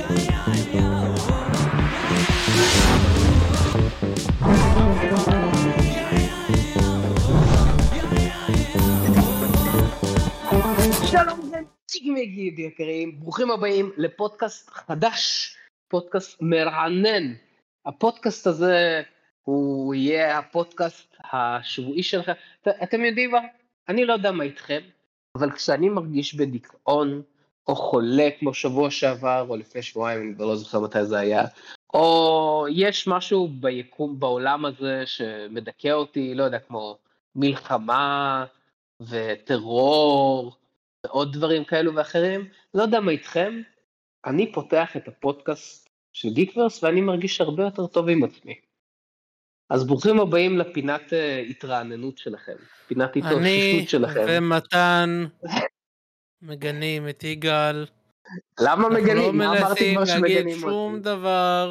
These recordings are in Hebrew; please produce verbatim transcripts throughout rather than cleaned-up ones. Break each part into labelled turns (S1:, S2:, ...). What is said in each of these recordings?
S1: שלום ציגמגיד יקרים, ברוכים הבאים לפודקאסט חדש, פודקאסט מרענן. הפודקאסט הזה הוא יהיה הפודקאסט השבועי שלכם. אתם יודעים מה? אני לא יודע מה איתכם, אבל כשאני מרגיש בדיכאון או חולה כמו שבוע שעבר או לפני שבועיים, אני לא זוכר מתי זה היה, או יש משהו ביקום בעולם הזה שמדכא אותי, לא יודע, כמו מלחמה וטרור ועוד דברים כאלו ואחרים, לא יודע מה איתכם, אני פותח את הפודקאסט של גיקוורס ואני מרגיש הרבה יותר טוב עם עצמי. אז ברוכים הבאים לפינת uh, התרעננות שלכם, פינת התאוששות שלכם.
S2: אני ומתן מגנים את יגאל.
S1: למה מגנים? מה אמרתי כבר שמגנים אותי?
S2: אנחנו לא מנסים להגיד שום דבר.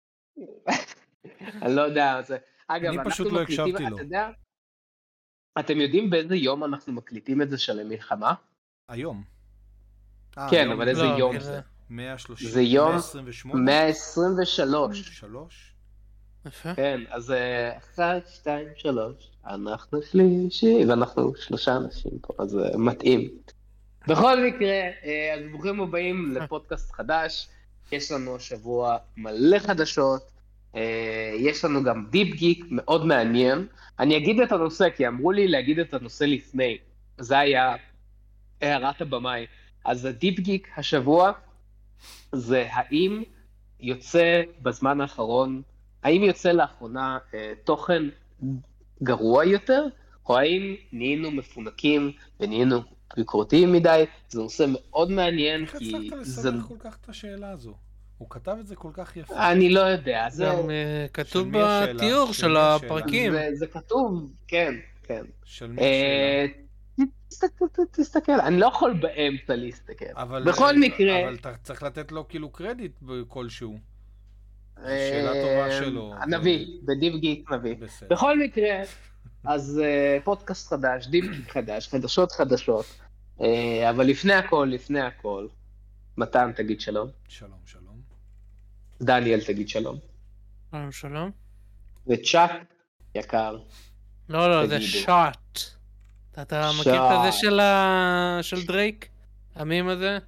S1: אני לא יודע, זה... אגב,
S3: אני פשוט
S1: אנחנו
S3: לא
S1: מקליטים,
S3: הקשבתי לו.
S1: אתה יודע, אתם יודעים באיזה יום אנחנו מקליטים את זה של המלחמה?
S3: היום.
S1: כן, אבל איזה
S2: לא,
S1: יום
S2: כן.
S1: זה?
S3: מאה ושלושים,
S1: זה יום
S3: מאה עשרים ושמונה?
S1: מאה עשרים ושלוש.
S3: שלוש?
S2: יפה.
S1: כן, אז אחת, שתיים, שלוש, אנחנו שלישי, ואנחנו שלושה אנשים פה, אז זה מתאים. בכל מקרה, אז ברוכים הבאים לפודקאסט חדש, יש לנו השבוע מלא חדשות, יש לנו גם דיפ גיק מאוד מעניין, אני אגיד את הנושא, כי אמרו לי להגיד את הנושא לפני, זה היה הערת הבמאי, אז הדיפ גיק השבוע, זה האם יוצא בזמן האחרון, האם יוצא לאחרונה אה, תוכן גרוע יותר, או האם נהיינו מפונקים ונהיינו ביקורתיים מדי? זה נושא מאוד מעניין,
S3: איך
S1: כי
S3: הצלחת
S1: זה...
S3: לסבך כל כך את השאלה הזו? הוא כתב את זה כל כך יפה.
S1: אני לא יודע, זה...
S2: גם uh, כתוב
S3: של מי השאלה?
S2: בתיאור
S3: של
S2: של
S3: מי השאלה?
S2: הפרקים.
S1: זה, זה כתוב, כן, כן.
S3: של מי
S1: אה,
S3: השאלה?
S1: תסתכל, תסתכל, אני לא יכול באמצע להסתכל.
S3: אבל,
S1: בכל מקרה...
S3: אבל אתה צריך לתת לו כאילו קרדיט כלשהו.
S1: אה,
S3: שאלה טובה שלו.
S1: הנביא, בדיפ גיק נביא.
S3: בסדר.
S1: בכל מקרה, אז uh, פודקאסט חדש, דיפ גיק חדש, חדשות חדשות, uh, אבל לפני הכל, לפני הכל, מתן תגיד שלום,
S3: שלום, שלום.
S1: דניאל תגיד שלום,
S2: שלום שלום.
S1: וצ'אק יקר,
S2: לא לא, זה
S1: תגידו.
S2: שוט. אתה- אתה מכיר את
S1: שוט.
S2: הזה של ה- של דרייק? המים הזה?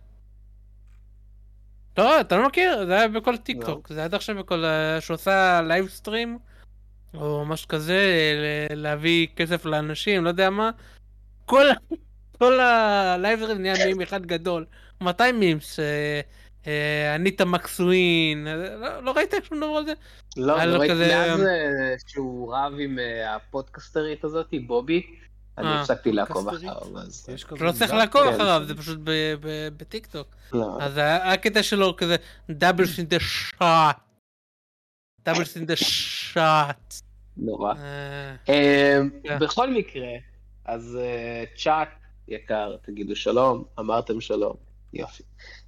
S2: לא, אתה לא מכיר? זה היה בכל טיק טוק. זה היה עד עכשיו בכל... ה- שעושה לייב סטרים, או משהו כזה, ל- להביא כסף לאנשים, לא יודע מה. כל ה- כל הלייב סטרים נהיה מים אחד גדול. מתי מימס? אה, אה, אניטה מקסואין, אה, לא- לא ראית שום דבר על זה?
S1: לא,
S2: היה
S1: לא
S2: לו
S1: ראיתי
S2: כזה-
S1: מאז uh, שהוא רב עם uh, הפודקאסטרית הזאת, בובי, אני
S2: אה,
S1: הפסקתי לעקוב
S3: פודקאסטרית?
S1: אחריו, אז...
S3: יש כזה
S2: לא צריך
S3: מילה?
S2: לעקוב
S1: כן.
S2: אחריו, זה פשוט ב- ב- בטיק טוק.
S1: לא.
S2: אז היה הקטע שלו כזה doubles in the shot. doubles in the shot.
S1: נורא.
S2: אה,
S1: אמ,
S2: כן.
S1: בכל מקרה, אז אה, צ'אק יקר, תגידו שלום, אמרתם שלום, יופי.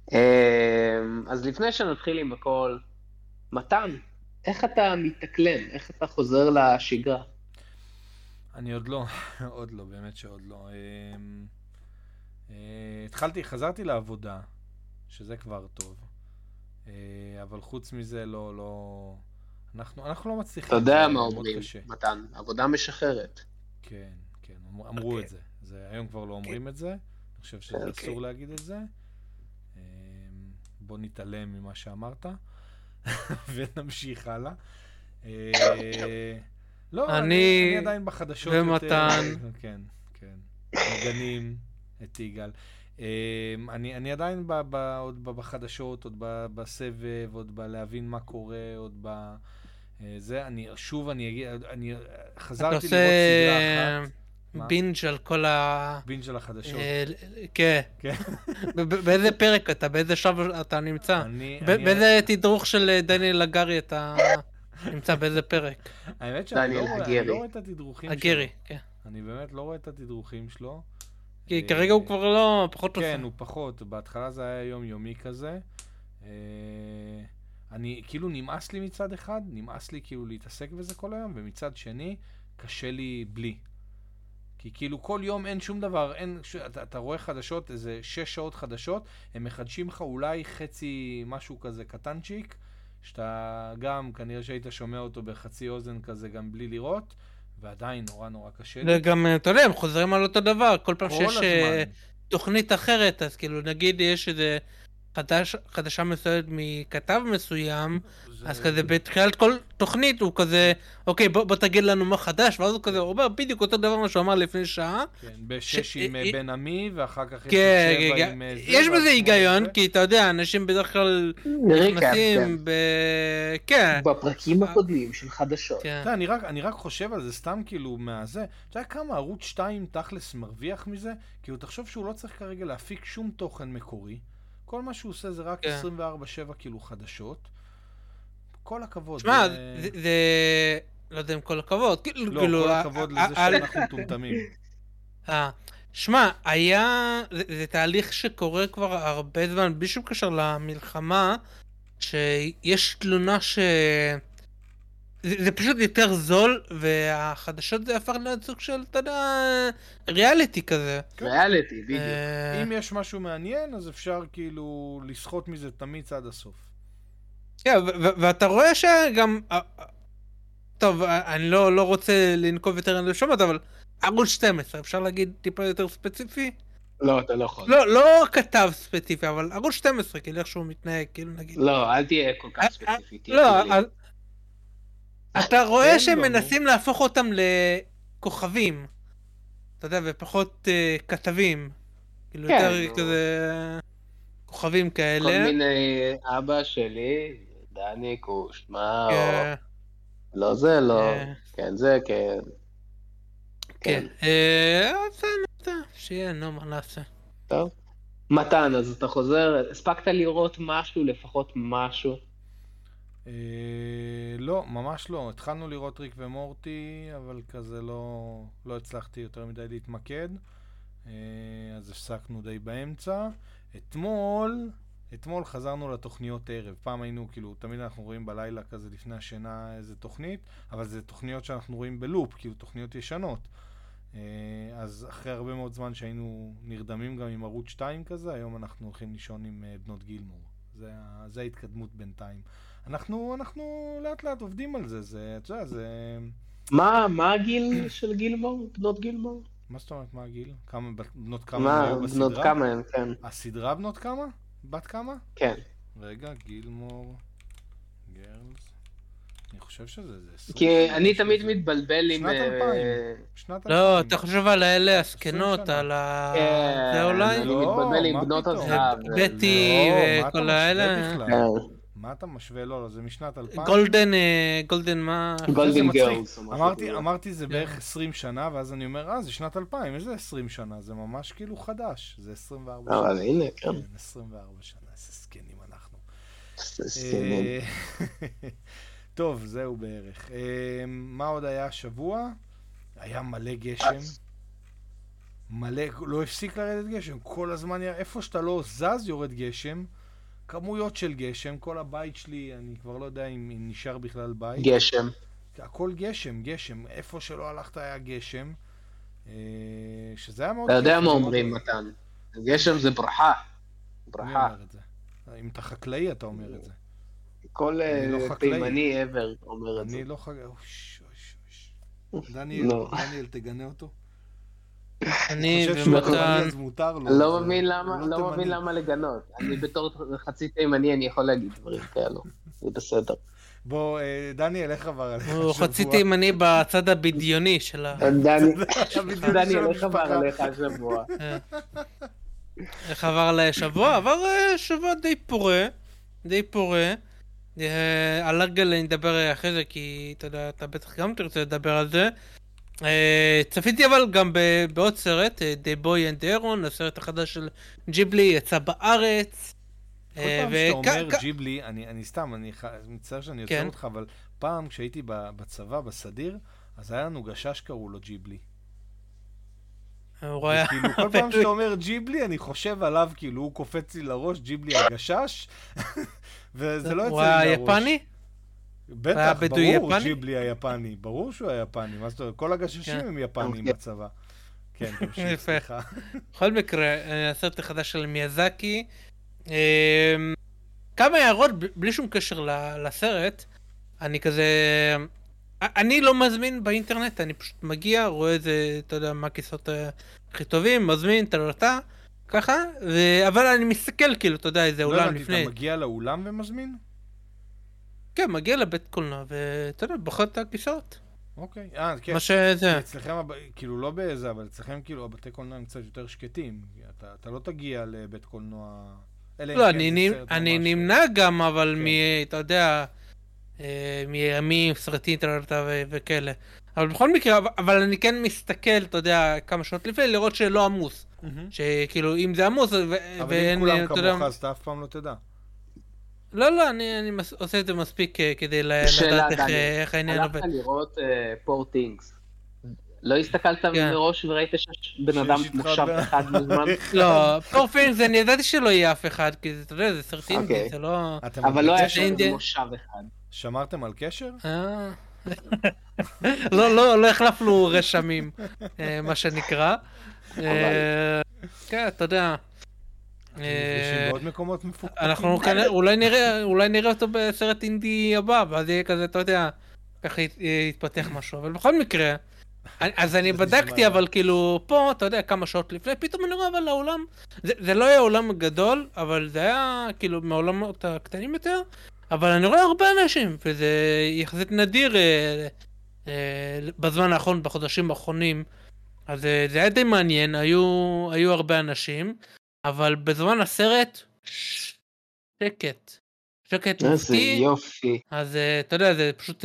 S1: אמ, אז לפני שנתחיל עם הכל, מתן, איך אתה מתאקלם? איך אתה חוזר לשגרה?
S3: אני עוד לא, עוד לא, באמת שעוד לא. אמ, אה, התחלתי, חזרתי לעבודה, שזה כבר טוב. אה, אבל חוץ מזה לא, לא... אנחנו, אנחנו לא מצליחים.
S1: אתה יודע
S3: זה
S1: מה
S3: מאוד
S1: אומרים,
S3: קשה.
S1: מתן, עבודה משחררת.
S3: כן, כן, אמר- אמרו את זה. זה. היום כבר לא אומרים את זה. אני חושב שזה
S1: אוקיי.
S3: אסור להגיד את זה. אמ, בוא נתעלם ממה שאמרת, ונמשיך הלאה. אה, לא, אני,
S2: אני
S3: אני עדיין בחדשות
S2: ומתן.
S3: יותר. כן, כן. מגנים את יגאל. אמ, אני, אני עדיין ב, ב, עוד ב- בחדשות, עוד ב, בסבב, עוד בלהבין מה קורה, עוד ב... אה, זה, אני, שוב אני אגיד, אני
S2: אתה
S3: חזרתי לראות
S2: עושה
S3: סדרה אחת. מה?
S2: בינג' על כל ה...
S3: בינג' על החדשות.
S2: אה, כן.
S3: כן.
S2: ב- ב- באיזה פרק אתה? באיזה שלב אתה נמצא?
S3: אני,
S2: ב-
S3: אני,
S2: באיזה תדרוך של דניאל הגרי אתה נמצא? באיזה פרק?
S3: האמת שאני
S1: דניאל
S3: לא רואה,
S1: הגרי.
S3: אני לא רואה את התדרוכים שלו.
S2: הגרי, כן.
S3: אני באמת לא רואה את התדרוכים שלו.
S2: כי
S3: אה,
S2: כרגע הוא כבר לא, פחות עושה.
S3: כן, הוא פחות. בהתחלה זה היה יומיומי כזה. אה, אני, כאילו נמאס לי מצד אחד, נמאס לי כאילו להתעסק בזה כל היום, ומצד שני, קשה לי בלי. כי כאילו כל יום אין שום דבר, אין, ש... אתה, אתה רואה חדשות, איזה שש שעות חדשות, הם מחדשים לך אולי חצי משהו כזה קטנצ'יק, שאתה גם, כנראה שהיית שומע אותו בחצי אוזן כזה גם בלי לראות, ועדיין נורא נורא קשה לי.
S2: וגם, אתה יודע, הם חוזרים על אותו דבר, כל פעם
S3: כל
S2: שיש
S3: הזמן.
S2: אה, תוכנית אחרת, אז כאילו נגיד יש איזה חדש, חדשה מסוימת מכתב מסוים,
S3: זה...
S2: אז כזה בתחילת כל תוכנית הוא כזה, אוקיי, בוא, בוא תגיד לנו מה חדש, ואז הוא כזה, הוא אומר בדיוק אותו דבר מה שהוא אמר לפני שעה.
S3: כן, בשש עם
S2: ש-
S3: בן עמי, ואחר כך יש
S2: כן,
S3: שבע
S2: כן,
S3: עם
S2: כן.
S3: זה.
S2: יש
S3: ואז
S2: בזה
S3: שמונה
S2: היגיון,
S3: זה.
S2: כי אתה יודע, אנשים בדרך כלל
S1: ריקאפ, כן.
S2: נכנסים ב... כן.
S1: בפרקים הקודמים של חדשות.
S2: כן.
S3: אתה יודע, אני רק, אני רק חושב על זה סתם כאילו מהזה. אתה יודע כמה ערוץ שתיים תכלס מרוויח מזה? כי הוא תחשוב שהוא לא צריך כרגע להפיק שום תוכן מקורי. כל מה שהוא עושה זה רק
S2: כן.
S3: עשרים וארבע שבע כאילו חדשות. כל הכבוד.
S2: שמע,
S3: זה-
S2: זה, זה... לא יודע אם כל הכבוד. כאילו,
S3: לא,
S2: כאילו,
S3: כל
S2: ה-
S3: הכבוד
S2: ה-
S3: לזה
S2: ה-
S3: שאנחנו מטומטמים.
S2: אה, שמע, היה, זה, זה תהליך שקורה כבר הרבה זמן, בלי שום קשר למלחמה, שיש תלונה ש... זה, זה פשוט יותר זול, והחדשות זה הפך להיות סוג של, אתה יודע, ריאליטי כזה.
S1: ריאליטי, בדיוק.
S2: אה,
S3: אם יש משהו מעניין, אז אפשר כאילו לסחוט מזה תמיד עד הסוף.
S2: כן, ו- ו- ואתה רואה שגם... אה, אה, טוב, אה, אני לא, לא רוצה לנקוב יותר על לשומות, אבל ערוץ שתים עשרה, אפשר להגיד טיפה יותר ספציפי?
S1: לא, אתה לא יכול.
S2: לא, לא כתב ספציפי, אבל ערוץ שתים עשרה, כאילו איך שהוא מתנהג, כאילו נגיד.
S1: לא, אל תהיה כל
S2: אה,
S1: כך ספציפי. תהיה
S2: לא,
S1: כללי.
S2: אז... אתה רואה
S3: תן
S2: שהם
S3: לו, נו.
S2: מנסים להפוך אותם לכוכבים. אתה יודע, ופחות אה, כתבים. כאילו
S1: כן,
S2: יותר
S1: נו.
S2: כזה... כוכבים
S1: כל
S2: כאלה.
S1: מיני אבא שלי, דני קוש, מה, או...
S2: כן,
S1: לא זה, לא.
S2: אה.
S1: כן, זה, כן.
S2: כן. אה, אז אני יודע, שיהיה, נו, מה נעשה.
S1: טוב. מתן, אז אתה חוזר, הספקת לראות משהו, לפחות משהו?
S3: אה, לא, ממש לא. התחלנו לראות ריק ומורטי, אבל כזה לא, לא הצלחתי יותר מדי להתמקד. אה, אז הפסקנו די באמצע. אתמול, אתמול חזרנו לתוכניות ערב. פעם היינו, כאילו, תמיד אנחנו רואים בלילה כזה לפני השינה איזה תוכנית, אבל זה תוכניות שאנחנו רואים בלופ, כאילו תוכניות ישנות. אה, אז אחרי הרבה מאוד זמן שהיינו נרדמים גם עם ערוץ שתיים כזה, היום אנחנו הולכים לישון עם אה, בנות גילמור. זה, ה- זה ההתקדמות בינתיים. אנחנו, אנחנו לאט לאט עובדים על זה, זה, אתה יודע, זה...
S1: מה, מה הגיל של גילמור? בנות גילמור?
S3: מה זאת אומרת, מה הגיל? כמה, בנות כמה
S1: מה,
S3: היו בסדרה?
S1: בנות כמה הן, כן.
S3: הסדרה בנות כמה? בת כמה?
S1: כן.
S3: רגע, גילמור, גרלס, אני חושב שזה זה עשרים
S1: כי
S3: שנה,
S1: אני
S3: יש
S1: תמיד
S3: לזה.
S1: מתבלבל עם...
S3: שנת
S1: אה,
S3: אלפיים. שנת
S2: לא,
S3: אלפיים.
S2: אתה חושב על האלה הזקנות,
S3: שנה.
S2: על ה...
S1: כן,
S2: זה אולי?
S1: אני
S3: לא,
S1: מתבלבל עם
S3: מה
S1: בנות
S3: פתאום?
S1: הזהב.
S2: בטי
S3: לא, מה אתה
S2: וכל האלה.
S3: משווה בכלל?
S1: כן.
S3: מה אתה משווה? לא, לא, זה משנת אלפיים.
S2: גולדן, אה, גולדן מה?
S1: גולדן
S3: זה מצחיק.
S1: גרלס או משהו
S3: אמרתי,
S1: כזה.
S3: אמרתי זה
S2: כן.
S3: בערך עשרים שנה, ואז אני אומר, אה, זה שנת אלפיים, איזה עשרים שנה? זה ממש כאילו חדש, זה עשרים וארבע
S1: אבל
S3: שנה.
S1: הנה, כן.
S3: כן, עשרים וארבע שנה, איזה זקנים אנחנו.
S1: זה סינון.
S3: אה, טוב, זהו בערך. אה, מה עוד היה השבוע? היה מלא גשם. מלא, לא הפסיק לרדת גשם. כל הזמן, איפה שאתה לא זז יורד גשם. כמויות של גשם. כל הבית שלי, אני כבר לא יודע אם, אם נשאר בכלל בית.
S1: גשם.
S3: הכל גשם, גשם. איפה שלא הלכת היה גשם. אה, שזה היה מאוד
S1: אתה יודע
S3: כיף,
S1: מה
S3: זה
S1: אומרים,
S3: מאוד-
S1: מתן. גשם זה ברכה.
S3: מי
S1: ברכה.
S3: אומר את זה? אם אתה חקלאי אתה אומר את זה.
S1: כל
S3: אני לא
S1: אה,
S3: חקלאי.
S1: תימני ever אומר את זה.
S3: אני לא חקלאי. אוש, אוש, אוש. דניאל,
S1: לא.
S3: דניאל, תגנה אותו.
S2: אני
S3: חושב שהוא
S2: ומתן.
S3: תימני אז מותר לו.
S1: לא
S3: זה-
S1: מבין
S3: הוא
S1: למה,
S3: לא
S1: לא
S3: תימני.
S1: מבין למה לגנות. אני בתור חצי תימני אני יכול להגיד דברים כאלו. זה בסדר.
S3: בוא, אה, דניאל, איך עבר עליך השבוע?
S2: הוא חצי תימני בצד הבדיוני של ה...
S1: דני,
S3: בדיוק של
S1: דניאל, איך עבר
S3: המשפחה.
S1: עליך השבוע?
S2: אה. איך עבר עליי שבוע? עבר אה, שבוע די פורה. די פורה. אה, על הרגל נדבר אחרי זה, כי אתה יודע, אתה בטח גם תרצה לדבר על זה. אה, צפיתי אבל גם ב- בעוד סרט, אה, The Boy and the Heron, הסרט החדש של ג'יבלי, יצא בארץ.
S3: כל
S2: אה,
S3: פעם שאתה
S2: וכ-
S3: אומר
S2: כ-
S3: ג'יבלי, אני אני סתם, אני ח- מצטער שאני עוצר
S2: כן.
S3: אותך, אבל פעם כשהייתי ב- בצבא, בסדיר, אז היה לנו גשש קראו לו ג'יבלי.
S2: הוא היה...
S3: כאילו, כל פעם שאתה אומר ג'יבלי, אני חושב עליו, כאילו, הוא קופץ לי לראש, ג'יבלי הגשש, וזה לא יוצא
S2: הוא
S3: לי
S2: היה
S3: מהראש.
S2: יפני? היה
S3: בטח,
S2: בדואי
S3: ברור,
S2: יפני?
S3: ג'יבלי היפני, ברור שהוא היה יפני, מה זאת אומרת, כל הגששים
S2: כן.
S3: הם יפנים
S1: אוקיי.
S3: בצבא. כן, תמשיך,
S2: יפה.
S3: סליחה.
S2: בכל מקרה, הסרט החדש של מיאזקי. כמה הערות, בלי שום קשר ל- לסרט, אני כזה... אני לא מזמין באינטרנט, אני פשוט מגיע, רואה איזה, אתה יודע, מה הכיסאות הכי טובים, מזמין, תלתה, ככה, ו... אבל אני מסתכל, כאילו, אתה יודע, איזה
S3: לא
S2: אולם
S3: הבנתי,
S2: לפני.
S3: אתה מגיע לאולם ומזמין?
S2: כן, מגיע לבית קולנוע, ואתה יודע, בוחר את הכיסאות.
S3: אוקיי, אה, כן.
S2: מה שזה.
S3: אצלכם, כאילו לא באיזה, אבל אצלכם כאילו הבתי קולנוע הם קצת יותר שקטים. אתה, אתה לא תגיע לבית קולנוע...
S2: לא, אני, נמ... אני נמנע גם, אבל כן. מ... אתה יודע, מימים, סרטים, תלתה ו... וכאלה. אבל בכל מקרה, אבל אני כן מסתכל, אתה יודע, כמה שעות לפני, לראות שלא עמוס. Mm-hmm. שכאילו, אם זה עמוס, ו...
S3: אבל אם כולם כמוך, יודע... אז אתה אף פעם לא תדע.
S2: לא, לא, אני, אני מס... עושה את זה מספיק כדי לדעת איך, איך העניין עובד.
S1: הלכת לראות פור טינגס. לא הסתכלת מראש וראית שיש בן אדם מושב אחד מזמן?
S2: לא, פור טינגס, אני ידעתי שלא יהיה אף אחד, כי אתה יודע, זה סרט אינדי, זה לא...
S1: אבל לא היה שם מושב אחד.
S3: שמרתם על קשר?
S2: לא, לא, לא החלפנו רשמים, מה שנקרא. כן, אתה יודע.
S3: אתם נפגשים בעוד מקומות מפוקפקים?
S2: אנחנו אולי נראה, אולי נראה אותו בסרט אינדי הבא, ואז יהיה כזה, אתה יודע, ככה יתפתח משהו, אבל בכל מקרה, אז אני בדקתי, אבל כאילו, פה, אתה יודע, כמה שעות לפני, פתאום אני רואה, אבל העולם, זה לא היה עולם גדול, אבל זה היה, כאילו, מהעולמות הקטנים יותר, אבל אני רואה הרבה אנשים, וזה יחסית נדיר בזמן האחרון, בחודשים האחרונים, אז זה היה די מעניין, היו הרבה אנשים, אבל בזמן הסרט, שקט. שקט מופתי.
S1: איזה יופי.
S2: אז אתה יודע, זה פשוט...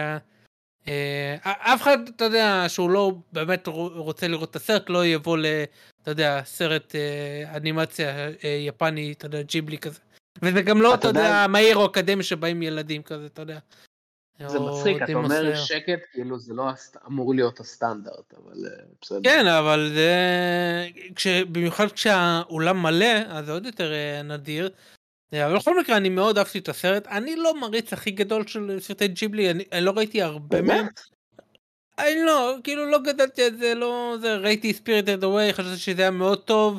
S2: אף אחד, אתה יודע, שהוא לא באמת רוצה לראות את הסרט, לא יבוא ל... אתה יודע, סרט אנימציה יפני, אתה יודע, ג'יבלי כזה. וזה גם לא, אתה יודע, מהיר או אקדמי שבאים ילדים כזה, אתה יודע.
S1: זה מצחיק, אתה אומר שקט, כאילו זה לא אמור להיות הסטנדרט, אבל בסדר.
S2: כן, אבל זה... במיוחד כשהאולם מלא, אז זה עוד יותר נדיר. אבל בכל מקרה, אני מאוד אהבתי את הסרט. אני לא מריץ הכי גדול של סרטי ג'יבלי, אני לא ראיתי הרבה מהם. אני לא, כאילו לא גדלתי את זה, לא... ראיתי Spirited Away, חשבתי שזה היה מאוד טוב.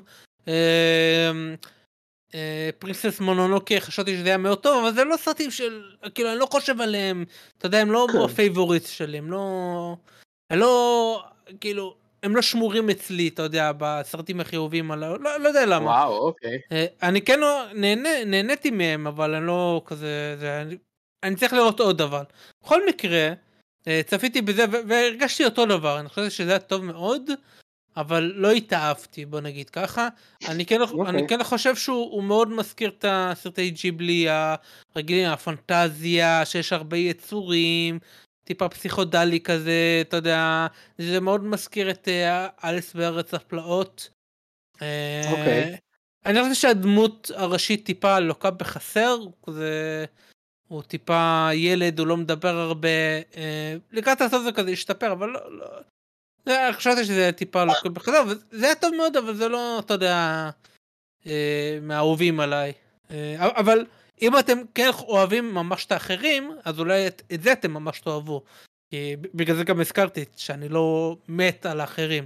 S2: פרינסס מונונוקי, חשבתי שזה היה מאוד טוב, אבל זה לא סרטים של, כאילו, אני לא חושב עליהם, אתה יודע, הם לא בפייבוריטס שלי, הם לא, הם לא, כאילו, הם לא שמורים אצלי, אתה יודע, בסרטים החיובים, לא, לא יודע למה.
S1: וואו, אוקיי.
S2: אני כן נהנה, נהניתי מהם, אבל אני לא כזה, זה, אני, אני צריך לראות עוד דבר. בכל מקרה, צפיתי בזה, והרגשתי אותו דבר, אני חושב שזה היה טוב מאוד, אבל לא התאהבתי, בוא נגיד ככה. אני כן, okay. אני כן חושב שהוא מאוד מזכיר את הסרטי ג'יבלי הרגילים, הפנטזיה, שיש הרבה יצורים, טיפה פסיכודלי כזה, אתה יודע, זה מאוד מזכיר את אליס בארץ הפלאות.
S1: אוקיי. Okay.
S2: אני חושב שהדמות הראשית טיפה לוקה בחסר, זה... הוא טיפה ילד, הוא לא מדבר הרבה, לקראת הסוף זה כזה השתפר, אבל לא... לא... חשבתי שזה טיפה לא כל כך, זה היה טוב מאוד, אבל זה לא, אתה יודע, מהאהובים עליי. אבל אם אתם כן אוהבים ממש את האחרים, אז אולי את זה אתם ממש תאהבו. כי בגלל זה גם הזכרתי שאני לא מת על האחרים.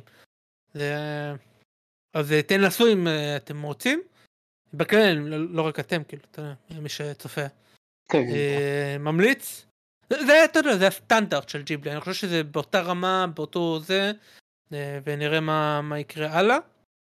S2: אז תנסו אם אתם רוצים. בכלל, לא רק אתם, כאילו, מי שצופה. ממליץ. זה, אתה יודע, זה הסטנדרט של ג'יבלי, אני חושב שזה באותה רמה, באותו זה, ונראה מה, מה יקרה הלאה.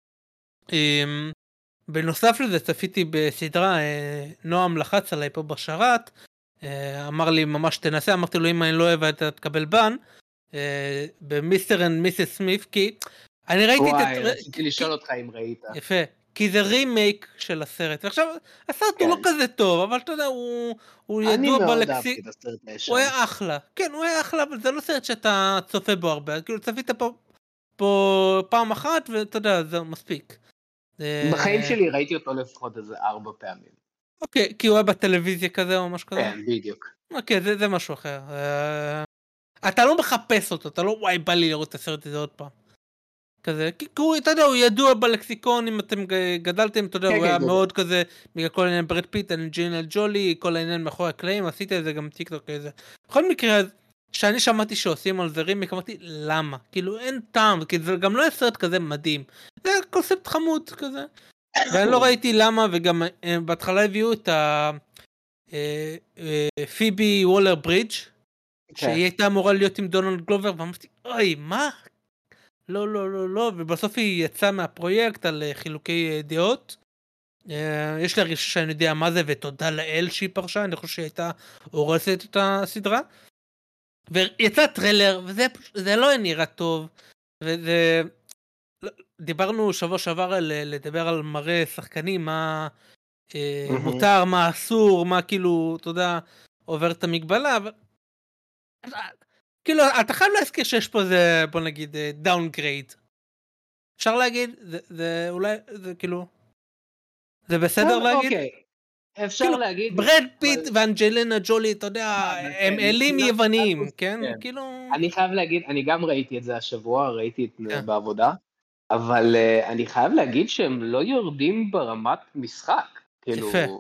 S2: בנוסף לזה, צפיתי בסדרה, נועם לחץ עליי פה בשרת, אמר לי ממש תנסה, אמרתי לו אם אני לא אוהב אתה תקבל בן, במיסטר אנד מיסס סמית, כי אני ראיתי...
S1: וואי, רציתי לשאול אותך אם ראית.
S2: יפה. כי זה רימייק של הסרט, ועכשיו הסרט הוא לא כזה טוב, אבל אתה יודע, הוא ידוע בלקסי... הוא היה אחלה, כן, הוא היה אחלה, אבל זה לא סרט שאתה צופה בו הרבה, כאילו צפית פה פעם אחת, ואתה יודע, זה מספיק.
S1: בחיים שלי ראיתי אותו לפחות איזה ארבע פעמים.
S2: אוקיי, כי הוא היה בטלוויזיה כזה או משהו כזה?
S1: כן, בדיוק.
S2: אוקיי, זה משהו אחר. אתה לא מחפש אותו, אתה לא, וואי, בא לי לראות את הסרט הזה עוד פעם. כזה, כי הוא, אתה יודע, הוא ידוע בלקסיקון, אם אתם גדלתם, אתה יודע, הוא היה מאוד כזה, בגלל כל העניין ברד פיט, אנג'לינה ג'ולי, כל העניין מאחורי הקלעים, עשית את זה גם טיקטוק כזה. בכל מקרה, שאני שמעתי שעושים על זה רימיק, אמרתי, למה? כאילו, אין טעם, כי זה גם לא יהיה סרט כזה מדהים. זה קונספט חמוד כזה. ואני לא ראיתי למה, וגם אה, בהתחלה הביאו את ה... אה, אה, פיבי וולר ברידג', שהיא הייתה אמורה להיות עם דונלד גלובר, ואמרתי, אוי, מה? לא, לא, לא, לא, ובסוף היא יצאה מהפרויקט על אה, חילוקי אה, דעות. אה, יש לה רגישה שאני יודע מה זה, ותודה לאל שהיא פרשה, אני חושב שהיא הייתה הורסת את הסדרה. ויצא טריילר, וזה פש- זה לא היה נראה טוב, וזה... דיברנו שבוע שעבר על אה, לדבר על מראה שחקנים, מה אה,
S1: מהמם.
S2: מותר, מה אסור, מה כאילו, אתה יודע, עובר את המגבלה, אבל... כאילו, אתה חייב להזכיר שיש פה איזה, בוא נגיד, דאונגרייד. אפשר להגיד? זה, זה אולי, זה כאילו... זה בסדר להגיד?
S1: אוקיי, אפשר
S2: כאילו,
S1: להגיד,
S2: ברד פיט
S1: אבל-
S2: ואנג'לינה ג'ולי, אתה יודע,
S1: אה, זה
S2: הם
S1: כן,
S2: אלים
S1: מבחינת
S2: יווניים,
S1: סטטוס,
S2: כן?
S1: כן.
S2: כאילו...
S1: אני חייב להגיד, אני גם ראיתי את זה השבוע, ראיתי את זה
S2: כן.
S1: בעבודה, אבל אה, אני חייב להגיד שהם לא יורדים ברמת משחק, כאילו,
S2: יפה.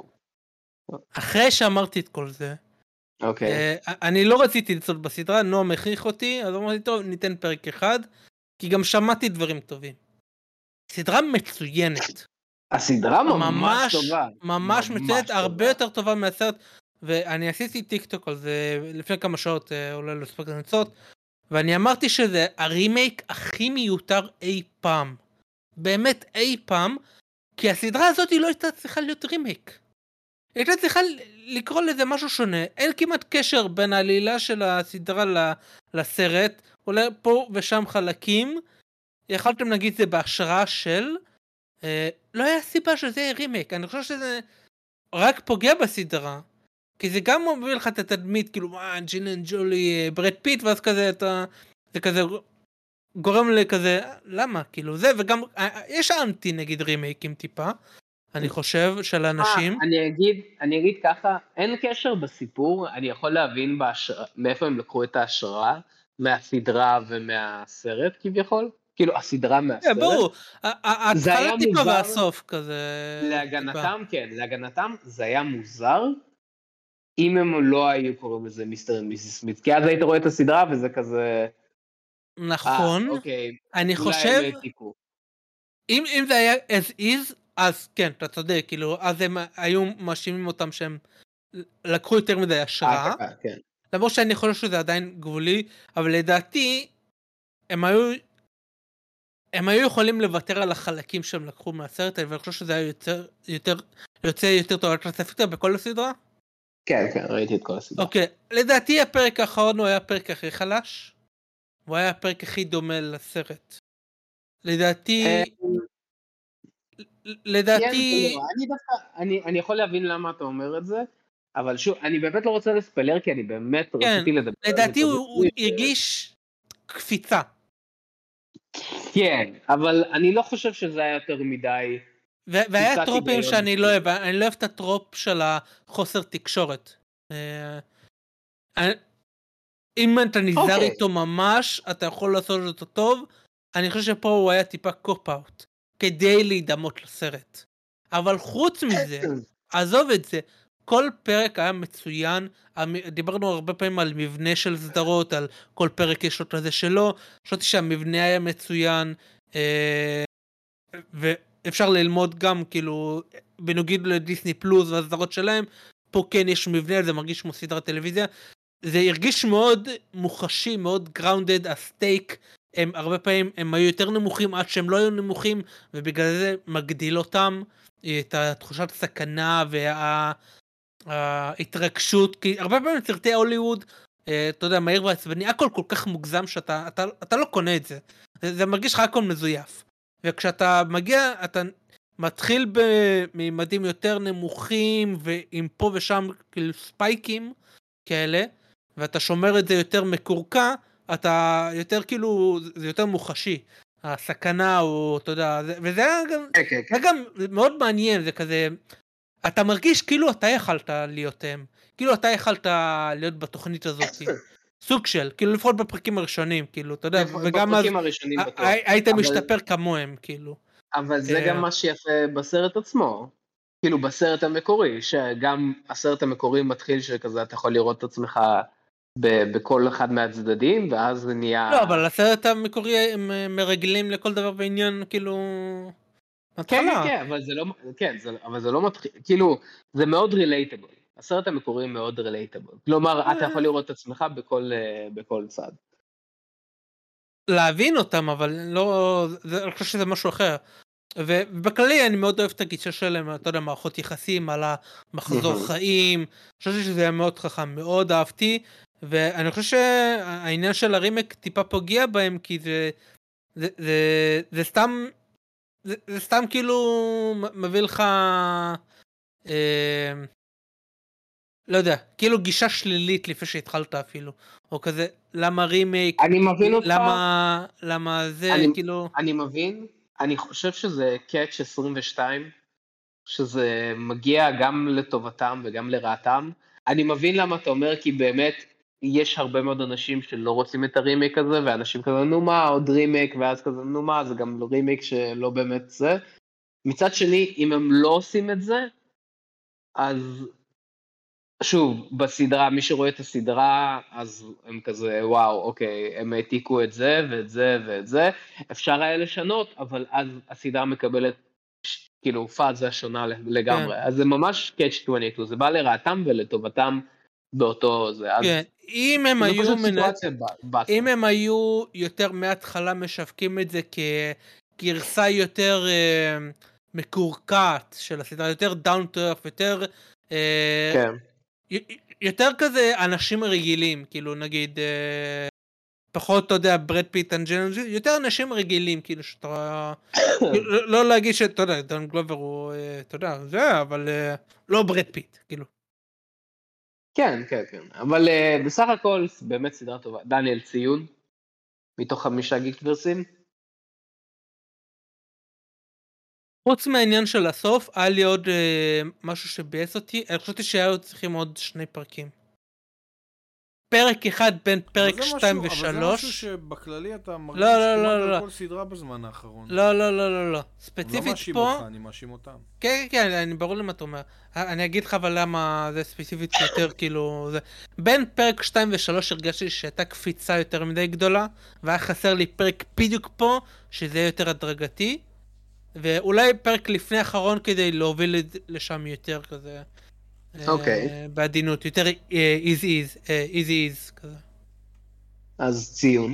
S2: אחרי שאמרתי את כל זה,
S1: אוקיי,
S2: אה, אני לא רציתי לצוד בסדרה, נועם הכריח אותי, אז אמרתי, טוב, ניתן פרק אחד, כי גם שמעתי דברים טובים. סדרה מצוינת.
S1: הסדרה ממש
S2: ממש,
S1: טובה,
S2: ממש מצוינת,
S1: טובה.
S2: הרבה יותר טובה מהסרט, ואני עשיתי טיק טוק על זה לפני כמה שעות, אה, אולי לא הספקתי לנסות, ואני אמרתי שזה הרימייק הכי מיותר אי פעם. באמת אי פעם, כי הסדרה הזאת היא לא הייתה צריכה להיות רימייק. היא הייתה צריכה לקרוא לזה משהו שונה, אין כמעט קשר בין העלילה של הסדרה ל- לסרט, אולי פה ושם חלקים, יכלתם להגיד זה בהשראה של, אה, לא היה סיבה שזה יהיה רימייק, אני חושב שזה רק פוגע בסדרה, כי זה גם מוביל לך את התדמית, כאילו, מה, אנג'לינה ג'ולי, אה, ברד פיט, ואז כזה אתה, זה כזה גורם לכזה, למה, כאילו, זה, וגם, אה, יש אנטי נגיד רימייקים טיפה, אני חושב, של אנשים.
S1: אה, אני אגיד, אני אגיד ככה, אין קשר בסיפור, אני יכול להבין בהשראה, מאיפה הם לקחו את ההשראה, מהסדרה ומהסרט כביכול, כאילו הסדרה
S2: כן,
S1: מהסרט,
S2: ברור, ה- ה-
S1: זה
S2: ההתחלה
S1: היה
S2: טיפה
S1: מוזר.
S2: והסוף כזה, טיפה.
S1: להגנתם, כן, להגנתם זה היה מוזר, אם הם לא היו קוראים לזה מיסטר ומיסיס סמית, כי אז היית רואה את הסדרה וזה כזה, אה,
S2: נכון,
S1: אוקיי,
S2: אני
S1: אולי
S2: חושב,
S1: הם העתיקו.
S2: אם אם זה היה as is, אז כן, אתה צודק, כאילו, אז הם היו מאשימים אותם שהם לקחו יותר מדי השראה,
S1: העתקה, כן.
S2: למרות שאני חושב שזה עדיין גבולי, אבל לדעתי, הם היו, הם היו יכולים לוותר על החלקים שהם לקחו מהסרט, ואני חושב שזה היה יותר, יותר, יוצא יותר טוב. אתה צפית בכל הסדרה?
S1: כן, כן, ראיתי את כל הסדרה.
S2: אוקיי, לדעתי הפרק האחרון הוא היה הפרק הכי חלש, הוא היה הפרק הכי דומה לסרט. לדעתי,
S1: אה,
S2: לדעתי,
S1: כן, אני דווקא, אני, אני יכול להבין למה אתה אומר את זה, אבל שוב, אני באמת לא רוצה לספלר, כי אני באמת
S2: כן,
S1: רציתי לדבר על זה.
S2: לדעתי הוא,
S1: קודם.
S2: הוא הרגיש קפיצה.
S1: כן, אבל אני לא חושב שזה היה יותר מדי.
S2: ו- והיה
S1: קפיצת
S2: טרופים
S1: היגיון.
S2: שאני לא אוהב, אני לא אוהב את הטרופ של החוסר תקשורת. אה, אני- אם אתה נזהר
S1: אוקיי.
S2: איתו ממש, אתה יכול לעשות אותו טוב. אני חושב שפה הוא היה טיפה קופ-אוט, כדי להידמות לסרט. אבל חוץ מזה, עזוב את זה, כל פרק היה מצוין, המ- דיברנו הרבה פעמים על מבנה של סדרות, על כל פרק יש לו את הזה שלו, חשבתי שהמבנה היה מצוין, אה, ואפשר ללמוד גם כאילו, בנוגד לדיסני פלוס והסדרות שלהם, פה כן יש מבנה, זה מרגיש כמו סדרת טלוויזיה, זה הרגיש מאוד מוחשי, מאוד גראונדד, הסטייק, הם הרבה פעמים הם היו יותר נמוכים עד שהם לא היו נמוכים, ובגלל זה מגדיל אותם, את התחושת הסכנה וההתרגשות, כי הרבה פעמים סרטי הוליווד, אתה יודע, מהיר ועצבני, הכל כל כך מוגזם שאתה אתה, אתה לא קונה את זה, זה, זה מרגיש לך הכל מזויף, וכשאתה מגיע, אתה מתחיל בממדים יותר נמוכים, ועם פה ושם כאילו ספייקים כאלה, ואתה שומר את זה יותר מקורקע, אתה יותר כאילו, זה יותר מוחשי, הסכנה או, אתה יודע, זה, וזה היה גם,
S1: כן, כן,
S2: זה גם מאוד מעניין, זה כזה, אתה מרגיש כאילו אתה יכלת להיות הם, כאילו אתה יכלת להיות בתוכנית הזאת, סוג של, כאילו לפחות בפרקים הראשונים, כאילו, אתה יודע, וגם אז,
S1: בפרקים הראשונים בטוח.
S2: היית
S1: אבל-
S2: משתפר כמוהם, כאילו.
S1: אבל זה
S2: אה,
S1: גם מה שיפה בסרט עצמו. כאילו בסרט המקורי, שגם הסרט המקורי מתחיל שכזה אתה יכול לראות את עצמך בכל אחד מהצדדים, ואז זה נהיה...
S2: לא, אבל הסרט המקורי הם מרגלים לכל דבר בעניין, כאילו...
S1: כן, כן, כן, אבל זה לא, כן, זה, אבל זה לא מתחיל, כאילו, זה מאוד רילייטבל. הסרט המקורי מאוד רילייטבל. כלומר, אתה יכול לראות את עצמך בכל, בכל צד.
S2: להבין אותם, אבל לא, זה, אני חושב שזה משהו אחר. ובכללי אני מאוד אוהב את הגישה שלהם, אתה יודע, מערכות יחסים על המחזור חיים, אני חושב שזה היה מאוד חכם, מאוד אהבתי, ואני חושב שהעניין של הרימק טיפה פוגע בהם, כי זה, זה, זה, זה סתם, זה, זה סתם כאילו מביא לך, אה, לא יודע, כאילו גישה שלילית לפני שהתחלת אפילו, או כזה, למה רימייק,
S1: אני מבין אותך,
S2: למה, למה זה,
S1: אני,
S2: כאילו...
S1: אני מבין, אני חושב שזה קאץ' עשרים ושתיים, שזה מגיע גם לטובתם וגם לרעתם. אני מבין למה אתה אומר, כי באמת יש הרבה מאוד אנשים שלא רוצים את הרימייק הזה, ואנשים כזה, נו מה, עוד רימייק, ואז כזה, נו מה, זה גם לא רימייק שלא באמת זה. מצד שני, אם הם לא עושים את זה, אז שוב, בסדרה, מי שרואה את הסדרה, אז הם כזה, וואו, אוקיי, הם העתיקו את זה ואת זה ואת זה, אפשר היה לשנות, אבל אז הסדרה מקבלת, כאילו, פאזה שונה לגמרי.
S2: כן.
S1: אז זה ממש קאץ' עשרים ושתיים, זה בא לרעתם ולטובתם באותו זה. אז
S2: כן, אם הם
S1: זה
S2: היו
S1: פשוט
S2: מנ...
S1: סיטואציה באסה.
S2: אם הם היו יותר מההתחלה משווקים את זה כגרסה יותר אה, מקורקעת של הסדרה, יותר down to earth, יותר אה,
S1: כן.
S2: י- יותר כזה אנשים רגילים, כאילו נגיד אה, פחות, אתה יודע, ברד פיט אנג'לין, יותר אנשים רגילים, כאילו שאתה לא, לא להגיד שאתה יודע, דון גלובר הוא, אה, אתה יודע, זה, אבל אה, לא ברד פיט, כאילו.
S1: כן, כן, כן. אבל uh, בסך הכל, באמת סדרה טובה. דניאל, ציון, מתוך חמישה גיקוורסים.
S2: חוץ מהעניין של הסוף, היה לי עוד אה, משהו שבייס אותי, אני חושבתי שהיו צריכים עוד שני פרקים. פרק אחד בין פרק שתיים ושלוש.
S3: אבל זה משהו שבכללי אתה מרגיש
S2: לא, לא,
S3: כמעט
S2: לא,
S3: על
S2: לא.
S3: כל סדרה בזמן האחרון.
S2: לא, לא, לא, לא, לא.
S3: אני לא
S2: ספציפית
S3: מאשים
S2: פה...
S3: אותך, אני מאשים אותם.
S2: כן, כן, כן, אני ברור לי מה אתה אומר. אני אגיד לך אבל למה זה ספציפית יותר, כאילו... זה... בין פרק שתיים ושלוש הרגשתי שהייתה קפיצה יותר מדי גדולה, והיה חסר לי פרק בדיוק פה, שזה יותר הדרגתי. ואולי פרק לפני האחרון כדי להוביל לשם יותר כזה.
S1: אוקיי.
S2: אה, בעדינות, יותר איז איז, איז איז כזה.
S1: אז ציון.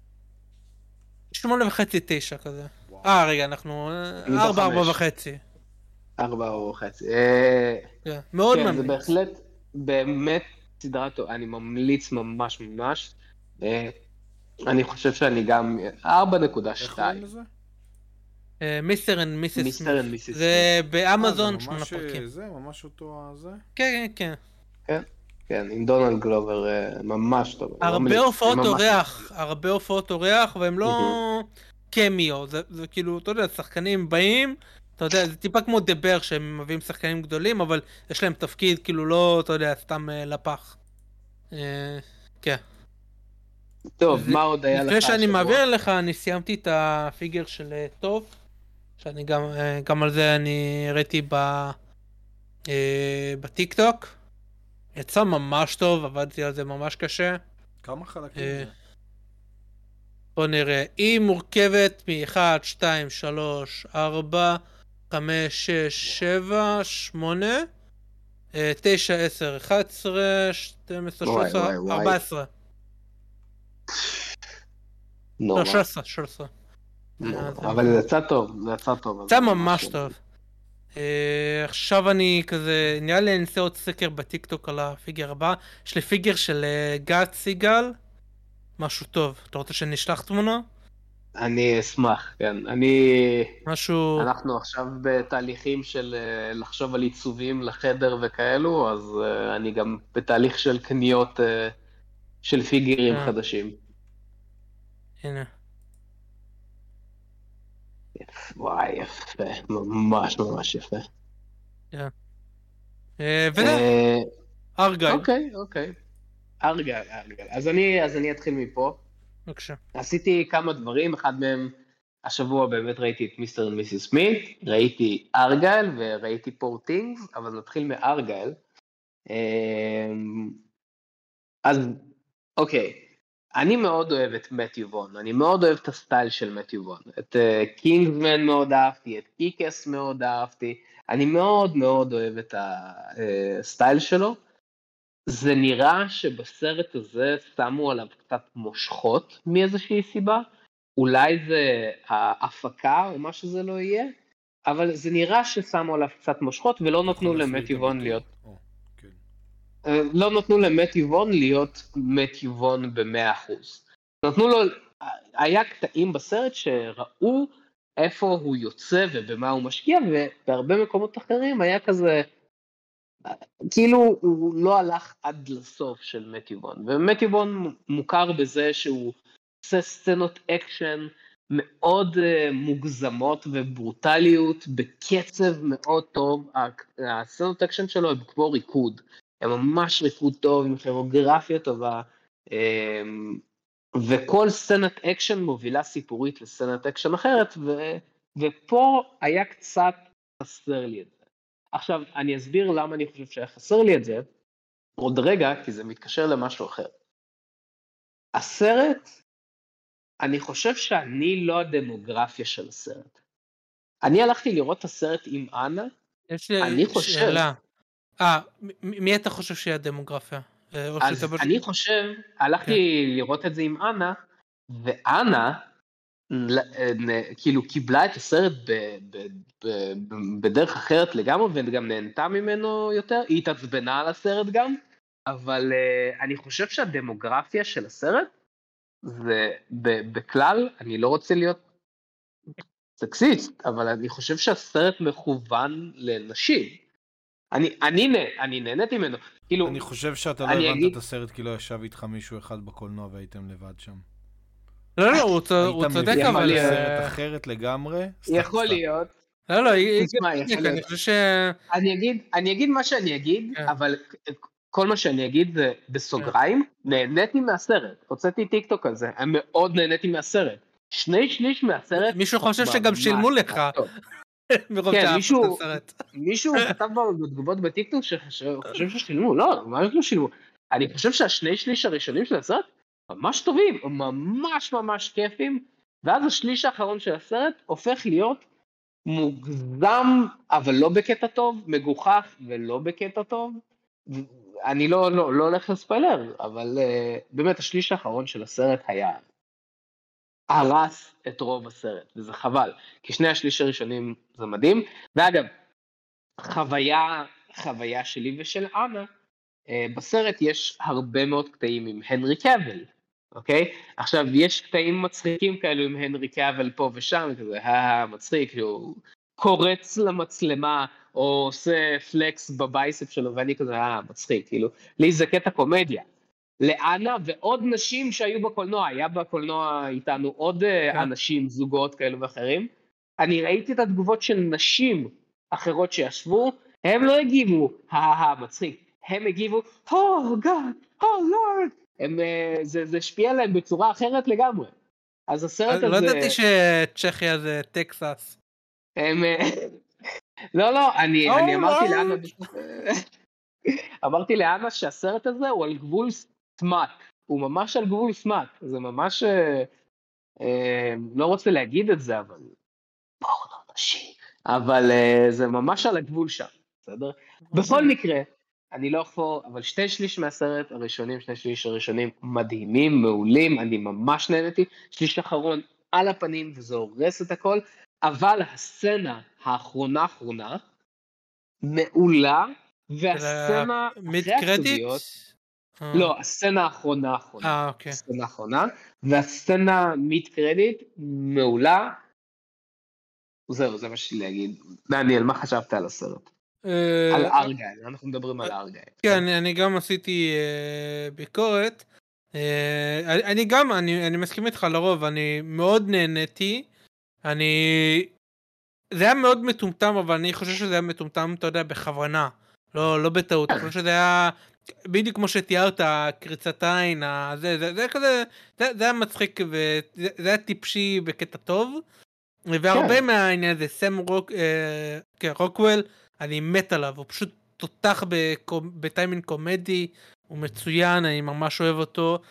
S2: שמונה וחצי, תשע כזה. אה, רגע, אנחנו...
S1: מתוך
S2: ארבע, ארבע
S1: חמש.
S2: וחצי.
S1: ארבע וחצי. אה,
S2: כן, מאוד
S1: כן, זה
S2: ממליץ.
S1: בהחלט, באמת סדרה טובה, אני ממליץ ממש ממש. אה, אני חושב שאני גם ארבע נקודה
S3: איך קוראים
S1: שתיים.
S3: לזה?
S2: מיסטר אנד מיסס
S1: מיסטר אנד
S2: סמית.
S1: מיסיס
S2: זה
S1: סמית.
S2: באמזון
S3: אה, זה
S2: שמונה
S3: ממש,
S2: פרקים.
S3: זה ממש אותו הזה?
S2: כן, כן, כן.
S1: כן, כן, עם דונלד גלובר אה, ממש טוב. אני
S2: הרבה
S1: ממליץ,
S2: הופעות
S1: ממש
S2: אורח, הרבה הופעות אורח, והם לא קמיו, זה, זה כאילו, אתה יודע, שחקנים באים, אתה יודע, זה טיפה כמו דבר שהם מביאים שחקנים גדולים, אבל יש להם תפקיד, כאילו לא, אתה יודע, סתם אה, לפח. אה, כן.
S1: טוב,
S2: זה-
S1: מה עוד היה לך
S2: לפני שאני
S1: השבוע?
S2: מעביר לך, אני סיימתי את הפיגר של אה, טוב, שאני גם, אה, גם על זה אני הראיתי ב, אה, בטיק טוק. יצא ממש טוב, עבדתי על זה ממש קשה.
S3: כמה חלקים
S2: אה,
S3: זה?
S2: בוא נראה, היא מורכבת מ-אחת, שתיים, שלוש, ארבע, חמש, שש, שבע, שמונה, תשע, עשר, אחת עשרה, שתים עשרה,
S1: וואי,
S2: שלוש עשרה,
S1: וואי, וואי.
S2: ארבע עשרה.
S1: נורא,
S2: לא, שלוש עשרה, שלוש עשרה.
S1: נורא.
S2: אה, זה
S1: אבל
S2: נכון.
S1: זה יצא טוב, זה יצא טוב. אז
S2: יצא
S1: זה
S2: ממש טוב. אה, עכשיו אני כזה, נראה לי אני אעשה עוד סקר בטיקטוק על הפיגר הבא. יש לי פיגר של אה, גאט סיגל, משהו טוב. אתה רוצה שנשלח תמונה?
S1: אני אשמח, כן. אני...
S2: משהו...
S1: אנחנו עכשיו בתהליכים של אה, לחשוב על עיצובים לחדר וכאלו, אז אה, אני גם בתהליך של קניות אה, של פיגרים
S2: אה.
S1: חדשים.
S2: הנה.
S1: וואי, יפה, ממש ממש יפה.
S2: אה, וזהו,
S1: אה,
S2: ארגייל.
S1: אוקיי, אוקיי. ארגל, ארגל. אז אני, אז אני אתחיל מפה.
S2: בבקשה.
S1: עשיתי כמה דברים, אחד מהם, השבוע באמת ראיתי את מיסטר ומיסיס סמית, ראיתי ארגייל וראיתי פור טינגס, אבל נתחיל מארגייל. אז אוקיי, אני מאוד אוהב את מתיו וון, אני מאוד אוהב את הסטייל של מתיו וון, את קינגסמן מאוד אהבתי, את קיקס מאוד אהבתי, אני מאוד מאוד אוהב את הסטייל שלו, זה נראה שבסרט הזה שמו עליו קצת מושכות מאיזושהי סיבה, אולי זה ההפקה או מה שזה לא יהיה, אבל זה נראה ששמו עליו קצת מושכות ולא נתנו למתיו וון להיות, לא נתנו למתיו וון להיות מתיו וון במאה אחוז. נתנו לו, היה קטעים בסרט שראו איפה הוא יוצא ובמה הוא משקיע, ובהרבה מקומות אחרים היה כזה, כאילו הוא לא הלך עד לסוף של מתיו וון, ומתיו וון מוכר בזה שהוא עושה סצנות אקשן מאוד מוגזמות וברוטליות, בקצב מאוד טוב, הסצנות אקשן שלו הם כמו ריקוד, הם ממש ריקוד טוב, עם כירוגרפיה טובה, וכל סצנת אקשן מובילה סיפורית לסצנת אקשן אחרת, ו, ופה היה קצת חסר לי את זה. עכשיו, אני אסביר למה אני חושב שהיה חסר לי את זה, עוד רגע, כי זה מתקשר למשהו אחר. הסרט, אני חושב שאני לא הדמוגרפיה של הסרט. אני הלכתי לראות את הסרט עם אנה,
S2: יש לי
S1: אני חושב...
S2: שאלה. אה, מי אתה חושב שהיא הדמוגרפיה?
S1: אז אני חושב, הלכתי לראות את זה עם אנה, ואנה, כאילו קיבלה את הסרט בדרך אחרת לגמרי, וגם נהנתה ממנו יותר, היא התעצבנה על הסרט גם, אבל אני חושב שהדמוגרפיה של הסרט, זה בכלל, אני לא רוצה להיות סקסיסט, אבל אני חושב שהסרט מכוון לנשים. אני, אני, אני נהניתי ממנו, כאילו...
S3: אני חושב שאתה לא הבנת אגיד... את הסרט כי לא ישב איתך מישהו אחד בקולנוע והייתם לבד שם.
S2: לא, לא, הוא צודק, אבל...
S3: היית מבין סרט אחרת לגמרי.
S1: יכול להיות.
S2: לא, לא,
S1: אני חושב ש... אני אגיד, אני אגיד מה שאני אגיד, אבל כל מה שאני אגיד זה בסוגריים, נהניתי מהסרט, הוצאתי טיק טוק על זה, אני מאוד נהניתי מהסרט. שני שליש מהסרט...
S2: מישהו חושב שגם שילמו לך.
S1: כן, מישהו, מישהו כתב בתגובות בטיקטוק שחושב ששילמו, לא, ממש לא שילמו. אני חושב שהשני שליש הראשונים של הסרט ממש טובים, ממש ממש כיפים, ואז השליש האחרון של הסרט הופך להיות מוגזם, אבל לא בקטע טוב, מגוחך ולא בקטע טוב. אני לא, לא, לא הולך לספיילר, אבל באמת השליש האחרון של הסרט היה... הרס את רוב הסרט, וזה חבל, כי שני השליש הראשונים זה מדהים, ואגב, חוויה, חוויה שלי ושל אנה, בסרט יש הרבה מאוד קטעים עם הנרי קאבל, אוקיי? עכשיו, יש קטעים מצחיקים כאלו עם הנרי קאבל פה ושם, כזה, הא, מצחיק, שהוא קורץ למצלמה, או עושה פלקס בבייספ שלו, ואני כזה, הא, מצחיק, כאילו, לי זה קטע קומדיה. לאנה ועוד נשים שהיו בקולנוע, היה בקולנוע איתנו עוד אנשים, זוגות כאלו ואחרים, אני ראיתי את התגובות של נשים אחרות שישבו, הם לא הגיבו, הא, מצחיק, הם הגיבו, Oh God, Oh Lord, זה, זה השפיע להם בצורה אחרת לגמרי. אז הסרט הזה...
S2: לא ידעתי שצ'כיה זה טקסס.
S1: הם... לא, לא, אני,
S2: Oh
S1: אני אמרתי
S2: Lord.
S1: לאנה, אמרתי לאנה שהסרט הזה הוא על גבול סמאט, הוא ממש על גבול סמאט, זה ממש, אה, אה, לא רוצה להגיד את זה, אבל, בואו לא נשי, אבל אה, זה ממש על הגבול שם, בסדר? בכל מקרה, אני לא אחפור, אבל שתי שליש מהסרט הראשונים, שני שליש הראשונים מדהימים, מעולים, אני ממש נהניתי, שליש האחרון על הפנים, וזה הורס את הכל, אבל הסצנה האחרונה האחרונה, מעולה, והסצנה אחרי הכתוביות, לא, הסצנה האחרונה האחרונה,
S2: אה, אוקיי.
S1: הסצנה האחרונה, והסצנה מיד קרדיט מעולה, זהו, זה מה שלי להגיד. דניאל, מה חשבת על הסרט? על ארגייל, אנחנו מדברים על ארגייל.
S2: כן, אני גם עשיתי ביקורת, אני גם, אני מסכים איתך לרוב, אני מאוד נהניתי, אני, זה היה מאוד מטומטם, אבל אני חושב שזה היה מטומטם, אתה יודע, בכוונה, לא, לא בטעות, אני חושב שזה היה, בדיוק כמו שתיארת, קריצת עין, זה, זה, זה כזה, זה, זה היה מצחיק, וזה היה טיפשי בקטע טוב, והרבה מהעניין הזה, סם רוק, אה, כן, רוקוול, אני מת עליו, הוא פשוט תותח בטיימינג קומדי, הוא מצוין, אני ממש אוהב אותו,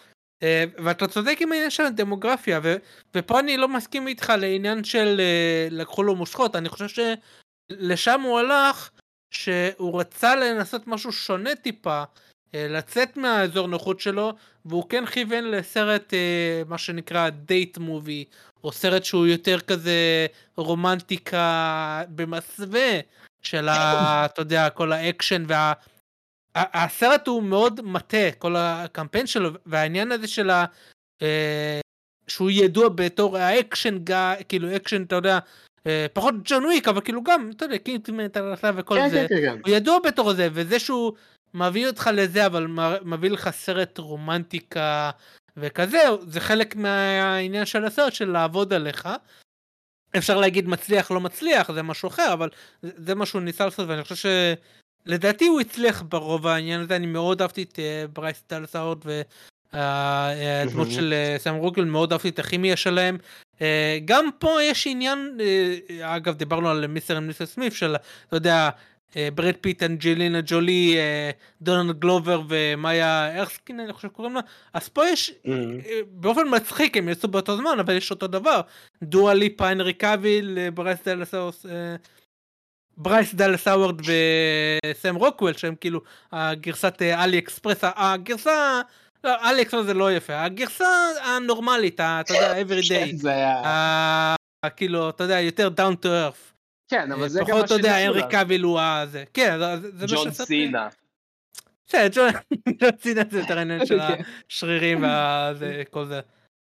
S2: ואתה צודק עם העניין של הדמוגרפיה, ופה אני לא מסכים איתך לעניין של לקחו לו מושכות, אני חושב שלשם הוא הלך, שהוא רצה לנסות משהו שונה טיפה, לצאת מהאזור נוחות שלו, והוא כן כיוון לסרט מה שנקרא דייט מובי, או סרט שהוא יותר כזה רומנטיקה במסווה של ה, אתה יודע, כל האקשן וה... הסרט הוא מאוד מטה, כל הקמפיין שלו, והעניין הזה של ה... שהוא ידוע בתור האקשן, כאילו אקשן, אתה יודע, פחות ג'ון וויק, אבל כאילו גם, אתה יודע, קינטמנט וכל זה, הוא ידוע בתור זה, וזה שהוא מביא אותך לזה, אבל מביא לך סרט רומנטיקה וכזה, זה חלק מהעניין של הסרט, של לעבוד עליך. אפשר להגיד מצליח, לא מצליח, זה משהו אחר, אבל זה משהו ניסה לעשות, ואני חושב ש... לדעתי הוא הצליח ברוב העניין הזה, אני מאוד אהבתי את ברייס דאלס האווארד והדמות של סם רוקוול, מאוד אהבתי את הכימיה שלהם. גם פה יש עניין, אגב דיברנו על מיסטר אנד מיסטר סמית, של, אתה יודע, ברד פיט, אנג'לינה ג'ולי, דונלד גלובר ומאיה ארסקין, אני חושב קוראים לה, אז פה יש, באופן מצחיק, הם יצאו באותו זמן, אבל יש אותו דבר, דואה ליפה, הנרי קאביל, ברייס דאלס האווארד, ברייס דאלס האווארד וסם רוקוול, שהם כאילו הגרסת אלי אקספרס, הגרסה, לא, אלי אקספרס זה לא יפה, הגרסה הנורמלית, אתה יודע, everyday, כאילו, אתה יודע, יותר down to earth.
S1: כן, אבל זה גם
S2: פחות, אתה יודע, הנרי קאביל הוא הזה, כן, זה
S1: ג'ון סינה.
S2: כן, ג'ון סינה זה יותר העניין של השרירים וכל זה.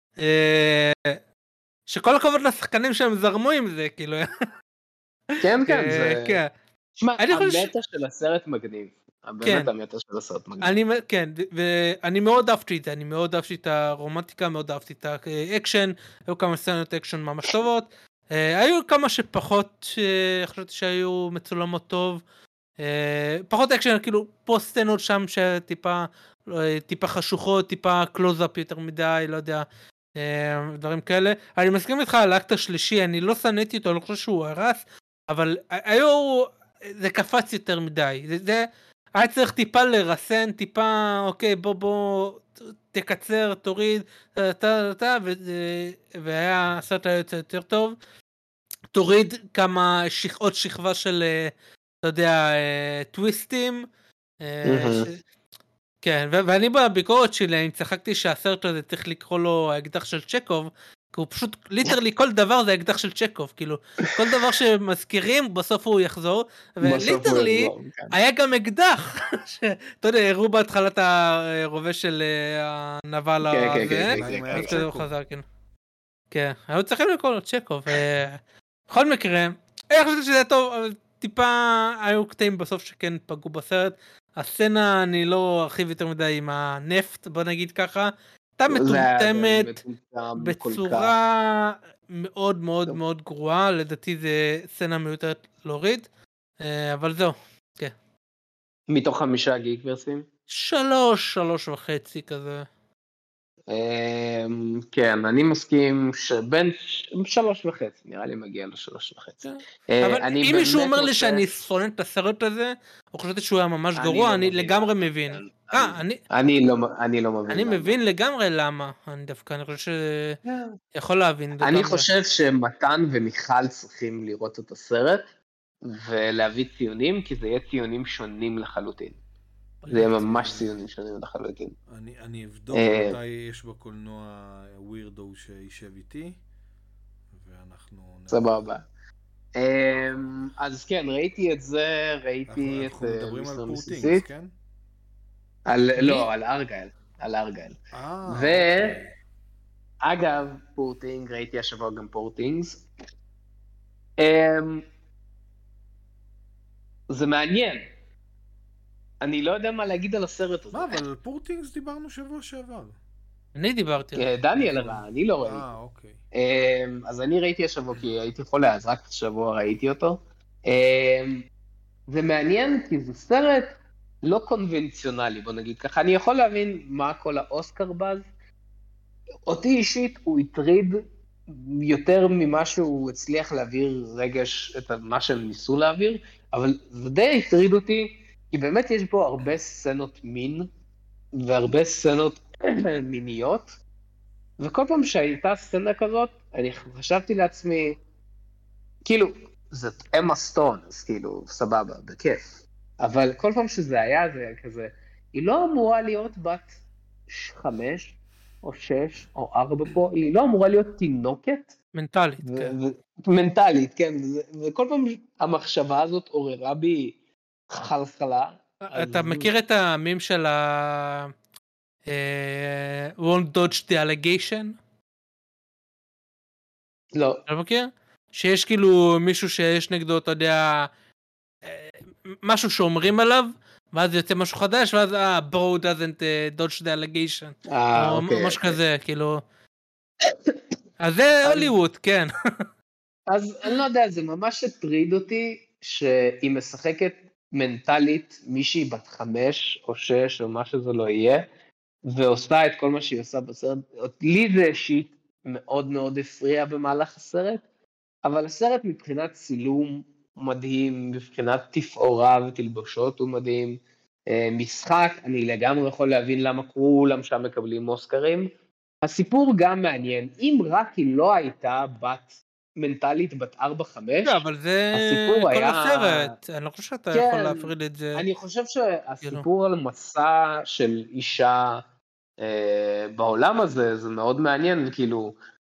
S2: שכל הכבוד לשחקנים שהם זרמו עם זה, כאילו,
S1: כן, כן, זה...
S2: כן.
S1: תשמע, המטה של הסרט מגניב. באמת המטה של הסרט מגניב.
S2: כן, ואני מאוד אהבתי את זה, אני מאוד אהבתי את הרומנטיקה, מאוד אהבתי את האקשן, היו כמה סצנות אקשן ממש טובות, היו כמה שפחות, חשבתי שהיו מצולמות טוב, פחות אקשן, כאילו פה סצנות שם שטיפה, טיפה חשוכות, טיפה קלוז-אפ יותר מדי, לא יודע, דברים כאלה. אני מסכים איתך על האקט השלישי, אני לא שנאתי אותו, אני לא חושב שהוא הרס, אבל היו, זה קפץ יותר מדי, זה, זה היה צריך טיפה לרסן, טיפה, אוקיי, בוא בוא תקצר, תוריד, תה, תה, תה, והיה הסרט היה יוצא יותר טוב, תוריד כמה שכ, עוד שכבה של, אתה יודע, טוויסטים, כן, ואני בביקורת שלי, אני צחקתי שהסרט הזה צריך לקרוא לו האקדח של צ'קוב, כי הוא פשוט, ליטרלי כל דבר זה האקדח של צ'קוב, כאילו, כל דבר שמזכירים, בסוף הוא יחזור, וליטרלי, היה גם אקדח, שאתה יודע, הראו בהתחלת הרובה של הנבל הזה, אז כזה הוא חזר, כן. כן, היו צריכים לקרוא לו צ'קוב, בכל מקרה, אני חושבת שזה טוב, אבל טיפה היו קטעים בסוף שכן פגעו בסרט, הסצנה אני לא ארחיב יותר מדי עם הנפט, בוא נגיד ככה, הייתה מטומטמת בצורה מאוד מאוד מאוד גרועה, לדעתי זה סצנה מיותרת להוריד, אבל זהו, כן.
S1: מתוך חמישה גיגוורסים?
S2: שלוש, שלוש וחצי כזה.
S1: כן, אני מסכים שבין שלוש וחצי, נראה לי מגיע לשלוש וחצי.
S2: אבל אם מישהו אומר לי שאני שונא את הסרט הזה, או חושבתי שהוא היה ממש גרוע, אני לגמרי מבין.
S1: אני לא מבין.
S2: אני מבין לגמרי למה, אני דווקא, אני חושב שיכול להבין.
S1: אני חושב שמתן ומיכל צריכים לראות את הסרט, ולהביא ציונים, כי זה יהיה ציונים שונים לחלוטין. זה יהיה ממש ציונים שונים לחלוטין.
S3: אני אבדוק מתי יש בקולנוע ווירדו שישב איתי, ואנחנו...
S1: סבבה. אז כן, ראיתי את זה, ראיתי את...
S3: אנחנו מדברים על פורטינגס, כן?
S1: לא, על ארגייל. על ארגייל. ואגב, פורטינג, ראיתי השבוע גם פורטינגס. זה מעניין. אני לא יודע מה להגיד על הסרט הזה.
S3: מה, אבל על פורטינגס דיברנו שבוע שעבר.
S2: אני דיברתי.
S1: דניאל ראה, אני לא ראיתי.
S3: אה, אוקיי.
S1: אז אני ראיתי השבוע, כי הייתי חולה, אז רק השבוע ראיתי אותו. זה מעניין, כי זה סרט לא קונבנציונלי, בוא נגיד ככה. אני יכול להבין מה כל האוסקר באז. אותי אישית הוא הטריד יותר ממה שהוא הצליח להעביר רגש את מה שהם ניסו להעביר, אבל זה די הטריד אותי, כי באמת יש בו הרבה סצנות מין, והרבה סצנות מיניות, וכל פעם שהייתה סצנה כזאת, אני חשבתי לעצמי, כאילו, זאת אמה סטון, אז כאילו, סבבה, בכיף. אבל כל פעם שזה היה, זה היה כזה, היא לא אמורה להיות בת חמש, או שש, או ארבע פה, היא לא אמורה להיות תינוקת.
S2: מנטלית,
S1: ו-
S2: כן.
S1: ו- מנטלית, כן. ו- וכל פעם המחשבה הזאת עוררה בי חלחלה.
S2: אתה
S1: אז-
S2: מכיר את המים של ה... אה, won't dodge the allegation?
S1: לא.
S2: אתה מכיר? שיש כאילו מישהו שיש נגדו, אתה יודע, אה, משהו שאומרים עליו, ואז יוצא משהו חדש, ואז אה, bro doesn't uh, dodge the allegation.
S1: אה,
S2: או
S1: אוקיי,
S2: משהו
S1: אוקיי.
S2: כזה, כאילו... אז זה הוליווד, כן.
S1: אז אני לא יודע, זה ממש הטריד אותי שהיא משחקת מנטלית מישהי בת חמש או שש או מה שזה לא יהיה, ועושה את כל מה שהיא עושה בסרט. לי זה אישית מאוד מאוד הפריע במהלך הסרט, אבל הסרט מבחינת צילום מדהים, מבחינת תפאורה ותלבושות הוא מדהים, משחק, אני לגמרי יכול להבין למה כולם שם מקבלים אוסקרים. הסיפור גם מעניין, אם רק היא לא הייתה בת מנטלית בת ארבע חמש,
S2: לא, אבל זה
S1: הסיפור
S2: כל
S1: היה...
S2: הסרט, אני לא חושב שאתה
S1: כן,
S2: יכול להפריד את זה.
S1: אני חושב שהסיפור על מסע של אישה אה, בעולם הזה, זה מאוד מעניין, וכאילו,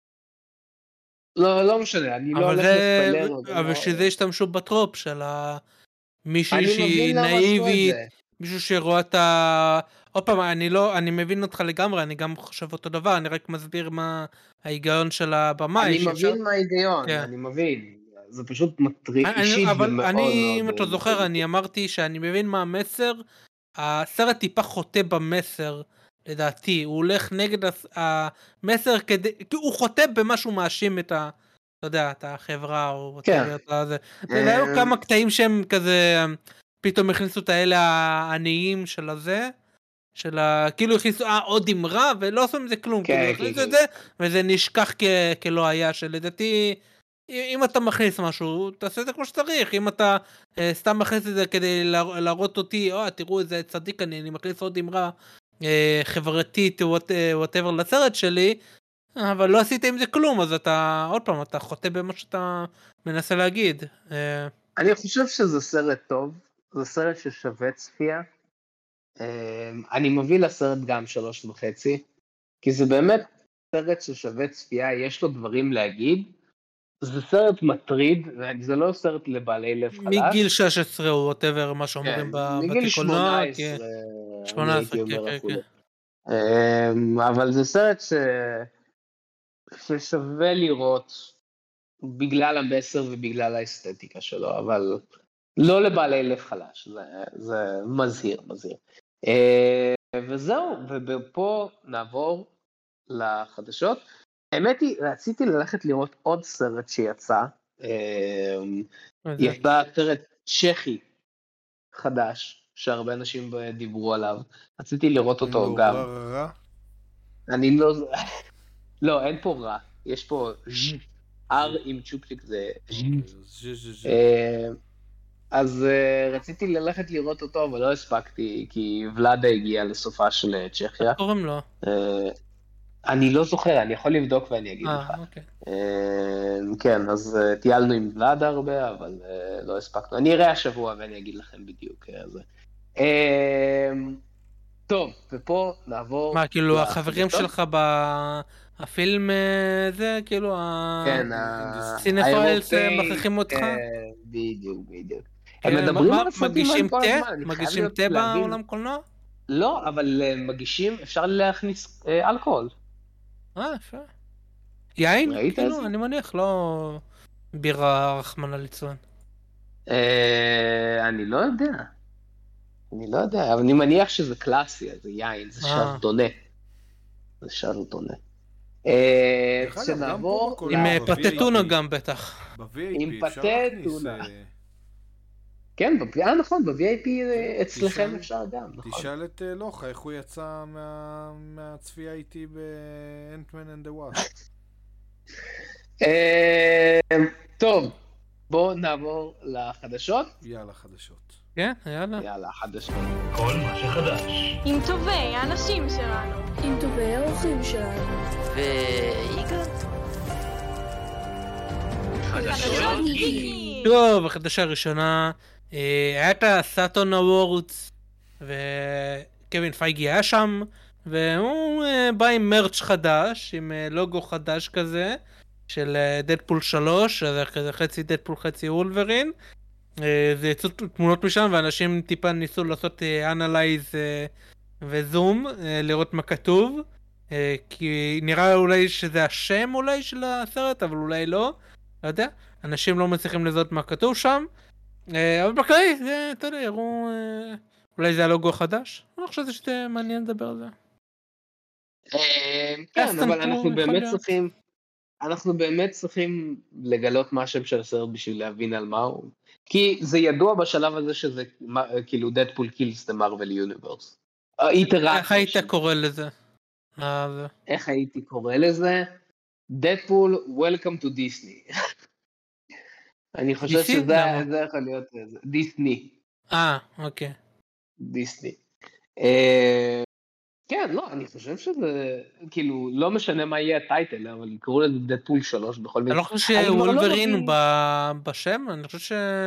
S1: לא, לא משנה, אני לא
S2: אבל
S1: הולך
S2: זה,
S1: לספיילר.
S2: אבל
S1: לא...
S2: שזה השתמשו בטרופ של מישהי
S1: אני
S2: שהיא
S1: מבין למה עשו את
S2: נאיבית,
S1: זה.
S2: מישהו שרואה את ה... עוד פעם, אני לא, אני מבין אותך לגמרי, אני גם חושב אותו דבר, אני רק מסביר מה ההיגיון של הבמאי.
S1: אני
S2: שאפשר...
S1: מבין מה ההיגיון,
S2: כן.
S1: אני מבין. זה פשוט מטריד
S2: אני,
S1: אישית
S2: אבל
S1: ומאוד
S2: אני,
S1: מאוד...
S2: אם אתה זוכר, אני אמרתי שאני מבין מה המסר, הסרט טיפה חוטא במסר, לדעתי, הוא הולך נגד המסר כדי, הוא חוטא במה שהוא מאשים את ה... אתה יודע, את החברה, או...
S1: כן.
S2: זה היו כמה קטעים שהם כזה, פתאום הכניסו את האלה העניים של הזה, של ה... כאילו הכניסו אה, עוד אמרה, ולא עושים עם זה כלום, כאילו הכניסו את זה, וזה נשכח כלא היה, שלדעתי, אם אתה מכניס משהו, תעשה את זה כמו שצריך, אם אתה סתם מכניס את זה כדי להראות אותי, או, תראו איזה צדיק אני, אני מכניס עוד אמרה חברתית, whatever לסרט שלי, אבל לא עשית עם זה כלום, אז אתה, עוד פעם, אתה חוטא במה שאתה מנסה להגיד.
S1: אני חושב שזה סרט טוב, זה סרט ששווה צפייה. אני מביא לסרט גם שלוש וחצי, כי זה באמת סרט ששווה צפייה, יש לו דברים להגיד. זה סרט מטריד, זה לא סרט לבעלי לב חלש.
S2: מגיל שש עשרה או whatever, מה שאומרים
S1: מגיל שמונה עשרה, אני הייתי אומר אפילו. אבל זה סרט ש... ששווה לראות בגלל המסר ובגלל האסתטיקה שלו, אבל לא לבעלי לב חלש, זה, זה מזהיר, מזהיר. וזהו, ופה נעבור לחדשות. האמת היא, רציתי ללכת לראות עוד סרט שיצא, יצא סרט צ'כי חדש, שהרבה אנשים דיברו עליו, רציתי לראות אותו גם. אני לא... לא, אין פה רע, יש פה ז' R עם צ'ופצ'יק זה ז'. אז רציתי ללכת לראות אותו, אבל לא הספקתי, כי ולאדה הגיע לסופה של צ'כיה.
S2: קוראים לו?
S1: אני לא זוכר, אני יכול לבדוק ואני אגיד לך. כן, אז טיילנו עם ולאדה הרבה, אבל לא הספקנו. אני אראה השבוע ואני אגיד לכם בדיוק. טוב, ופה נעבור...
S2: מה, כאילו החברים שלך בפילם זה, כאילו הסינפיילס מכריחים אותך?
S1: בדיוק, בדיוק. הם מדברים על הסרטים האלה כל הזמן.
S2: מגישים תה בעולם קולנוע?
S1: לא, אבל מגישים, אפשר להכניס אלכוהול.
S2: אה, יפה. יין?
S1: ראית
S2: כאילו,
S1: איזה?
S2: אני מניח, לא בירה רחמנא ליצלן.
S1: אני לא יודע. אני לא יודע, אבל אני מניח שזה קלאסי, זה יין, זה שרדונה. זה שרדונה. שנעבור...
S2: עם פטטונה גם בטח.
S1: עם פטטונה. כן, אה נכון, ב-וי איי פי אצלכם אפשר גם, נכון.
S3: תשאל את לוחה, איך הוא יצא מהצפייה איתי ב-Ant-Man and the Wasp.
S1: טוב, בואו נעבור לחדשות.
S3: יאללה, חדשות.
S2: כן, יאללה.
S1: יאללה, חדשות.
S4: כל מה שחדש. עם טובי האנשים שלנו. עם טובי האורחים שלנו.
S5: ויגאל. חדשות גיקי.
S2: טוב, החדשה הראשונה, היה את הסאטון אוורדס, וקווין פייגי היה שם, והוא בא עם מרץ' חדש, עם לוגו חדש כזה, של דדפול שלוש, אז זה חצי דדפול חצי וולברין. זה יצאו תמונות משם, ואנשים טיפה ניסו לעשות אנלייז וזום, לראות מה כתוב, כי נראה אולי שזה השם אולי של הסרט, אבל אולי לא, לא יודע, אנשים לא מצליחים לזהות מה כתוב שם, אבל בכלל, אתה יודע, יראו, אולי זה הלוגו החדש, אני חושב שזה מעניין לדבר על זה.
S1: כן, אבל אנחנו באמת צריכים, אנחנו באמת צריכים לגלות מה השם של הסרט בשביל להבין על מה הוא, כי זה ידוע בשלב הזה שזה כאילו דדפול קילס דה מרוול יוניברס.
S2: איך היית קורא לזה?
S1: איך הייתי קורא לזה? דדפול, Welcome to Disney. אני חושב שזה יכול להיות דיסני.
S2: אה, אוקיי.
S1: דיסני. כן, לא, אני חושב שזה, כאילו, לא משנה מה יהיה הטייטל, אבל יקראו לזה דדפול שלוש בכל מיני.
S2: אני לא חושב שוולברין בשם, אני חושב ש...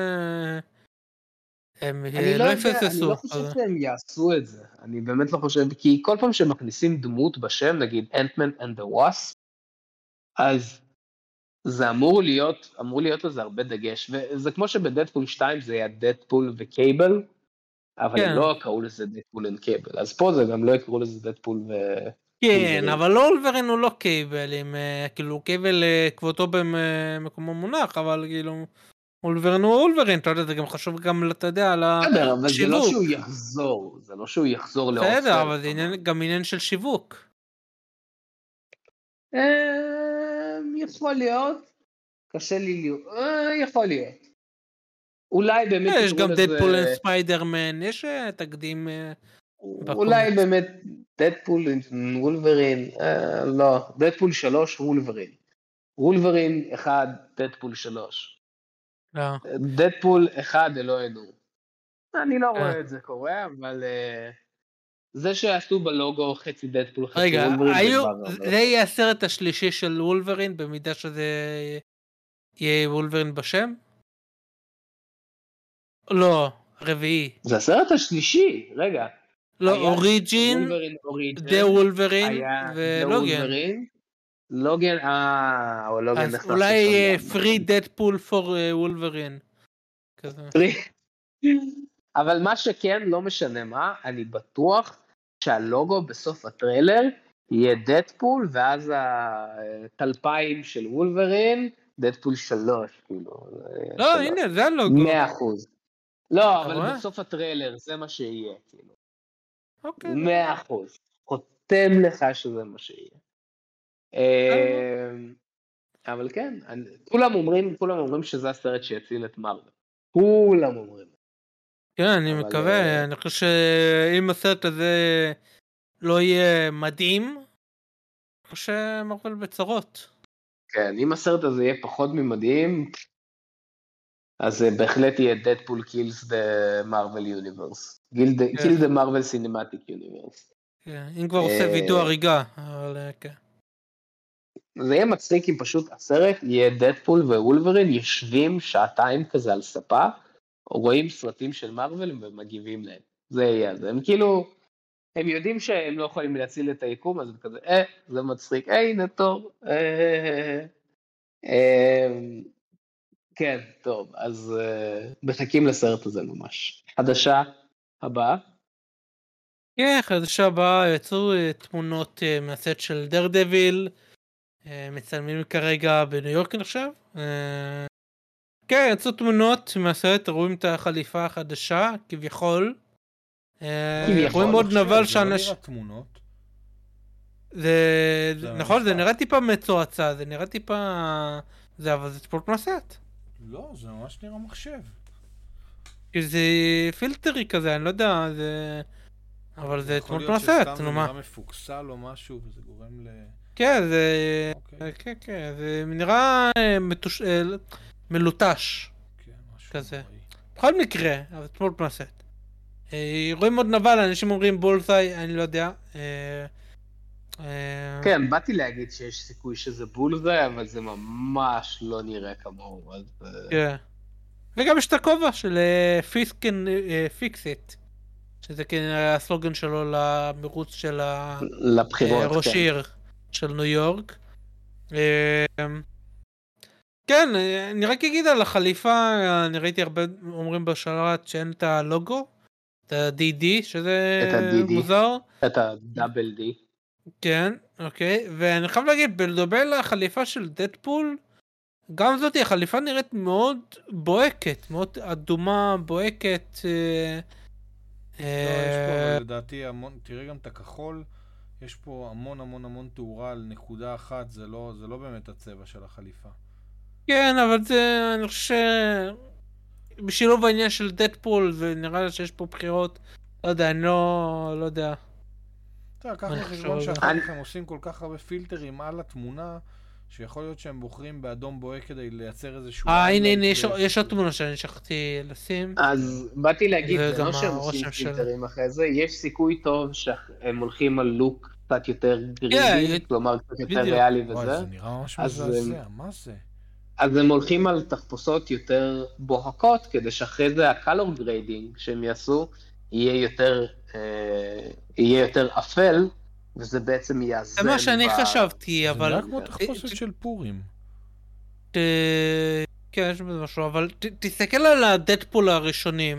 S1: אני לא יודע, אני לא חושב שהם יעשו את זה, אני באמת לא חושב, כי כל פעם שמכניסים דמות בשם, נגיד Ant-Man and the Wasp, אז זה אמור להיות, אמור להיות לזה הרבה דגש, וזה כמו שבדדפול שתיים זה היה דדפול וקייבל, אבל הם לא קראו לזה דדפול and קייבל, אז פה זה גם לא יקראו לזה דדפול ו...
S2: כן, אבל לא וולברין הוא לא קייבל, כאילו קייבל כבודו במקומו מונח, אבל כאילו... וולברין הוא וולברין, אתה יודע, זה גם חשוב גם, אתה יודע, על השיווק.
S1: בסדר, אבל זה לא שהוא יחזור, זה לא שהוא יחזור לאור סרט.
S2: בסדר, אבל זה גם עניין של שיווק.
S1: יכול להיות, קשה לי להיות, יכול להיות. אולי באמת...
S2: יש גם דדפול וספיידרמן, יש תקדים...
S1: אולי באמת דדפול וולברין, לא, דדפול שלוש וולברין. וולברין אחד, דדפול שלוש. דדפול אחד אלוהינו. אני לא רואה את זה קורה, אבל זה שעשו בלוגו חצי דדפול חצי וולברין.
S2: זה יהיה הסרט השלישי של וולברין, במידה שזה יהיה וולברין בשם? לא, רביעי.
S1: זה הסרט השלישי, רגע.
S2: לא, אוריג'ין, דה וולברין ולוגן.
S1: לוגן, אה, או לוגן נכנס.
S2: אז אולי פרי דדפול פור וולברין.
S1: אבל מה שכן, לא משנה מה, אני בטוח שהלוגו בסוף הטריילר יהיה דדפול, ואז הטלפיים של וולברין, דדפול שלוש, כאילו.
S2: לא, הנה, זה הלוגו.
S1: מאה אחוז. לא, אבל בסוף הטריילר, זה מה שיהיה, כאילו. מאה אחוז. חותם לך שזה מה שיהיה. אבל כן, כולם אומרים, כולם אומרים שזה הסרט שיציל את מרוול. כולם אומרים.
S2: כן, אני מקווה, אני חושב שאם הסרט הזה לא יהיה מדהים, אני חושב שמרוול בצרות.
S1: כן, אם הסרט הזה יהיה פחות ממדהים, אז בהחלט יהיה דדפול קילס דה מרוול יוניברס. קיל דה מרוול סינמטיק יוניברס.
S2: אם כבר עושה וידאו הריגה, אבל כן.
S1: זה יהיה מצחיק אם פשוט הסרט יהיה דדפול ווולברין יושבים שעתיים כזה על ספה, או רואים סרטים של מרוול ומגיבים להם. זה יהיה, זה הם כאילו, הם יודעים שהם לא יכולים להציל את היקום, אז זה כזה, אה, זה מצחיק, אה, הנה טוב, אה, אה, כן, טוב, אז אה, מחכים לסרט הזה ממש. חדשה הבאה?
S2: כן, חדשה הבאה, יצאו תמונות מהסט של דרדביל, מצלמים כרגע בניו יורק עכשיו. כן, יצאו תמונות מהסרט, רואים את החליפה החדשה, כביכול. רואים עוד נבל שאנש... זה נכון, זה נראה טיפה מצועצע, זה נראה טיפה... זה, אבל זה ספורט מהסרט.
S3: לא, זה ממש נראה מחשב.
S2: כי זה פילטרי כזה, אני לא יודע, זה... אבל זה תמונות מהסרט, נו מה.
S3: זה נראה מפוקסל או משהו, וזה גורם ל...
S2: כן, זה... כן, כן, זה נראה מלוטש. כזה. בכל מקרה, אבל תמונות מהסרט. רואים עוד נבל, אנשים אומרים בולסאי, אני לא יודע. אה,
S1: כן, באתי להגיד שיש סיכוי שזה בול זה, אבל זה ממש לא נראה כמוהו, אז... אה,
S2: כן. וגם יש את הכובע של פיקסיט, שזה כן הסלוגן שלו למרוץ של
S1: לבחירות,
S2: הראש
S1: כן.
S2: עיר של ניו יורק. אה, כן, אני רק אגיד על החליפה, אני ראיתי הרבה אומרים בשלט שאין את הלוגו, את ה-די די, שזה
S1: את ה-די די.
S2: מוזר.
S1: את הדאבל די.
S2: כן, אוקיי, ואני חייב להגיד, בלדבר לחליפה של דדפול, גם זאת החליפה נראית מאוד בוהקת, מאוד אדומה, בוהקת. אה,
S3: לא, יש פה,
S2: אה,
S3: אבל לדעתי, המון, תראה גם את הכחול, יש פה המון המון המון תאורה על נקודה אחת, זה לא, זה לא באמת הצבע של החליפה.
S2: כן, אבל זה, אני חושב ש... בשילוב העניין של דדפול, ונראה לי שיש פה בחירות, לא יודע, אני לא, לא יודע.
S3: אתה לקח
S2: אני
S3: בחשבון
S2: חושב על
S3: שאחר
S1: זה.
S3: כך הם עושים כל כך הרבה פילטרים על התמונה, שיכול להיות שהם בוחרים באדום בוהק כדי לייצר איזשהו...
S2: אה, הנה,
S3: highlight
S2: הנה, יש-
S3: באיזשהו-
S2: יש עוד תמונה שאני שכחתי לשים.
S1: אז באתי להגיד,
S2: זה
S1: זה
S2: גם
S1: לא שהם
S2: הרושם
S1: עושים
S2: של-
S1: פילטרים אחרי זה, יש סיכוי טוב שהם הולכים על לוק קצת יותר
S2: כן,
S1: גרידי, כלומר קצת יותר
S2: בדיוק.
S1: ריאלי
S3: וואי,
S1: וזה.
S3: זה נראה ממש
S1: אז,
S3: מזעזע, מה זה?
S1: אז הם הולכים על תחפושות יותר בוהקות, כדי שאחרי זה ה-color grading שהם יעשו, יהיה יותר, אה, יהיה יותר אפל, וזה בעצם יאזן.
S2: זה מה שאני
S1: ב-
S2: חשבתי,
S3: זה
S2: אבל...
S3: נראה כמו תחפושת של פורים.
S2: ת- כן, יש בזה משהו, אבל ת- תסתכל על הדדפול הראשונים.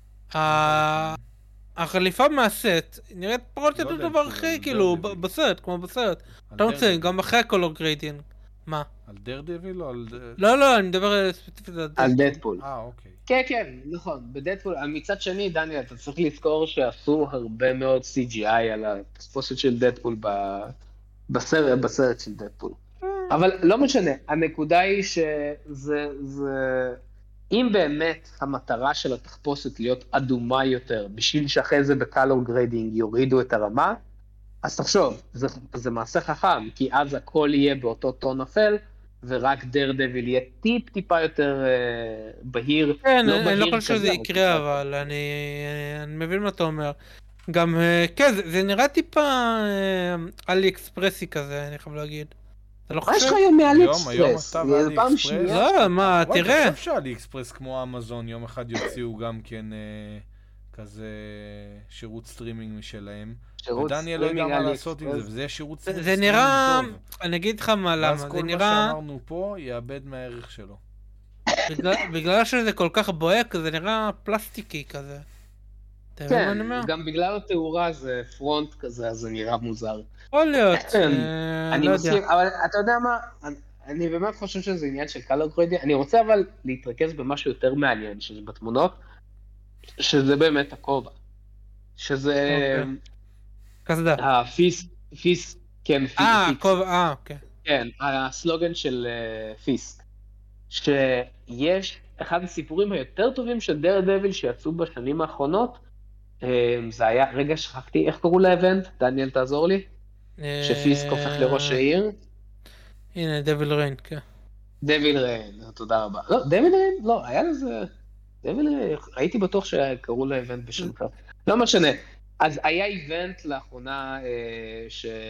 S2: ה- החליפה מהסט נראית פחות או
S3: לא
S2: יותר
S3: דדפול,
S2: דבר
S3: על
S2: אחרי, כאילו, ב-
S3: דרדוויל.
S2: בסרט, כמו בסרט.
S3: על
S2: אתה רוצה,
S3: דרדוויל.
S2: גם אחרי הקולור גריידינג. מה?
S3: על דרדוויל או על... ד-
S2: לא, לא, אני מדבר על- ספציפית על
S1: על
S2: דדפול.
S1: דדפול.
S3: אה, אוקיי.
S1: כן, כן, נכון, בדדפול, מצד שני, דניאל, אתה צריך לזכור שעשו הרבה מאוד סי ג'י איי על התחפושת של דדפול ב- בסרט, בסרט של דדפול. אבל לא משנה, הנקודה היא שזה, זה, אם באמת המטרה של התחפושת להיות אדומה יותר, בשביל שאחרי זה בקלור גריידינג יורידו את הרמה, אז תחשוב, זה, זה מעשה חכם, כי אז הכל יהיה באותו טון אפל, ורק דרדוויל יהיה טיפ טיפה יותר אה, בהיר.
S2: כן,
S1: לא
S2: אני
S1: בהיר
S2: לא חושב שזה
S1: כזה, אבל
S2: יקרה,
S1: טיפה
S2: אבל אני אני מבין מה אתה אומר. גם, אה, כן, זה- זה נראה טיפה אה, אלי אקספרסי כזה, אני חייב להגיד. אתה לא
S1: מה יש
S2: חושב?
S1: לך היום מאלי
S3: היום- היום
S1: אקספרס?
S3: אתה
S1: זה
S3: ואלי
S1: פעם
S3: אקספרס?
S1: שנייה.
S2: לא, מה,
S3: וואי,
S2: תראה.
S3: תחשוב שאלי אקספרס כמו אמזון יום אחד יוציאו גם כן אה, כזה שירות סטרימינג משלהם.
S1: שירות
S3: ודניאל לא יודע
S1: סטרימינג
S3: מה
S1: אלי
S3: לעשות עם זה,
S1: אקספרס.
S3: וזה יהיה שירות
S2: זה
S3: סטרימינג
S2: זה נראה,
S3: טוב.
S2: אני אגיד לך מה,
S3: ואז
S2: למה,
S3: כל
S2: זה
S3: מה
S2: נראה,
S3: שאמרנו פה יאבד מהערך שלו.
S2: בגלל- בגלל שזה כל כך בוהק, זה נראה פלסטיקי כזה. אתה מבין מה אני אומר?
S1: כן, גם בגלל התאורה זה פרונט כזה, אז זה נראה מוזר.
S2: יכול להיות,
S1: כן,
S2: אה,
S1: אני
S2: לא
S1: מסכים,
S2: יודע.
S1: אבל אתה יודע מה, אני- אני באמת חושב שזה עניין של קלר גריידינג, אני רוצה אבל להתרכז במשהו יותר מעניין שזה בתמונות, שזה באמת הכובע. שזה
S2: אוקיי. קסדה.
S1: הפיס, פיס, כן, פי-
S2: אה,
S1: פיקס,
S2: כובע, אה, אוקיי.
S1: כן, הסלוגן של אה, פיסק, שיש אחד הסיפורים היותר טובים של דר דביל שיצאו בשנים האחרונות, אה, זה היה, רגע שכחתי, איך קראו לאבנט? דניאל תעזור לי? שפיסק הופך לראש העיר?
S2: הנה, דביל ריין, כן.
S1: דביל ריין, תודה רבה. לא, דביל ריין, לא, היה לזה... דביל ריין, הייתי בטוח שקראו לאבנט בשם אחר. לא משנה. אז היה איבנט לאחרונה אה,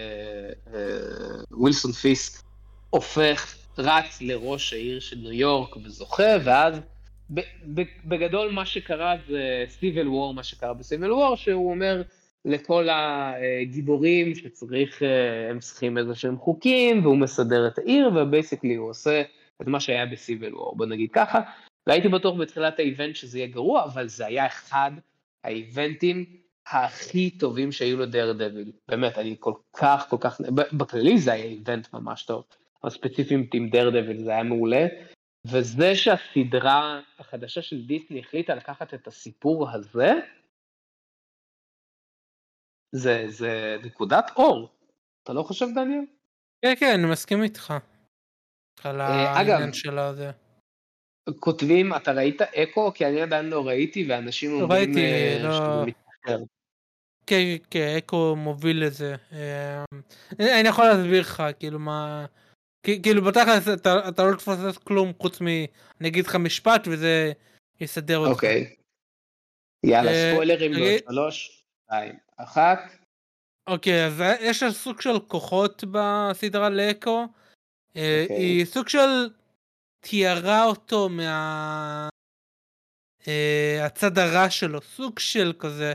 S1: שווילסון פיסק הופך, רץ לראש העיר של ניו יורק וזוכה, ואז ב- ב- בגדול מה שקרה זה סיביל וור, מה שקרה בסיביל וור, שהוא אומר לכל הגיבורים שצריך, אה, הם צריכים איזה שהם חוקים, והוא מסדר את העיר, ובייסיקלי הוא עושה את מה שהיה בסיביל וור, בוא נגיד ככה. והייתי בטוח בתחילת האיבנט שזה יהיה גרוע, אבל זה היה אחד האיבנטים הכי טובים שהיו לדר דביל. באמת, אני כל כך, כל כך, בכללי זה היה איבנט ממש טוב. אבל ספציפית עם דר דביל זה היה מעולה. וזה שהסדרה החדשה של דיסני החליטה לקחת את הסיפור הזה, זה, זה נקודת אור. אתה לא חושב, דניאל?
S2: כן, כן, אני מסכים איתך. על
S1: אה, אגב,
S2: העניין של הזה.
S1: כותבים, אתה ראית אקו? כי אני עדיין לא ראיתי, ואנשים אומרים
S2: ראיתי,
S1: אה,
S2: לא-
S1: שזה מתאחר.
S2: כן, כן, אקו מוביל לזה. אה, אני יכול להסביר לך, כאילו מה... כ- כאילו בתכלס אתה אתה לא תפסס כלום חוץ מ... אני אגיד לך משפט וזה יסדר אותך.
S1: אוקיי. יאללה,
S2: אה,
S1: ספוילרים
S2: נגיד-
S1: בעוד שלוש, שתיים, אחת.
S2: אוקיי, אז יש סוג של כוחות בסדרה לאקו. היא סוג של תיארה אותו מה... הצד הרע שלו, סוג של כזה.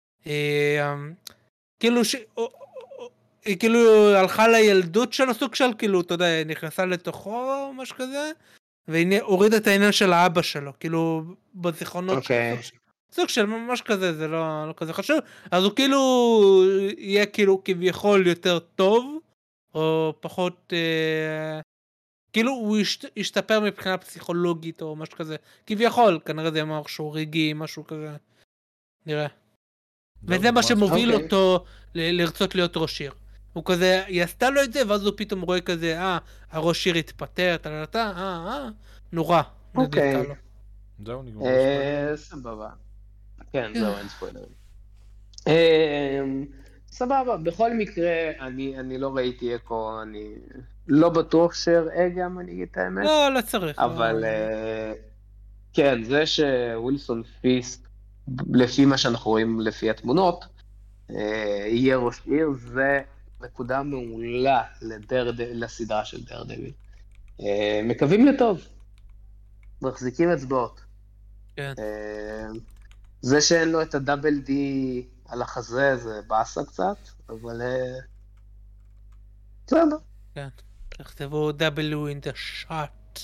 S2: כאילו ש... היא כאילו הלכה לילדות שלו, סוג של כאילו, אתה יודע, נכנסה לתוכו או משהו כזה, והיא הורידה את העניין של האבא שלו, כאילו בזיכרונות
S1: אוקיי.
S2: שלו. סוג של ממש כזה, זה לא, לא כזה חשוב. אז הוא כאילו יהיה כאילו כביכול יותר טוב, או פחות, אה, כאילו הוא ישת, ישתפר מבחינה פסיכולוגית או משהו כזה. כביכול, כנראה זה אמר שהוא רגעי, משהו כזה. נראה. וזה מה שמוביל
S1: אוקיי.
S2: אותו ל- לרצות להיות ראש עיר. הוא כזה, היא עשתה לו את זה, ואז הוא פתאום רואה כזה, אה, הראש עיר התפטר, תלתה, אה, אה, נורא.
S1: אוקיי.
S2: נדלתה לו.
S3: זהו, נגמר.
S1: אה, סבבה. כן, זהו, אין ספוילרים. אה, סבבה, בכל מקרה, אני אני לא ראיתי אקו, אני לא בטוח שאראה גם, אני אגיד את האמת.
S2: לא, לא צריך.
S1: אבל
S2: לא.
S1: אה, כן, זה שווילסון פיסק, לפי מה שאנחנו רואים לפי התמונות, אה, יהיה ראש עיר, זה נקודה מעולה לדרד... לסדרה של דרדוויל. אה, מקווים לטוב, מחזיקים אצבעות.
S2: כן.
S1: אה, זה שאין לו את הדאבל די על החזה, זה באסה קצת, אבל אה, בסדר.
S2: כן. תכתבו W in the shot.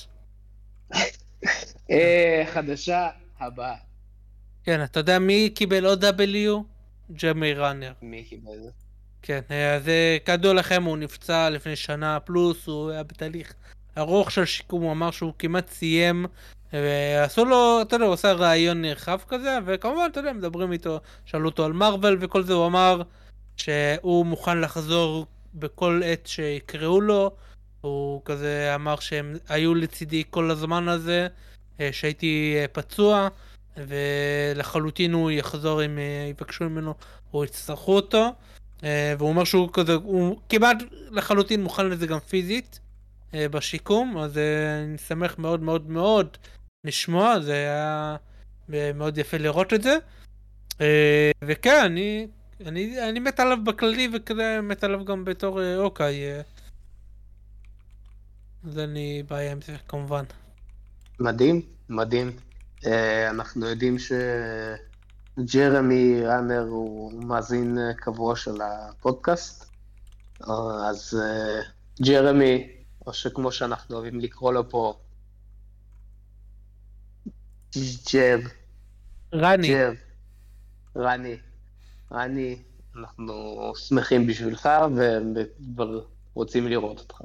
S1: אה, חדשה הבאה.
S2: כן, אתה יודע מי קיבל עוד W? ג'רמי ראנר.
S1: מי קיבל זה?
S2: כן, אז אה, כדוע לכם, הוא נפצע לפני שנה פלוס, הוא היה בתהליך ארוך של שיקום, הוא אמר שהוא כמעט סיים, ועשו לו, אתה יודע, הוא עושה רעיון נרחב כזה, וכמובן, אתה יודע, מדברים איתו, שאלו אותו על מרוול וכל זה, הוא אמר שהוא מוכן לחזור בכל עת שיקראו לו, הוא כזה אמר שהם היו לצידי כל הזמן הזה, אה, שהייתי אה, פצוע, ולחלוטין הוא יחזור אם אה, יבקשו ממנו או יצטרכו אותו. והוא אומר שהוא כזה, הוא כמעט לחלוטין מוכן לזה גם פיזית בשיקום, אז אני שמח מאוד מאוד מאוד לשמוע, זה היה מאוד יפה לראות את זה. וכן, אני, אני, אני מת עליו בכללי וכזה מת עליו גם בתור אוקיי. אז אני בעיה עם זה כמובן.
S1: מדהים, מדהים. אנחנו יודעים ש... ג'רמי ראנר הוא מאזין קבוע של הפודקאסט, אז ג'רמי, או שכמו שאנחנו אוהבים לקרוא לו פה, ג'ב,
S2: רני.
S1: ג'ב, רני, רני, אנחנו שמחים בשבילך ורוצים לראות אותך.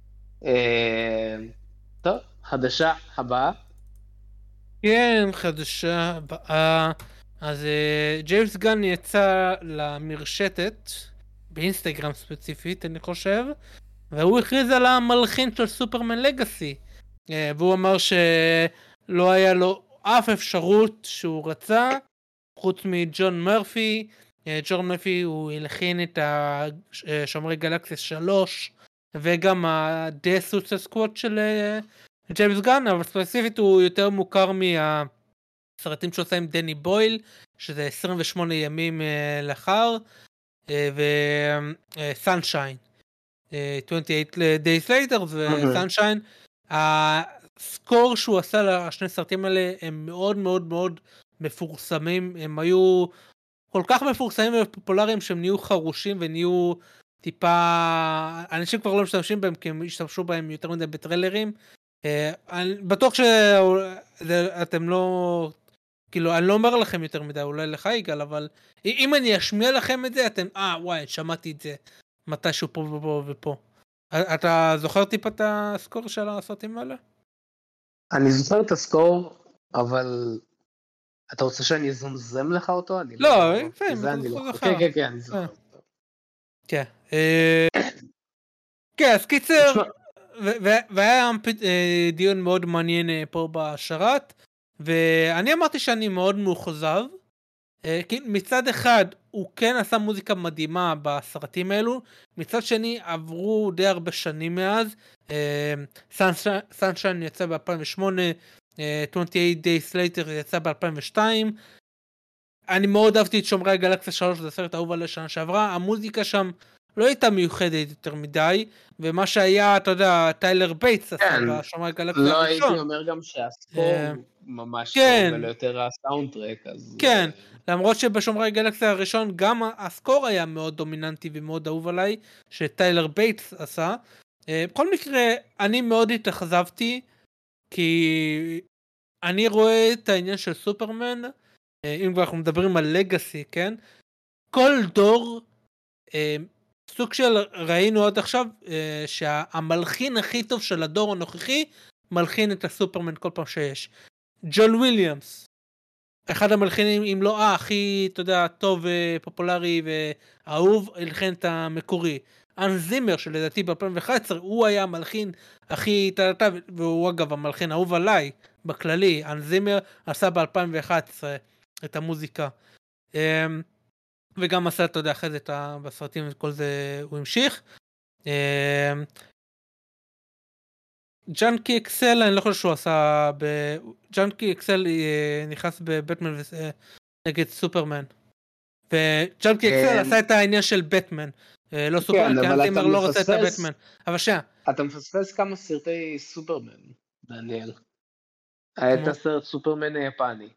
S1: טוב, חדשה הבאה.
S2: כן, חדשה הבאה. אז uh, ג'יימס גן יצא למרשתת, באינסטגרם ספציפית אני חושב, והוא הכריז על המלחין של סופרמן לגאסי, uh, והוא אמר שלא היה לו אף אפשרות שהוא רצה, חוץ מג'ון מרפי. uh, ג'ון מרפי הוא הלחין את שומרי גלקסיה שלוש, וגם ה-The Suicide Squad של uh, ג'יימס גן, אבל ספציפית הוא יותר מוכר מה... סרטים שעושה עם דני בויל, שזה עשרים ושמונה ימים uh, לאחר, uh, ו-Sunshine, uh, עשרים ושמונה Days Later, ו-Sunshine. הסקור שהוא עשה לשני סרטים האלה, הם מאוד מאוד מאוד מפורסמים, הם היו כל כך מפורסמים ופופולריים, שהם נהיו חרושים ונהיו טיפה, אנשים כבר לא משתמשים בהם, כי הם השתמשו בהם יותר מדי בטריילרים. Uh, אני בטוח שאתם לא... כאילו, אני לא אומר לכם יותר מדי, אולי לך יגאל, אבל אם אני אשמיע לכם את זה, אתם, אה, וואי, שמעתי את זה מתישהו פה ופה ופה. אתה זוכר טיפה את הסקור של הסרטים האלה?
S1: אני זוכר את הסקור, אבל אתה רוצה שאני אזמזם לך אותו?
S2: לא, לפעמים, אתה זוכר.
S1: כן, כן, כן, אני זוכר.
S2: כן. כן, אז קיצר, והיה דיון מאוד מעניין פה בשרת, ואני אמרתי שאני מאוד מאוכזב, כי מצד אחד הוא כן עשה מוזיקה מדהימה בסרטים האלו, מצד שני עברו די הרבה שנים מאז, Sunshine יצא ב-אלפיים ושמונה, עשרים ושמונה Days Later יצא ב-אלפיים ושתיים, אני מאוד אהבתי את שומרי הגלקסיה שלוש, זה סרט אהוב עלי שנה שעברה, המוזיקה שם לא הייתה מיוחדת יותר מדי, ומה שהיה, אתה יודע, טיילר בייטס עשה
S1: כן,
S2: בשומרי הגלקסיה
S1: לא הייתי
S2: הראשון.
S1: אומר גם
S2: אה,
S1: שהסקור ממש
S2: כן.
S1: טוב, אלא יותר הסאונדטרק, אז...
S2: כן,
S1: אה,
S2: למרות שבשומרי הגלקסיה הראשון גם הסקור היה מאוד דומיננטי ומאוד אהוב עליי, שטיילר בייטס עשה. אה, בכל מקרה, אני מאוד התאכזבתי, כי אני רואה את העניין של סופרמן, אה, אם כבר אנחנו מדברים על לגאסי, כן? כל דור, אה, סוג של ראינו עד עכשיו, אה, שהמלחין הכי טוב של הדור הנוכחי, מלחין את הסופרמן כל פעם שיש. ג'ון וויליאמס, אחד המלחינים, אם לא אה, הכי, אתה יודע, טוב ופופולרי ואהוב, הלחין את המקורי. אנס זימר, שלדעתי ב-אלפיים ואחת עשרה, הוא היה המלחין הכי טוב, והוא אגב המלחין אהוב עליי, בכללי. אנס זימר עשה ב-אלפיים ואחת עשרה את המוזיקה. וגם עשה, אתה יודע, אחרי זה את ה... בסרטים וכל זה הוא המשיך. ג'אנקי אקסל, אני לא חושב שהוא עשה ב... ג'אנקי אקסל נכנס בבטמן נגד סופרמן. וג'אנקי אקסל עשה את העניין של בטמן. לא סופרמן, כי אנזימר לא רוצה את הבטמן. אבל שיה.
S1: אתה מפספס כמה סרטי סופרמן, דניאל. היה את הסרט סופרמן היפני.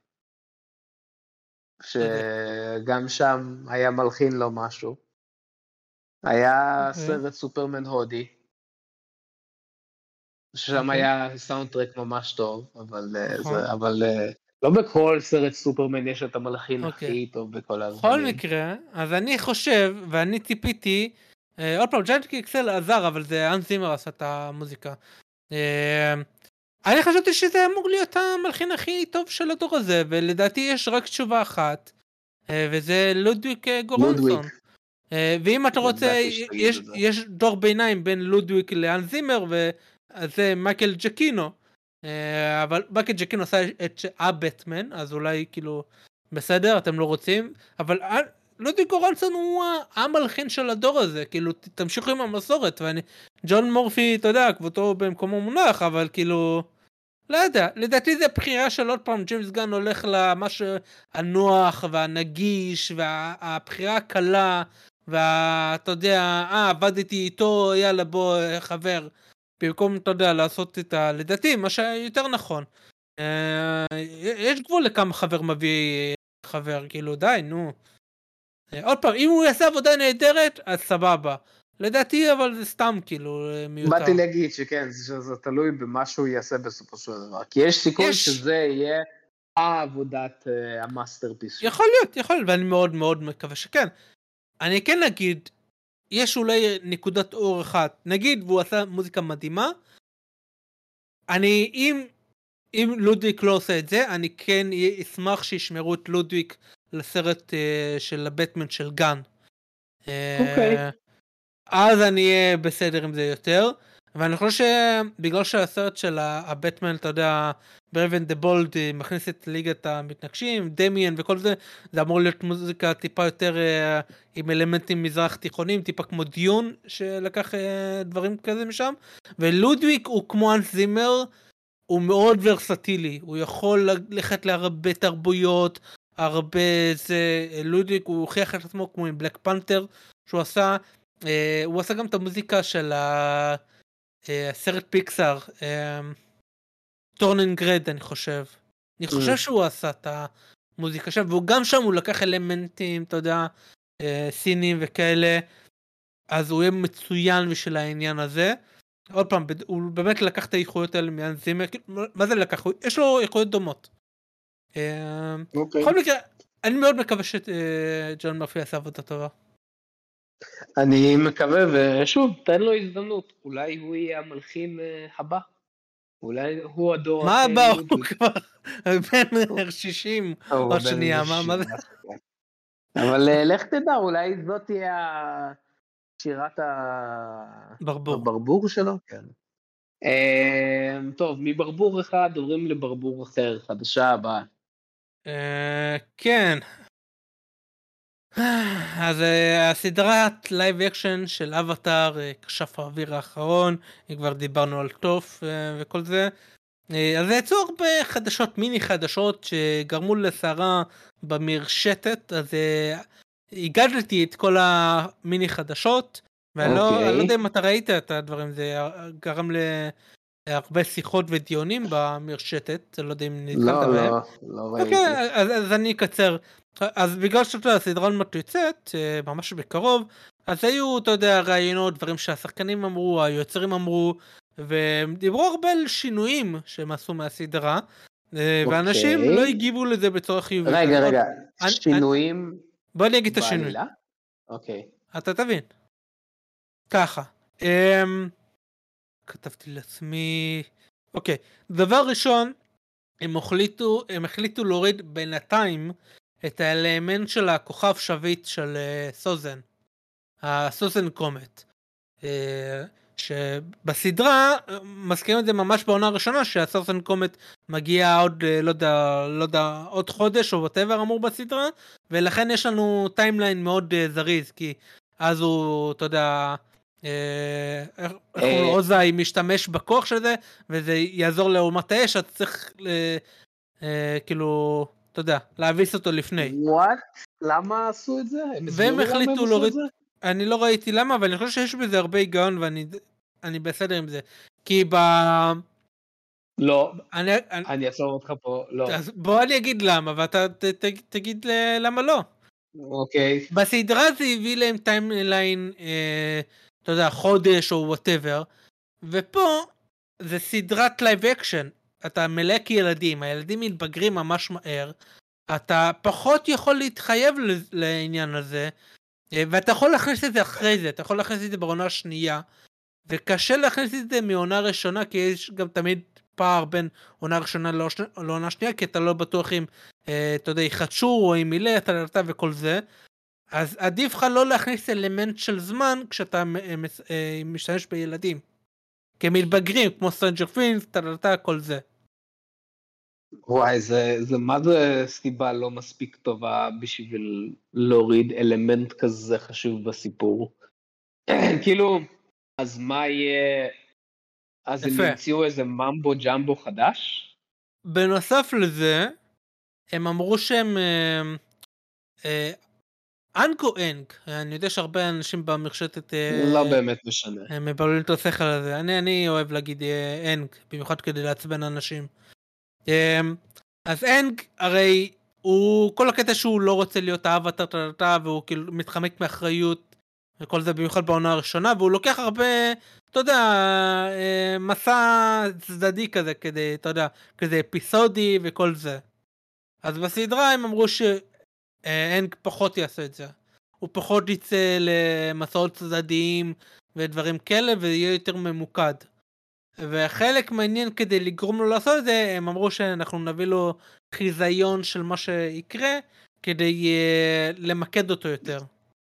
S1: שגם שם היה מלחין לו משהו. היה סרט סופרמן הודי. שם היה סאונדטרק ממש טוב, אבל לא בכל סרט סופרמן יש את המלחין הכי טוב בכל הזמנים.
S2: בכל מקרה, אז אני חושב, ואני ציפיתי, עוד פעם, ג'אנקי אקסל עזר, אבל זה אנס זימר עשה את המוזיקה. אני חשבתי שזה אמור להיות המלחין הכי טוב של הדור הזה, ולדעתי יש רק תשובה אחת, וזה לודוויג גורנסון. ואם אתה רוצה, יש דור ביניים בין לודוויג לאנס זימר, וזה מייקל ג'קינו, אבל מייקל ג'קינו עשה את הבטמן, אז אולי כאילו בסדר, אתם לא רוצים, אבל לודוויג גורנסון הוא המלחין של הדור הזה, כאילו תמשיכו עם המסורת, ואני, ג'ון מורפי, אתה יודע, כבודו במקומו מונח, אבל כאילו, לא יודע, לדעתי זה בחירה של עוד פעם, ג'יימס גן הולך למשהו הנוח והנגיש, והבחירה הקלה, ואתה יודע, אה, עבדתי איתו, יאללה בוא חבר, במקום, אתה יודע, לעשות את ה... לדעתי, מה שיותר נכון. יש גבול לכמה חבר מביא חבר, כאילו די, נו. עוד פעם, אם הוא יעשה עבודה נהדרת, אז סבבה. לדעתי, אבל זה סתם, כאילו, מיותר.
S1: באתי להגיד שכן, זה תלוי במה שהוא יעשה בסופו של דבר. כי יש סיכוי שזה יהיה העבודת המאסטרפיס.
S2: יכול להיות, יכול להיות, ואני מאוד מאוד מקווה שכן. אני כן נגיד, יש אולי נקודת אור אחת, נגיד, והוא עשה מוזיקה מדהימה, אני, אם, אם לודוויג לא עושה את זה, אני כן אשמח שישמרו את לודוויג לסרט uh, של הבטמן של גן.
S1: אוקיי.
S2: Uh, אז אני אהיה בסדר עם זה יותר, ואני חושב שבגלל שהסרט של הבטמן, אתה יודע, ברבן דה בולד מכניס את ליגת המתנגשים, דמיאן וכל זה, זה אמור להיות מוזיקה טיפה יותר uh, עם אלמנטים מזרח תיכונים, טיפה כמו דיון שלקח uh, דברים כזה משם, ולודוויג הוא כמו אנס זימר, הוא מאוד ורסטילי, הוא יכול ללכת להרבה תרבויות, הרבה זה, לודוויג הוא הוכיח את עצמו כמו עם בלק פנתר, שהוא עשה, uh, הוא עשה גם את המוזיקה של הסרט פיקסאר, טורנינגרד אני חושב, אני חושב שהוא עשה את המוזיקה שם, והוא גם שם הוא לקח אלמנטים, אתה יודע, uh, סינים וכאלה, אז הוא יהיה מצוין בשביל העניין הזה. עוד פעם, הוא באמת לקח את האיכויות האלה מאנס זימר, מה זה לקח? יש לו איכויות דומות. בכל מקרה, אני מאוד מקווה שג'ון מרפי יעשה עבודה טובה.
S1: אני מקווה, ושוב, תן לו הזדמנות, אולי הוא יהיה המלחין הבא. אולי הוא הדור...
S2: מה הבא? הוא כבר בן שישים או שנייה, מה זה?
S1: אבל לך תדע, אולי זאת תהיה שירת הברבור שלו. כן. טוב, מברבור אחד עוברים לברבור אחר, חדשה הבאה.
S2: כן. אז הסדרת לייב אקשן של אבטאר, כשף האוויר האחרון, כבר דיברנו על טוף וכל זה. אז יצאו הרבה חדשות, מיני חדשות, שגרמו לסערה במרשתת, אז הגדלתי את כל המיני חדשות, ואני לא,
S1: אוקיי.
S2: אני לא יודע אם אתה ראית את הדברים, זה גרם להרבה שיחות ודיונים במרשתת, אני לא יודע אם נתקלת
S1: לא,
S2: בהם.
S1: לא, לא ראיתי.
S2: אוקיי, אז, אז אני אקצר. אז בגלל שאתה יודע, הסדרה עוד יוצאת, ממש בקרוב, אז היו, אתה יודע, רעיונות, דברים שהשחקנים אמרו, היוצרים אמרו, והם דיברו הרבה על שינויים שהם עשו מהסדרה, ואנשים
S1: אוקיי.
S2: לא הגיבו לזה בצורה חיובית.
S1: רגע,
S2: אז
S1: רגע,
S2: אני-
S1: שינויים
S2: בוא אני אגיד את השינוי.
S1: בעלילה? אוקיי.
S2: אתה תבין. ככה. אמ, כתבתי לעצמי... אוקיי. דבר ראשון, הם החליטו, הם החליטו להוריד בינתיים את האלמנט של הכוכב שביט של uh, סוזן. הסוזן קומט. Uh, שבסדרה, מזכירים את זה ממש בעונה הראשונה, שהסוזן קומט מגיע עוד, uh, לא יודע, לא יודע, עוד חודש או whatever אמור בסדרה, ולכן יש לנו טיימליין מאוד uh, זריז, כי אז הוא, אתה יודע, איך הוא עוזי משתמש בכוח של זה, וזה יעזור לעומת האש, אז צריך כאילו, אתה יודע, להביס אותו לפני.
S1: וואט? למה עשו את זה?
S2: והם החליטו להוריד, אני לא ראיתי למה, אבל אני חושב שיש בזה הרבה היגיון, ואני בסדר עם זה. כי ב...
S1: לא,
S2: אני,
S1: אני אעצור אותך פה, לא.
S2: אז בוא אני אגיד למה, ואתה ת, ת, תגיד למה לא.
S1: אוקיי.
S2: בסדרה זה הביא להם טיימליין, אה, אתה יודע, חודש או whatever, ופה זה סדרת לייב אקשן, אתה מלא כילדים, הילדים מתבגרים ממש מהר, אתה פחות יכול להתחייב לעניין הזה, ואתה יכול להכניס את זה אחרי זה, אתה יכול להכניס את זה בעונה השנייה, וקשה להכניס את זה מעונה ראשונה, כי יש גם תמיד פער בין עונה ראשונה לעונה שנייה, כי אתה לא בטוח אם, אתה יודע, יחדשו או אם ילך, אתה וכל זה, אז עדיף לך לא להכניס אלמנט של זמן, כשאתה משתמש בילדים. כמתבגרים, כמו סטרנג'ר פינגס, אתה כל זה.
S1: וואי, זה, זה מה זה סיבה לא מספיק טובה בשביל להוריד אלמנט כזה חשוב בסיפור. כאילו, אז מה יהיה, אז הם ימציאו איזה ממבו ג'מבו חדש?
S2: בנוסף לזה, הם אמרו שהם אה, אה, אנקו אנק, אני יודע שהרבה אנשים במרשתת
S1: לא באמת משנה.
S2: הם מבלבלים את השכל הזה, אני, אני אוהב להגיד אנק, במיוחד כדי לעצבן אנשים. אז אנק הרי הוא, כל הקטע שהוא לא רוצה להיות האבטר, והוא כאילו מתחמק מאחריות, וכל זה במיוחד בעונה הראשונה, והוא לוקח הרבה, אתה יודע, מסע צדדי כזה, כדי, אתה יודע, כזה אפיסודי וכל זה. אז בסדרה הם אמרו שאנק פחות יעשה את זה. הוא פחות יצא למסעות צדדיים ודברים כאלה, ויהיה יותר ממוקד. וחלק מעניין כדי לגרום לו לעשות את זה, הם אמרו שאנחנו נביא לו חיזיון של מה שיקרה, כדי uh, למקד אותו יותר.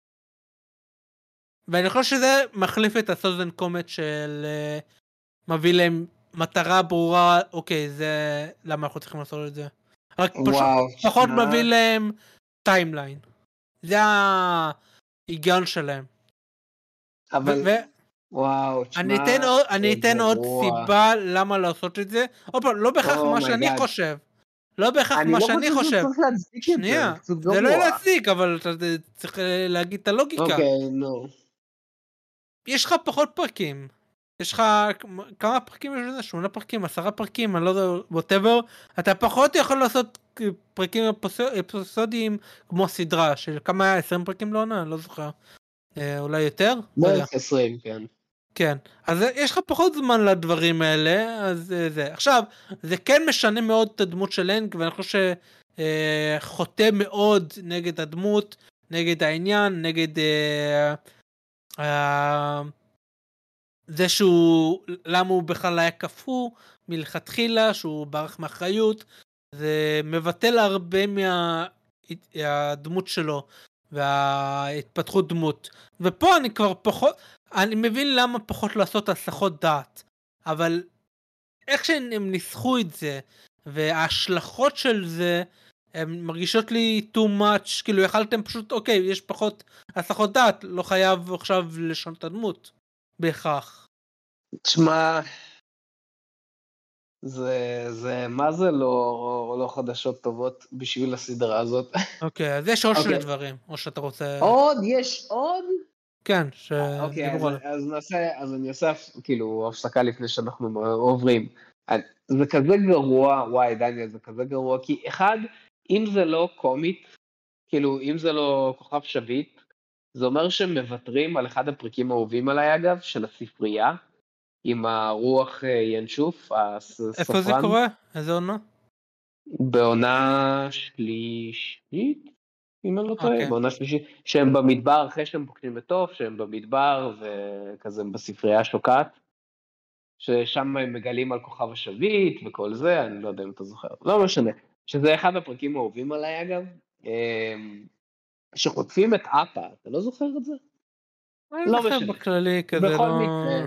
S2: ואני חושב שזה מחליף את הסוזן קומט של uh, מביא להם מטרה ברורה, אוקיי, זה למה אנחנו צריכים לעשות את זה. רק פשוט, וואו, פחות שמה... מביא להם טיימליין. זה ההיגיון שלהם.
S1: אבל... ו- וואו,
S2: תשמע... אני אתן עוד, אני אתן עוד סיבה למה לעשות את זה. אופה, לא בהכרח מה שאני חושב. לא בהכרח מה שאני חושב. שנייה, זה לא להצדיק, אבל אתה צריך להגיד את הלוגיקה.
S1: אוקיי, נו.
S2: יש לך פחות פרקים. יש לך כמה פרקים יש לזה? שמונה פרקים, עשרה פרקים, אני לא יודע, whatever. אתה פחות יכול לעשות פרקים אפיסודיים כמו סדרה, של כמה היה? עשרים פרקים לעונה? אני לא זוכר. אולי יותר?
S1: בערך עשרים, כן.
S2: כן, אז יש לך פחות זמן לדברים האלה, אז זה. עכשיו, זה כן משנה מאוד את הדמות של אנק, ואני חושב שחוטא מאוד נגד הדמות, נגד העניין, נגד אה, אה, זה שהוא, למה הוא בכלל היה כפו מלכתחילה, שהוא ברח מאחריות, זה מבטל הרבה מהדמות שלו, וההתפתחות דמות. ופה אני כבר פחות, אני מבין למה פחות לעשות הסחות דעת, אבל איך שהם ניסחו את זה, וההשלכות של זה, הן מרגישות לי too much, כאילו יכלתם פשוט, אוקיי, יש פחות הסחות דעת, לא חייב עכשיו לשנות את הדמות, בהכרח.
S1: תשמע, זה, זה, מה זה לא, לא חדשות טובות בשביל הסדרה הזאת.
S2: אוקיי, אז יש עוד שני
S1: אוקיי.
S2: דברים, או שאתה רוצה...
S1: עוד, יש עוד?
S2: כן,
S1: אוקיי, אז,
S2: שדיברו עליו.
S1: אז נעשה, אז אני עושה כאילו הפסקה לפני שאנחנו עוברים. זה כזה גרוע, וואי דניאל, זה כזה גרוע, כי אחד, אם זה לא קומית, כאילו אם זה לא כוכב שביט, זה אומר שהם מוותרים על אחד הפרקים האהובים עליי אגב, של הספרייה, עם הרוח ינשוף, הספרן.
S2: איפה זה קורה? איזה עונה?
S1: בעונה שלישית, אם אני לא טועה,
S2: אוקיי.
S1: בעונה שלישית, שהם במדבר, אחרי שהם פוגשים את טוב, שהם במדבר, וכזה הם בספרייה שוקעת, ששם הם מגלים על כוכב השביט וכל זה, אני לא יודע אם אתה זוכר, לא משנה, שזה אחד הפרקים האהובים עליי אגב, שחוטפים את אפה, אתה לא זוכר את זה?
S2: לא משנה. בכללי כזה
S1: בכל
S2: לא...
S1: מקרה,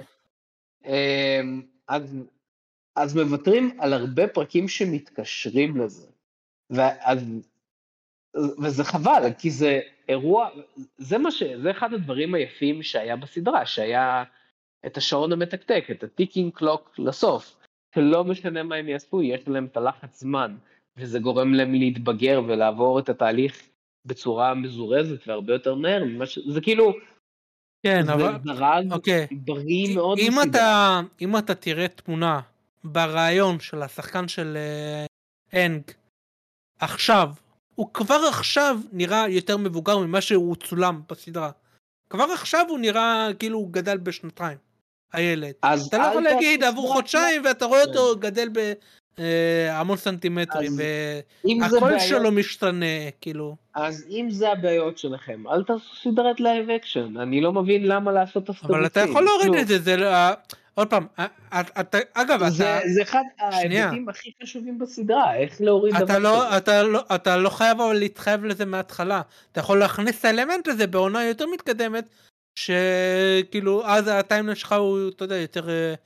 S1: אז, אז מוותרים על הרבה פרקים שמתקשרים לזה, ואז, וזה חבל, כי זה אירוע, זה מה ש... זה אחד הדברים היפים שהיה בסדרה, שהיה את השעון המתקתק, את הטיקינג קלוק לסוף, שלא משנה מה הם יעשו, יש להם את הלחץ זמן, וזה גורם להם להתבגר ולעבור את התהליך בצורה מזורזת והרבה יותר מהר, ממש... זה כאילו,
S2: כן,
S1: זה
S2: אבל...
S1: דרג
S2: אוקיי.
S1: בריא מאוד
S2: אם
S1: בסדרה.
S2: אתה, אם אתה תראה תמונה ברעיון של השחקן של אנג, עכשיו, הוא כבר עכשיו נראה יותר מבוגר ממה שהוא צולם בסדרה. כבר עכשיו הוא נראה כאילו הוא גדל בשנתיים, הילד. אתה לא יכול להגיד עבור חודשיים ואתה רואה אותו גדל בהמון סנטימטרים, והקול שלו משתנה, כאילו.
S1: אז אם זה הבעיות שלכם, אל תעשו סדרת לייב אקשן, אני לא מבין למה לעשות את הסטרופים.
S2: אבל אתה יכול להוריד את זה, זה לא... עוד פעם, אתה, אגב, אתה...
S1: זה אחד ההיבטים הכי חשובים בסדרה, איך להוריד דבר כזה.
S2: אתה לא, אתה לא חייב להתחייב לזה מההתחלה, אתה יכול להכניס את האלמנט הזה בעונה יותר מתקדמת, שכאילו, אז הטיימליין שלך הוא, אתה יודע, יותר...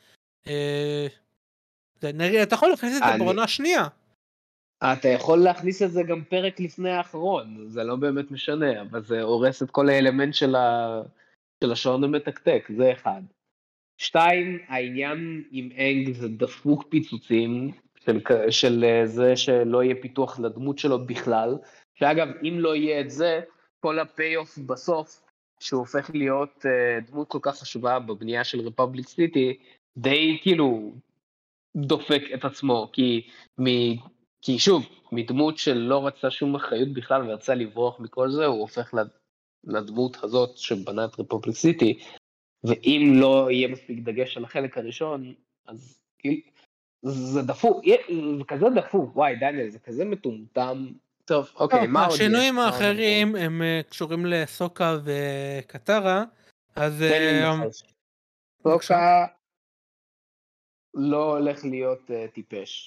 S2: אתה יכול להכניס את זה בעונה שנייה.
S1: אתה יכול להכניס את זה גם פרק לפני האחרון, זה לא באמת משנה, אבל זה הורס את כל האלמנט של השעון המתקתק, זה אחד. שתיים, העניין עם אנג זה דפוק פיצוצים, של, של זה שלא יהיה פיתוח לדמות שלו בכלל, שאגב, אם לא יהיה את זה, כל הפי-אוף בסוף, שהוא הופך להיות דמות כל כך חשובה בבנייה של רפובליק סיטי, די כאילו דופק את עצמו, כי, מ, כי שוב, מדמות שלא רצה שום אחריות בכלל ורצה לברוח מכל זה, הוא הופך לדמות הזאת שבנה את רפובליק סיטי, ואם לא יהיה מספיק דגש על החלק הראשון, אז כאילו, זה דפוק, זה כזה דפוק, וואי דניאל, זה כזה מטומטם. טוב, אוקיי, מה עוד יש?
S2: השינויים האחרים הם קשורים לסוקה וקטרה, אז...
S1: סוקה לא הולך להיות טיפש.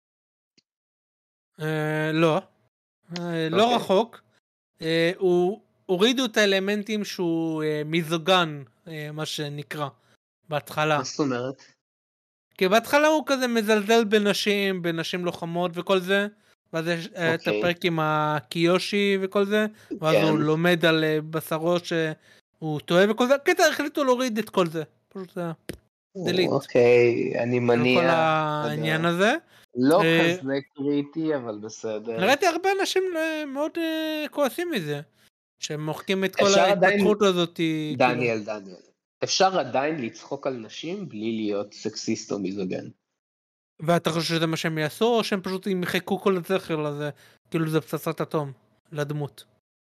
S2: לא, לא רחוק. הוא... הורידו את האלמנטים שהוא מיזוגן, מה שנקרא, בהתחלה.
S1: מה זאת אומרת?
S2: כי בהתחלה הוא כזה מזלזל בנשים, בנשים לוחמות וכל זה, ואז יש את הפרק עם הקיושי וכל זה, ואז הוא לומד על בשרו שהוא טועה וכל זה, קטע החליטו להוריד את כל זה. פשוט זה דלית.
S1: אוקיי, אני מניע.
S2: כל העניין הזה.
S1: לא כזה קריטי, אבל בסדר.
S2: ראיתי הרבה אנשים מאוד כועסים מזה. שהם מוחקים את כל ההתפתחות הזאת.
S1: דניאל, דניאל. אפשר עדיין לצחוק על נשים בלי להיות סקסיסט או מיזוגן.
S2: ואתה חושב שזה מה שהם יעשו, או שהם פשוט ימחקו כל הזכר לזה, כאילו זה פצצת אטום, לדמות?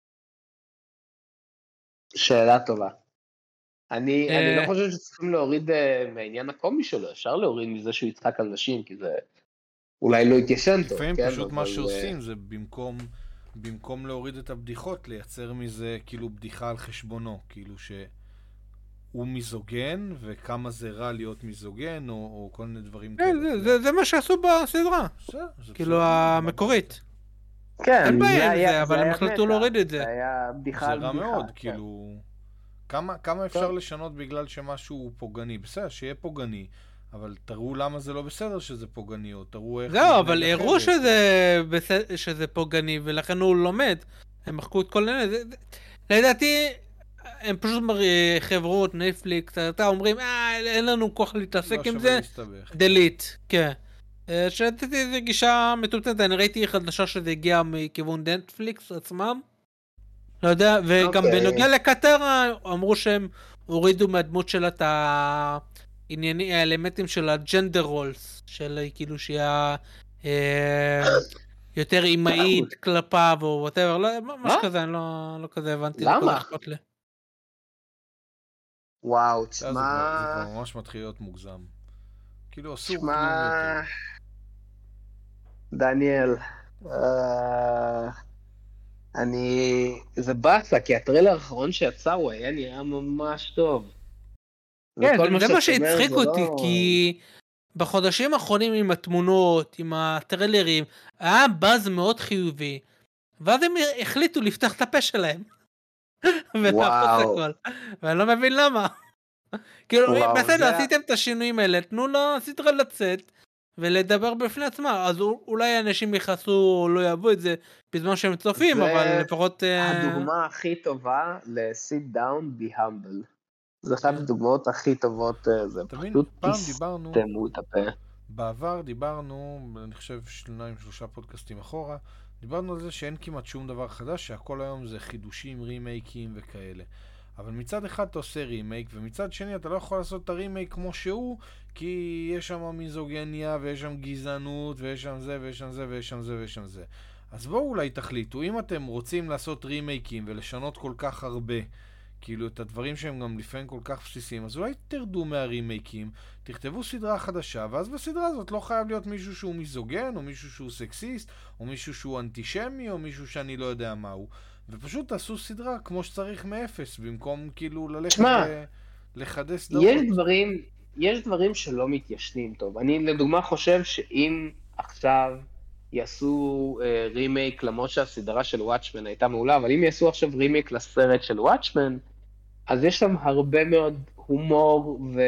S1: שאלה טובה. אני, אני לא חושב שצריכים להוריד מהעניין הקומי שלו, אפשר להוריד מזה שהוא יצחק על נשים, כי זה אולי לא יתיישן טוב.
S3: לפעמים פשוט מה שעושים זה במקום... במקום להוריד את הבדיחות, לייצר מזה כאילו בדיחה על חשבונו, כאילו שהוא מיזוגן, וכמה זה רע להיות מיזוגן, או, או כל מיני דברים
S2: כאלה. זה, זה, זה מה שעשו בסדרה, כאילו המקורית.
S1: כן,
S2: אין בעיה עם זה, אבל הם החלטו להוריד את זה.
S1: זה היה בדיחה על
S3: בדיחה. זה רע מאוד,
S1: כן.
S3: כאילו... כמה, כמה אפשר לשנות בגלל שמשהו הוא פוגעני? בסדר, שיהיה פוגעני. אבל תראו למה זה לא בסדר שזה פוגעני, או תראו איך...
S2: זהו, אבל הראו שזה, בסדר, שזה פוגעני, ולכן הוא לומד. הם מחקו את כל העניין. לדעתי, הם פשוט חברות, נטפליקס, אתה אומרים, אה, אין לנו כוח להתעסק עם זה. דליט, כן. שתתי איזה גישה מטולטלת, אני ראיתי חדשה שזה הגיע מכיוון נטפליקס עצמם. לא יודע, וגם
S1: אוקיי.
S2: בנוגע לקטר אמרו שהם הורידו מהדמות שלה את העניינים, האלמנטים של הג'נדר רולס, של כאילו שהיא אה, יותר אימהית כלפיו או whatever, לא, משהו
S1: מה?
S2: כזה, אני לא, לא כזה הבנתי.
S1: למה?
S2: לא כזה אכפת לי.
S1: וואו,
S3: זה כבר-
S1: תשמע...
S3: זה כבר ממש מתחיל להיות מוגזם. כאילו אסור כלום
S1: תשמע...
S3: יותר.
S1: דניאל, אה, אני... זה באסה, כי הטריילר האחרון שיצא הוא היה נראה ממש טוב.
S2: כן,
S1: וכל
S2: זה- זה
S1: שאתה
S2: מה
S1: אומר
S2: שהצחיק
S1: זה
S2: אותי,
S1: לא-
S2: כי בחודשים האחרונים עם התמונות, עם הטריילרים, היה באז מאוד חיובי, ואז הם החליטו לפתח את הפה שלהם. ולהפוך
S1: וואו.
S2: הכל. ואני לא מבין למה. כאילו,
S1: וואו,
S2: בסדר,
S1: זה-
S2: עשיתם את השינויים האלה, תנו לסדרה לצאת ולדבר בפני עצמה, אז אולי אנשים יכעסו או לא יאהבו את זה בזמן שהם צופים,
S1: זה
S2: אבל לפחות... אה,
S1: הדוגמה הכי טובה ל-sit down, be humble. זה אחת הדוגמאות הכי טובות, אה, זה
S3: אתה מבין?
S1: פשוט
S3: פעם דיברנו,
S1: תסתמו את הפה.
S3: בעבר דיברנו, אני חושב שניים שלושה פודקאסטים אחורה, דיברנו על זה שאין כמעט שום דבר חדש, שהכל היום זה חידושים, רימייקים וכאלה. אבל מצד אחד אתה עושה רימייק, ומצד שני אתה לא יכול לעשות את הרימייק כמו שהוא, כי יש שם מיזוגניה, ויש שם גזענות, ויש שם זה, ויש שם זה, ויש שם זה, ויש שם זה. אז בואו אולי תחליטו, אם אתם רוצים לעשות רימייקים ולשנות כל כך הרבה, כאילו את הדברים שהם גם לפעמים כל כך בסיסיים, אז אולי תרדו מהרימייקים, תכתבו סדרה חדשה, ואז בסדרה הזאת לא חייב להיות מישהו שהוא מיזוגן, או מישהו שהוא סקסיסט, או מישהו שהוא אנטישמי, או מישהו שאני לא יודע מהו. ופשוט תעשו סדרה כמו שצריך מאפס, במקום כאילו ללכת
S1: שמה,
S3: ל... לחדש סדרות.
S1: יש דברים, יש דברים שלא מתיישנים טוב. אני לדוגמה חושב שאם עכשיו יעשו אה, רימייק, למרות שהסדרה של וואטשמן הייתה מעולה, אבל אם יעשו עכשיו רימייק לסרט של וואטשמן, אז יש שם הרבה מאוד הומור ו...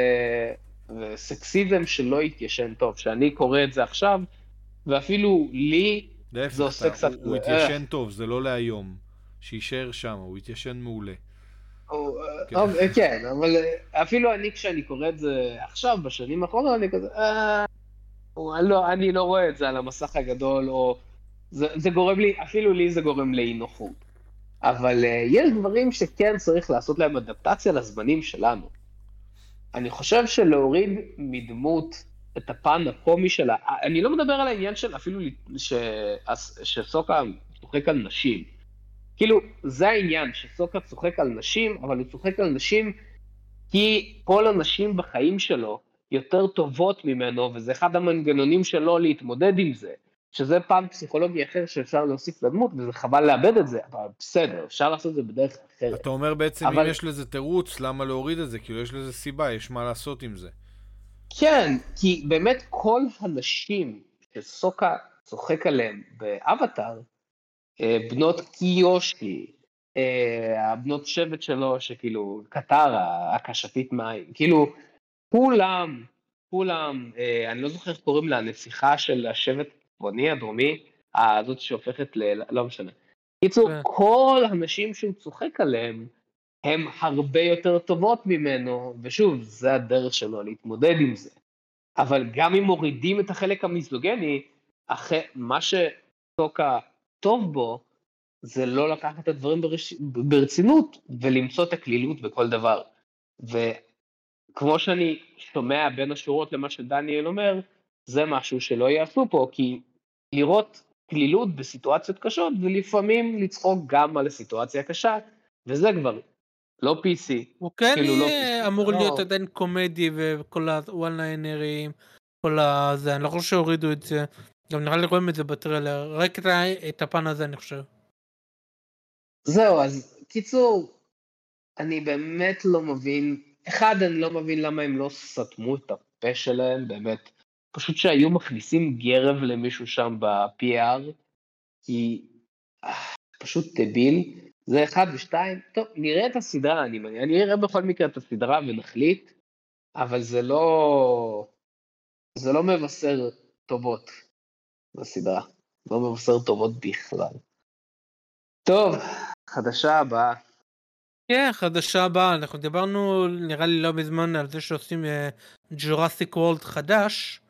S1: וסקסיזם שלא יתיישן טוב. שאני קורא את זה עכשיו, ואפילו לי
S3: להפך,
S1: זה עושה
S3: אתה-
S1: קצת...
S3: הוא, הוא התיישן טוב, זה לא להיום. שישאר שם, הוא התיישן מעולה.
S1: או,
S3: כן.
S1: אוקיי, כן, אבל אפילו אני כשאני קורא את זה עכשיו, בשנים האחרונות, אני כזה, אה, או, אני לא, אני לא רואה את זה על המסך הגדול, או זה, זה גורם לי, אפילו לי זה גורם לאי נוחות. אבל אה, יש דברים שכן צריך לעשות להם אדפטציה לזמנים שלנו. אני חושב שלהוריד מדמות את הפן הקומי שלה, אני לא מדבר על העניין של אפילו ש, שסוקה צוחק על נשים. כאילו, זה העניין, שסוקה צוחק על נשים, אבל הוא צוחק על נשים כי כל הנשים בחיים שלו יותר טובות ממנו, וזה אחד המנגנונים שלו להתמודד עם זה, שזה פעם פסיכולוגי אחר שאפשר להוסיף לדמות, וזה חבל לאבד את זה, אבל בסדר, אפשר לעשות את זה בדרך אחרת.
S3: אתה אומר בעצם
S1: אבל...
S3: אם יש לזה תירוץ, למה להוריד את זה? כאילו יש לזה סיבה, יש מה לעשות עם זה.
S1: כן, כי באמת כל הנשים שסוקה צוחק עליהן באבטר, בנות קיושי, הבנות שבט שלו, שכאילו, קטרה, הקשתית מים, כאילו, כולם, כולם, אני לא זוכר איך קוראים לה, הנסיכה של השבט הצפוני, הדרומי, הזאת שהופכת ל... לא משנה. קיצור, כל הנשים שהוא צוחק עליהם, הן הרבה יותר טובות ממנו, ושוב, זה הדרך שלו להתמודד עם זה. אבל גם אם מורידים את החלק המיזוגני, אחרי מה שסוקה טוב בו, זה לא לקחת את הדברים ברש... ברצינות, ולמצוא את הכלילות בכל דבר. וכמו שאני שומע בין השורות למה שדניאל אומר, זה משהו שלא יעשו פה, כי לראות כלילות בסיטואציות קשות, ולפעמים לצחוק גם על הסיטואציה הקשה, וזה כבר לא פי סי.
S2: הוא כן
S1: כאילו לא פי סי.
S2: אמור
S1: לא.
S2: להיות עדיין קומדי וכל הוואן ליינרים, כל הזה, אני לא חושב שהורידו את זה, גם נראה לי רואים את זה בטריילר, רק את, ה... את הפן הזה אני חושב.
S1: זהו, אז קיצור, אני באמת לא מבין, אחד, אני לא מבין למה הם לא סתמו את הפה שלהם, באמת, פשוט שהיו מכניסים גרב למישהו שם ב-פי אר, כי אה, פשוט דביל, זה אחד ושתיים, טוב, נראה את הסדרה, אני, אני אראה בכל מקרה את הסדרה ונחליט, אבל זה לא, זה לא מבשר טובות בסדרה, לא מבשר טובות בכלל. טוב, חדשה הבאה.
S2: כן, חדשה הבאה, אנחנו דיברנו נראה לי לא מזמן על זה שעושים ג'ורסיק וורלד חדש,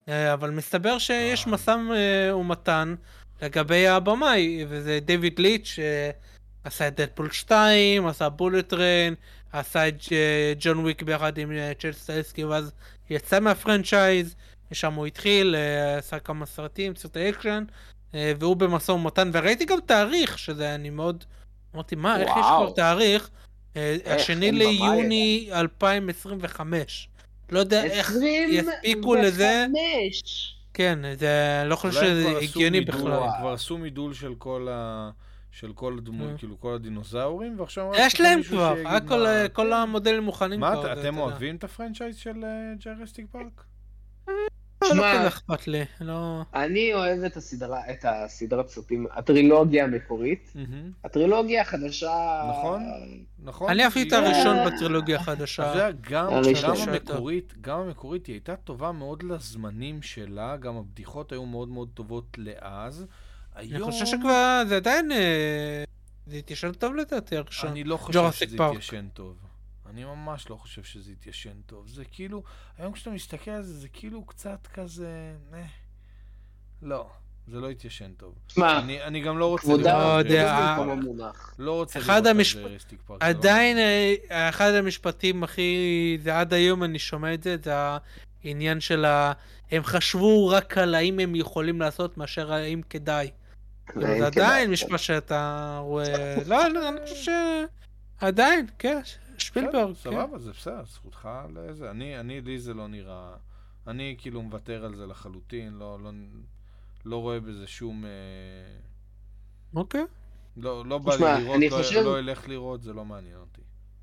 S2: אה, אבל מסתבר שיש משא אה, ומתן לגבי הבמאי, וזה דיוויד ליץ' שעשה את דדפול שתיים, עשה בולט טריין, עשה את אה, ג'ון וויק ביחד עם אה, צ'ייל סטייסקי, ואז יצא מהפרנצ'ייז, ושם הוא התחיל, אה, עשה כמה סרטים, סרטי אקשן, אה, והוא במשא ומתן, וראיתי גם תאריך, שזה אני מאוד, אמרתי, מה, איך יש
S1: וואו.
S2: כבר תאריך? אה,
S1: איך,
S2: השני
S1: אין במאי
S2: ליוני אלפיים עשרים וחמש. לא יודע איך
S1: עשרים
S2: יספיקו לזה.
S1: וחמש.
S2: כן, זה לא חושב
S3: אולי הם
S2: שזה
S3: כבר עשו
S2: הגיוני
S3: מידול,
S2: בכלל.
S3: הם כבר עשו מידול של כל ה... של כל הדמות,
S2: Mm.
S3: כאילו כל הדינוזאורים, ועכשיו... רק
S2: יש
S3: צריכים
S2: להם
S3: מישהו
S2: כבר,
S3: שיגיד
S2: הכל,
S3: מה-
S2: כל
S3: כן.
S2: המודלים מוכנים
S3: מה,
S2: כבר.
S3: את-
S2: זה,
S3: אתם
S2: אתה יודע.
S3: אוהבים את הפרנצ'ייז של ג'רסטיק פארק?
S2: לא
S1: שמע,
S2: כזה אכפת לי, לא...
S1: אני אוהב את הסדרה, את הסדרת סרטים, הטרילוגיה המקורית. הטרילוגיה החדשה...
S3: נכון, נכון.
S2: אני אהבתי את
S3: היא-
S2: הראשון
S1: אה,
S2: בטרילוגיה
S3: אז זה
S2: החדשה.
S3: היה גם,
S1: הראשון.
S3: גם
S2: שטוב.
S3: המקורית, גם המקורית היא הייתה טובה מאוד לזמנים שלה, גם הבדיחות היו מאוד מאוד טובות לאז.
S2: אני
S3: היום,
S2: חושב שכבר, זה עדיין... אה, זה התיישן טוב לדעתי הראשון.
S3: אני לא חושב
S2: ג'ורסיק
S3: שזה
S2: פארק.
S3: התיישן טוב. אני ממש לא חושב שזה התיישן טוב. זה כאילו, היום כשאתה מסתכל על זה, זה כאילו קצת כזה... אה, לא, זה לא התיישן טוב.
S1: שמע,
S3: אני, אני גם לא רוצה
S1: כבודה,
S2: לא
S3: לראות
S2: יודע,
S3: ג'רסטיק
S1: במקום
S3: פארק.
S1: המונח.
S3: לא רוצה
S2: אחד
S3: לראות
S2: המשפ-
S3: על ג'רסטיק פארק. זה לא
S2: עדיין,
S3: מעניין.
S2: אה, אחד המשפטים הכי... זה עד היום אני שומע את זה, זה העניין של ה... הם חשבו רק על האם הם יכולים לעשות מאשר האם כדאי. כאילו,
S1: אין
S2: זה
S1: כדאי,
S2: עדיין
S1: כן.
S2: משפט שאתה רואה... לא, לא, אני חושב ש... עדיין, כן, שפילברג,
S3: בסדר,
S2: כן.
S3: סבבה, זה בסדר, זכותך לזה. אני, אני, לי זה לא נראה... אני כאילו מוותר על זה לחלוטין, לא, לא, לא רואה בזה שום... אה,
S2: אוקיי.
S3: לא, לא בא
S1: תשמע,
S3: לי לראות,
S1: אני
S3: לא,
S1: חושב-
S3: לא אלך לראות, זה לא מעניין אותי.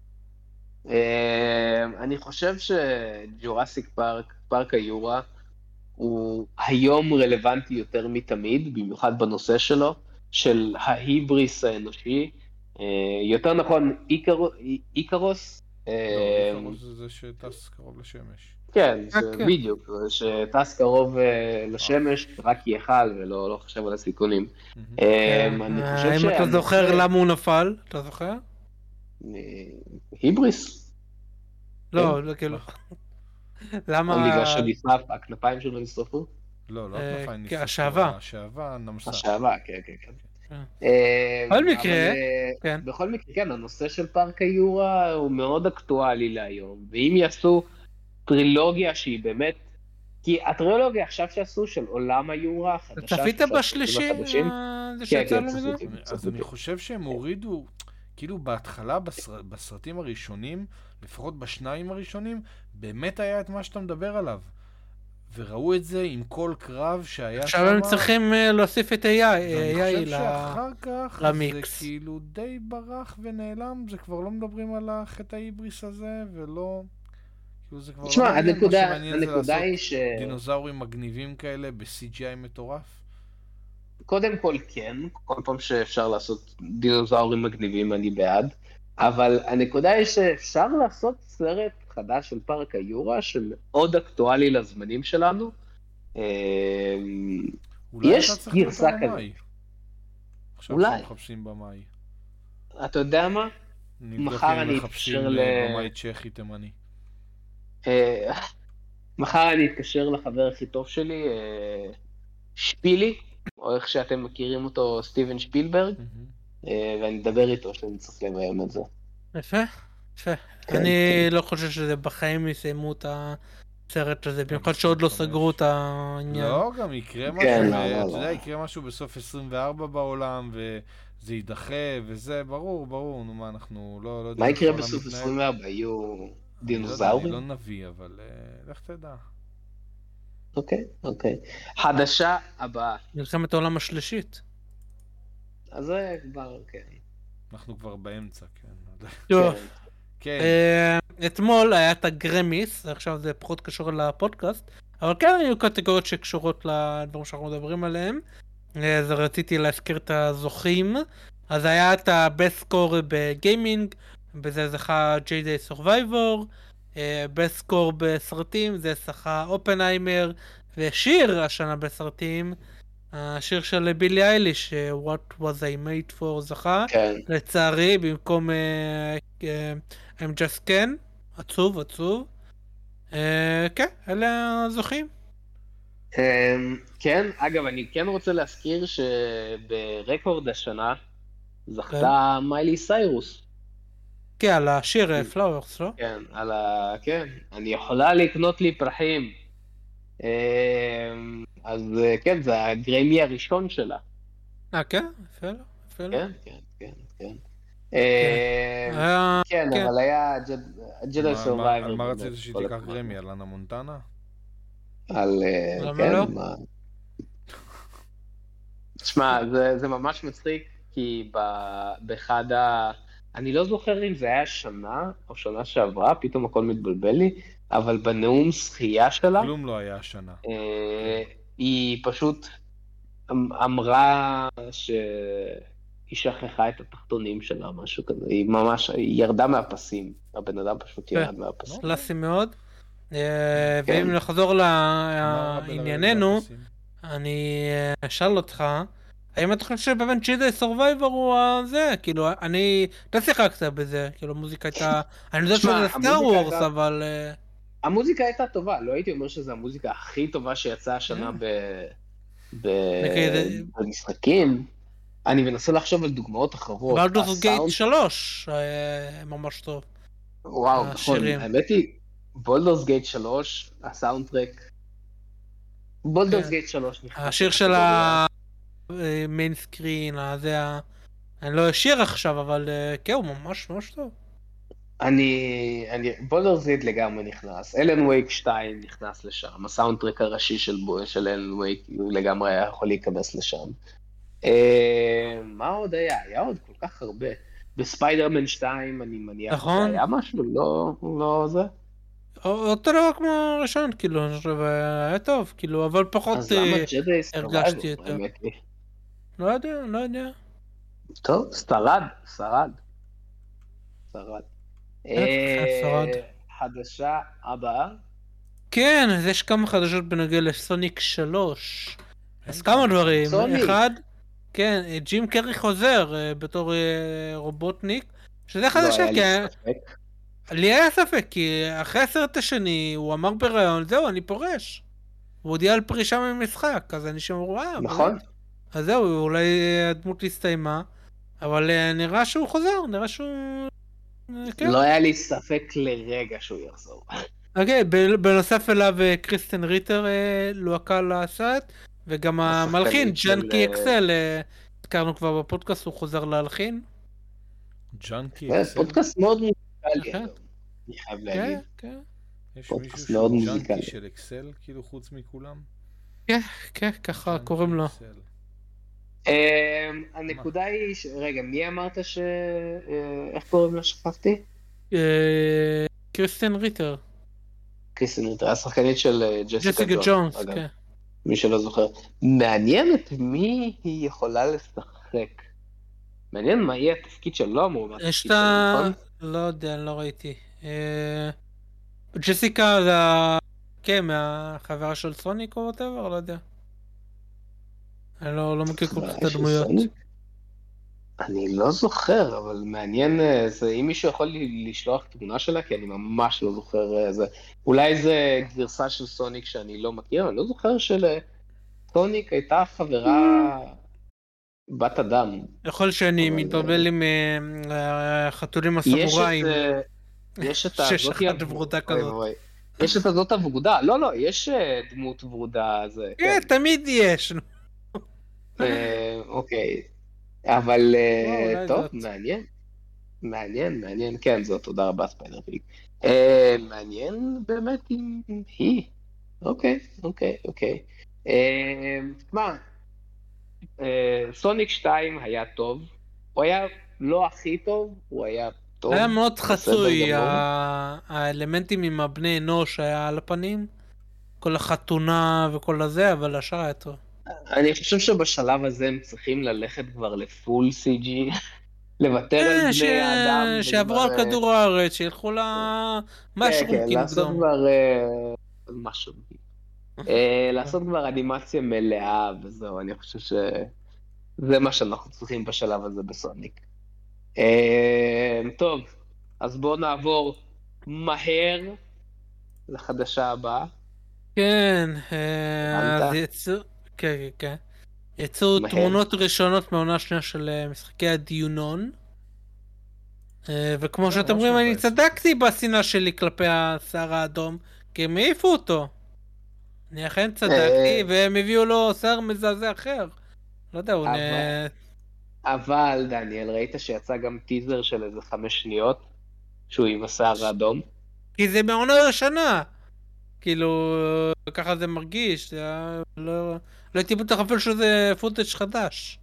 S1: אה, אני חושב שג'ורסיק פארק, פארק היורה, הוא היום רלוונטי יותר מתמיד, במיוחד בנושא שלו, של ההיבריס האנושי. אה, יותר נכון, איקרו- איקרוס.
S3: לא,
S1: אה,
S3: איקרוס זה זה שטס קרוב לשמש.
S1: כן,
S2: אה,
S1: זה
S2: כן.
S1: בדיוק, שטס קרוב אה, לשמש, רק יאכל ולא לא חושב על הסיכונים.
S3: מהמם.
S1: אה,
S2: כן.
S1: אני
S2: אה,
S1: חושב
S2: אם אתה
S1: שהנושא-
S2: זוכר למה הוא נפל, אתה זוכר?
S1: אה, היבריס,
S2: לא, לא כאילו. למה...
S1: בגלל שנשרף, הכנפיים שלו נשרפו?
S3: לא, לא
S2: אה,
S3: הכנפיים
S2: כן,
S3: נשרפו,
S2: השעווה.
S3: השעווה נמסה.
S1: השעווה, כן, כן, כן.
S2: כן.
S1: אה,
S2: בכל
S1: אבל,
S2: מקרה,
S1: אה,
S2: כן.
S1: בכל מקרה, כן, הנושא של פארק היורה הוא מאוד אקטואלי להיום, ואם יעשו טרילוגיה שהיא באמת, כי הטרילוגיה עכשיו שעשו של עולם היורה החדשה,
S2: צפית
S1: שלושה
S2: בשלישי?
S1: סרטים החדשים,
S2: אה, זה
S1: כן,
S2: שיצא
S1: כן,
S2: לו מזה?
S1: צפיתי.
S3: אז אני חושב שהם הורידו, כאילו בהתחלה בסר, בסרטים הראשונים, לפחות בשניים הראשונים, באמת היה את מה שאתה מדבר עליו. וראו את זה עם כל קרב שהיה שם.
S2: עכשיו הם צריכים אה, להוסיף את איי איי
S3: ואני חושב
S2: ל...
S3: שאחר כך זה
S2: למיקס.
S3: כאילו די ברח ונעלם, זה כבר לא מדברים על החטא ההיבריס הזה, ולא... כאילו זה כבר
S1: תשמע,
S3: לא מעניין, מה
S1: הנקודה,
S3: שמעניין זה
S1: הנקודה
S3: לעשות
S1: היא ש...
S3: דינוזאורים מגניבים כאלה ב-סי ג'י איי מטורף.
S1: קודם כל כן, כל פעם שאפשר לעשות דינוזאורים מגניבים אני בעד, אבל הנקודה היא שאפשר לעשות סרט חדש של פארק היורה, שמאוד אקטואלי לזמנים שלנו. אה,
S3: אולי
S1: יש
S3: אתה צריך להיות
S1: גרסה
S3: במאי. עכשיו
S1: אולי.
S3: שמחפשים במאי.
S1: אתה יודע מה?
S3: נבדוק
S1: מחר
S3: אם
S1: אני
S3: מחפשים
S1: אתקשר ל-
S3: במאי צ'כי תימני.
S1: אה, מחר אני אתקשר לחבר הכי טוב שלי, אה, שפילי, או איך שאתם מכירים אותו, סטיבן שפילברג,
S3: מהמם.
S1: אה, ואני אדבר איתו שאני צריך לביים את זה.
S2: יפה, יפה.
S1: כן,
S2: אני לא חושב שזה בחיים יסיימו את הסרט הזה, במיוחד שעוד לא סגרו את העניין.
S3: לא, גם יקרה משהו,
S1: כן, לא,
S3: אה,
S1: לא,
S3: אתה יודע,
S1: לא.
S3: יקרה משהו בסוף עשרים וארבע בעולם, וזה יידחה, וזה, ברור, ברור, נו מה, אנחנו לא לא יודעים
S1: מה
S3: איך
S1: יקרה
S3: העולם
S1: בסוף
S3: מתנהל.
S1: עשרים וארבע? יהיו
S3: אני לא יודע,
S1: דינוזאורים?
S3: אני לא נביא, אבל אה, לך תדע.
S1: אוקיי, אוקיי. חדשה הבאה.
S2: מלחמת העולם השלישית.
S1: אז זה כבר, כן.
S3: אנחנו כבר באמצע, כן.
S2: טוב,
S1: כן.
S3: כן,
S2: אה, אתמול היה את הגרמיס, עכשיו זה פחות קשור לפודקאסט, אבל כן היו קטגוריות שקשורות לדברים שאנחנו מדברים עליהם. אה, אז רציתי להזכיר את הזוכים. אז היה את ה-Best Score בגיימינג, בזה זכה ג'יי דיי Survivor, אה, Best Score בסרטים, זה זכה אופנהיימר, ושיר השנה בסרטים, השיר של בילי אייליש, אה, What was I made for, זכה.
S1: כן.
S2: לצערי, במקום אה, אה, I'm just can, עצוב, עצוב. אה, כן, אלה הזוכים.
S1: אמ, כן, אגב, אני כן רוצה להזכיר שברקורד השנה זכתה מיילי סיירוס.
S2: כן, על השיר פלאוורס, לא?
S1: כן, על ה... כן, אני יכולה לקנות לי פרחים. אמ, אז כן, זה הגריימי הראשון שלה.
S2: אה, כן? יפה לו, יפה לו.
S1: כן, כן, כן, כן.
S2: כן.
S1: אמ,
S2: היה-
S1: כן,
S2: כן.
S1: אבל היה ג'די
S3: מה- מה-
S1: סורווייבר.
S3: על מה רצית שהיא תיקח גרמי? על אנה מונטנה?
S1: על... אה,
S2: למה
S1: כן,
S2: לא?
S1: מה... תשמע, זה, זה ממש מצחיק, כי ב, באחד ה... אני לא זוכר אם זה היה שנה או שנה שעברה, פתאום הכל מתבלבל לי, אבל בנאום שחייה שלה,
S3: כלום לא היה השנה.
S1: אה, היא פשוט אמ- אמרה שהיא שכחה את התחתונים שלה, משהו כזה, היא ממש, היא ירדה מהפסים, הבן אדם פשוט ירד מהפסים.
S2: קלאסי מאוד. אה,
S1: כן.
S2: ואם נחזור
S3: מה רע בלרדת
S2: לענייננו,
S3: מהפסים?
S2: אני אה, אשאל אותך, האם אתה חושב שבאמת ג'די סורווייבר הוא זה, כאילו, אני, אתה שיחקת בזה, כאילו, מוזיקה הייתה, אני יודע
S1: שמע,
S2: שזה סטאר
S1: המוזיקה
S2: וורס,
S1: הייתה-
S2: אבל... אה,
S1: המוזיקה הייתה טובה, לא הייתי אומר שזו המוזיקה הכי טובה שיצאה השנה ב... ב...
S2: אוקיי,
S1: במשחקים. אני מנסה לחשוב על דוגמאות אחרות.
S2: בלדורס גייט
S1: הסאונד-
S2: שלוש, אה, ממש טוב.
S1: וואו, נכון,
S2: השירים.
S1: האמת היא, בולדורס גייט שלוש, הסאונדטרק, בולדורס
S2: כן.
S1: גייט שלוש נכנס.
S2: השיר של
S1: לקטגוריה.
S2: המיין סקרין, זה ה... אני לא אשיר עכשיו, אבל אה, כן, הוא ממש ממש טוב.
S1: אני, אני, בולדורס גייט לגמרי נכנס, אלן וייק שתיים נכנס לשם, הסאונדטרק הראשי של, בו- של אלן וייק לגמרי היה יכול להיכנס לשם. אה, מה עוד היה? היה עוד כל כך הרבה. בספיידרמן שתיים אני מניח
S2: נכון.
S1: שהיה משהו, לא, לא זה.
S2: אותו דבר כמו הראשון, כאילו, אני חושב, היה טוב, כאילו, אבל פחות
S1: אז למה
S2: אה,
S1: ג'די
S2: הרגשתי
S1: סורווייבר,
S2: את זה.
S1: האמת היא?
S2: לא יודע, לא יודע.
S1: טוב, שרד, שרד. שרד.
S2: כן, שרד.
S1: אה, חדשה הבאה.
S2: כן, אז יש כמה חדשות בנוגע לסוניק שלוש. אז כמה דברים.
S1: סוניק.
S2: אחד, כן, אה, ג'ים קרי חוזר אה, בתור אה, רובוטניק, שזה
S1: לא
S2: חדשה,
S1: היה לי
S2: כי
S1: ספק.
S2: לי היה ספק, כי אחרי הסרט השני הוא אמר בראיון, זהו, אני פורש. הוא הודיע על פרישה ממשחק, אז אנשים אמרו, אה,
S1: נכון.
S2: באמת? אז זהו, אולי הדמות הסתיימה, אבל אה, נראה שהוא חוזר, נראה שהוא... אה, כן.
S1: לא היה לי ספק לרגע שהוא יחזור.
S2: אוקיי, ב- בנוסף אליו אה, קריסטן ריטר אה, לוהקה לסרט, וגם המלחין,
S1: השחקנית של,
S2: ג'אנקי
S1: אה,
S2: אקסל, אה, הזכרנו כבר בפודקאסט, הוא חוזר להלחין.
S3: ג'אנקי
S1: זה
S3: אקסל?
S1: פודקאסט מאוד מוזיקלי
S2: כן.
S1: היום, אני חייב
S2: כן,
S1: להגיד.
S2: כן,
S3: יש
S1: פודקאסט
S3: מישהו
S1: מאוד
S3: שהוא
S1: מוזיקלי.
S3: ג'אנקי של אקסל, כאילו חוץ מכולם?
S2: כן, כן, ככה
S3: ג'אנקי
S2: קוראים לו.
S3: אקסל.
S1: אמ, הנקודה היא, ש- רגע, מי אמרת ש... אה, איך קוראים לה? שכחתי?
S2: אה, קריסטן ריטר,
S1: קריסטין ריטר, השחקנית של אה, ג'סיקה
S2: ג'סיקה
S1: ג'ונס,
S2: ג'ונס,
S1: אגב,
S2: כן.
S1: מי שלא זוכר. מעניין את מי היא יכולה לשחק. מעניין מה יהיה התפקיד שלו, לא אמרו מה
S2: יש
S1: התפקיד
S2: את
S1: שלו,
S2: ה...
S1: נכון?
S2: לא יודע, לא ראיתי. אה, ג'סיקה זה ה... כן, מהחברה של סוניק או whatever, לא יודע. אני לא לא מכיר כל כך את
S1: חברה של
S2: הדמויות.
S1: סוניק? אני לא זוכר, אבל מעניין, אה, זה, אם מישהו יכול לי- לשלוח תמונה שלה, כי אני ממש לא זוכר אה, זה. אולי זה גרסה של סוניק שאני לא מכיר, אני לא זוכר שלסוניק הייתה חברה בת אדם.
S2: יכול שאני
S1: אבל,
S2: מתבלבל עם אה, החתולים
S1: יש את,
S2: הסמוראים.
S1: אה, יש את
S2: שיש
S1: הזאתי
S2: אחת
S1: הוו-
S2: ורודה
S1: אוי,
S2: כזאת.
S1: אוי. יש את הזאת הוורודה, לא, לא, יש אה, דמות ורודה, זה,
S2: כן, תמיד יש. נו.
S1: אה, אוקיי, אבל אה,
S2: לא, אולי
S1: טוב,
S2: זאת.
S1: מעניין, מעניין, מעניין, כן, זאת, תודה רבה ספיילר פיג. אה, מעניין באמת אם היא, אוקיי, אוקיי, אוקיי. אה, מה, אה, סוניק שתיים היה טוב, הוא היה לא הכי טוב, הוא היה טוב.
S2: היה מאוד
S1: בסדר
S2: חצוי,
S1: גמור.
S2: ה- האלמנטים עם הבני אנוש היה על הפנים. כל החתונה וכל הזה, אבל השאר היה טוב.
S1: אני חושב שבשלב הזה הם צריכים ללכת כבר לפול סי ג'י, לוותר על
S2: אה,
S1: בני
S2: ש-
S1: האדם.
S2: שיעברו
S1: וכבר,
S2: על כדור הארץ, שילכו
S1: כן,
S2: למשרום
S1: כן, לעשות
S2: קינגדום.
S1: כבר אה, משהו. אה, לעשות כבר אנימציה מלאה וזהו, אני חושב שזה מה שאנחנו צריכים בשלב הזה בסוניק. אה, טוב, אז בואו נעבור מהר לחדשה הבאה.
S2: כן, אה,
S1: הבנת?
S2: אז יצאו, כן, כן, כן. יצאו
S1: מהר.
S2: תמונות ראשונות מהעונה השנייה של אה, משחקי הדיונון. אה, וכמו
S3: זה
S2: שאתם
S3: ממש
S2: רואים, אני
S3: מבאס אותי.
S2: צדקתי בשנאה שלי כלפי השיער האדום, כי הם העיפו אותו. אני אכן צדקתי,
S1: אה,
S2: והם הביאו לו שיער מזעזע אחר. לא יודע, הוא נ...
S1: אבל, אבל דניאל, ראית שיצא גם טיזר של איזה חמש שניות, שהוא עם השיער האדום?
S2: כי זה מהעונה הראשונה. כאילו, ככה זה מרגיש. זה היה- לא, לא הייתי בטוח אפילו שזה פוטאג' חדש.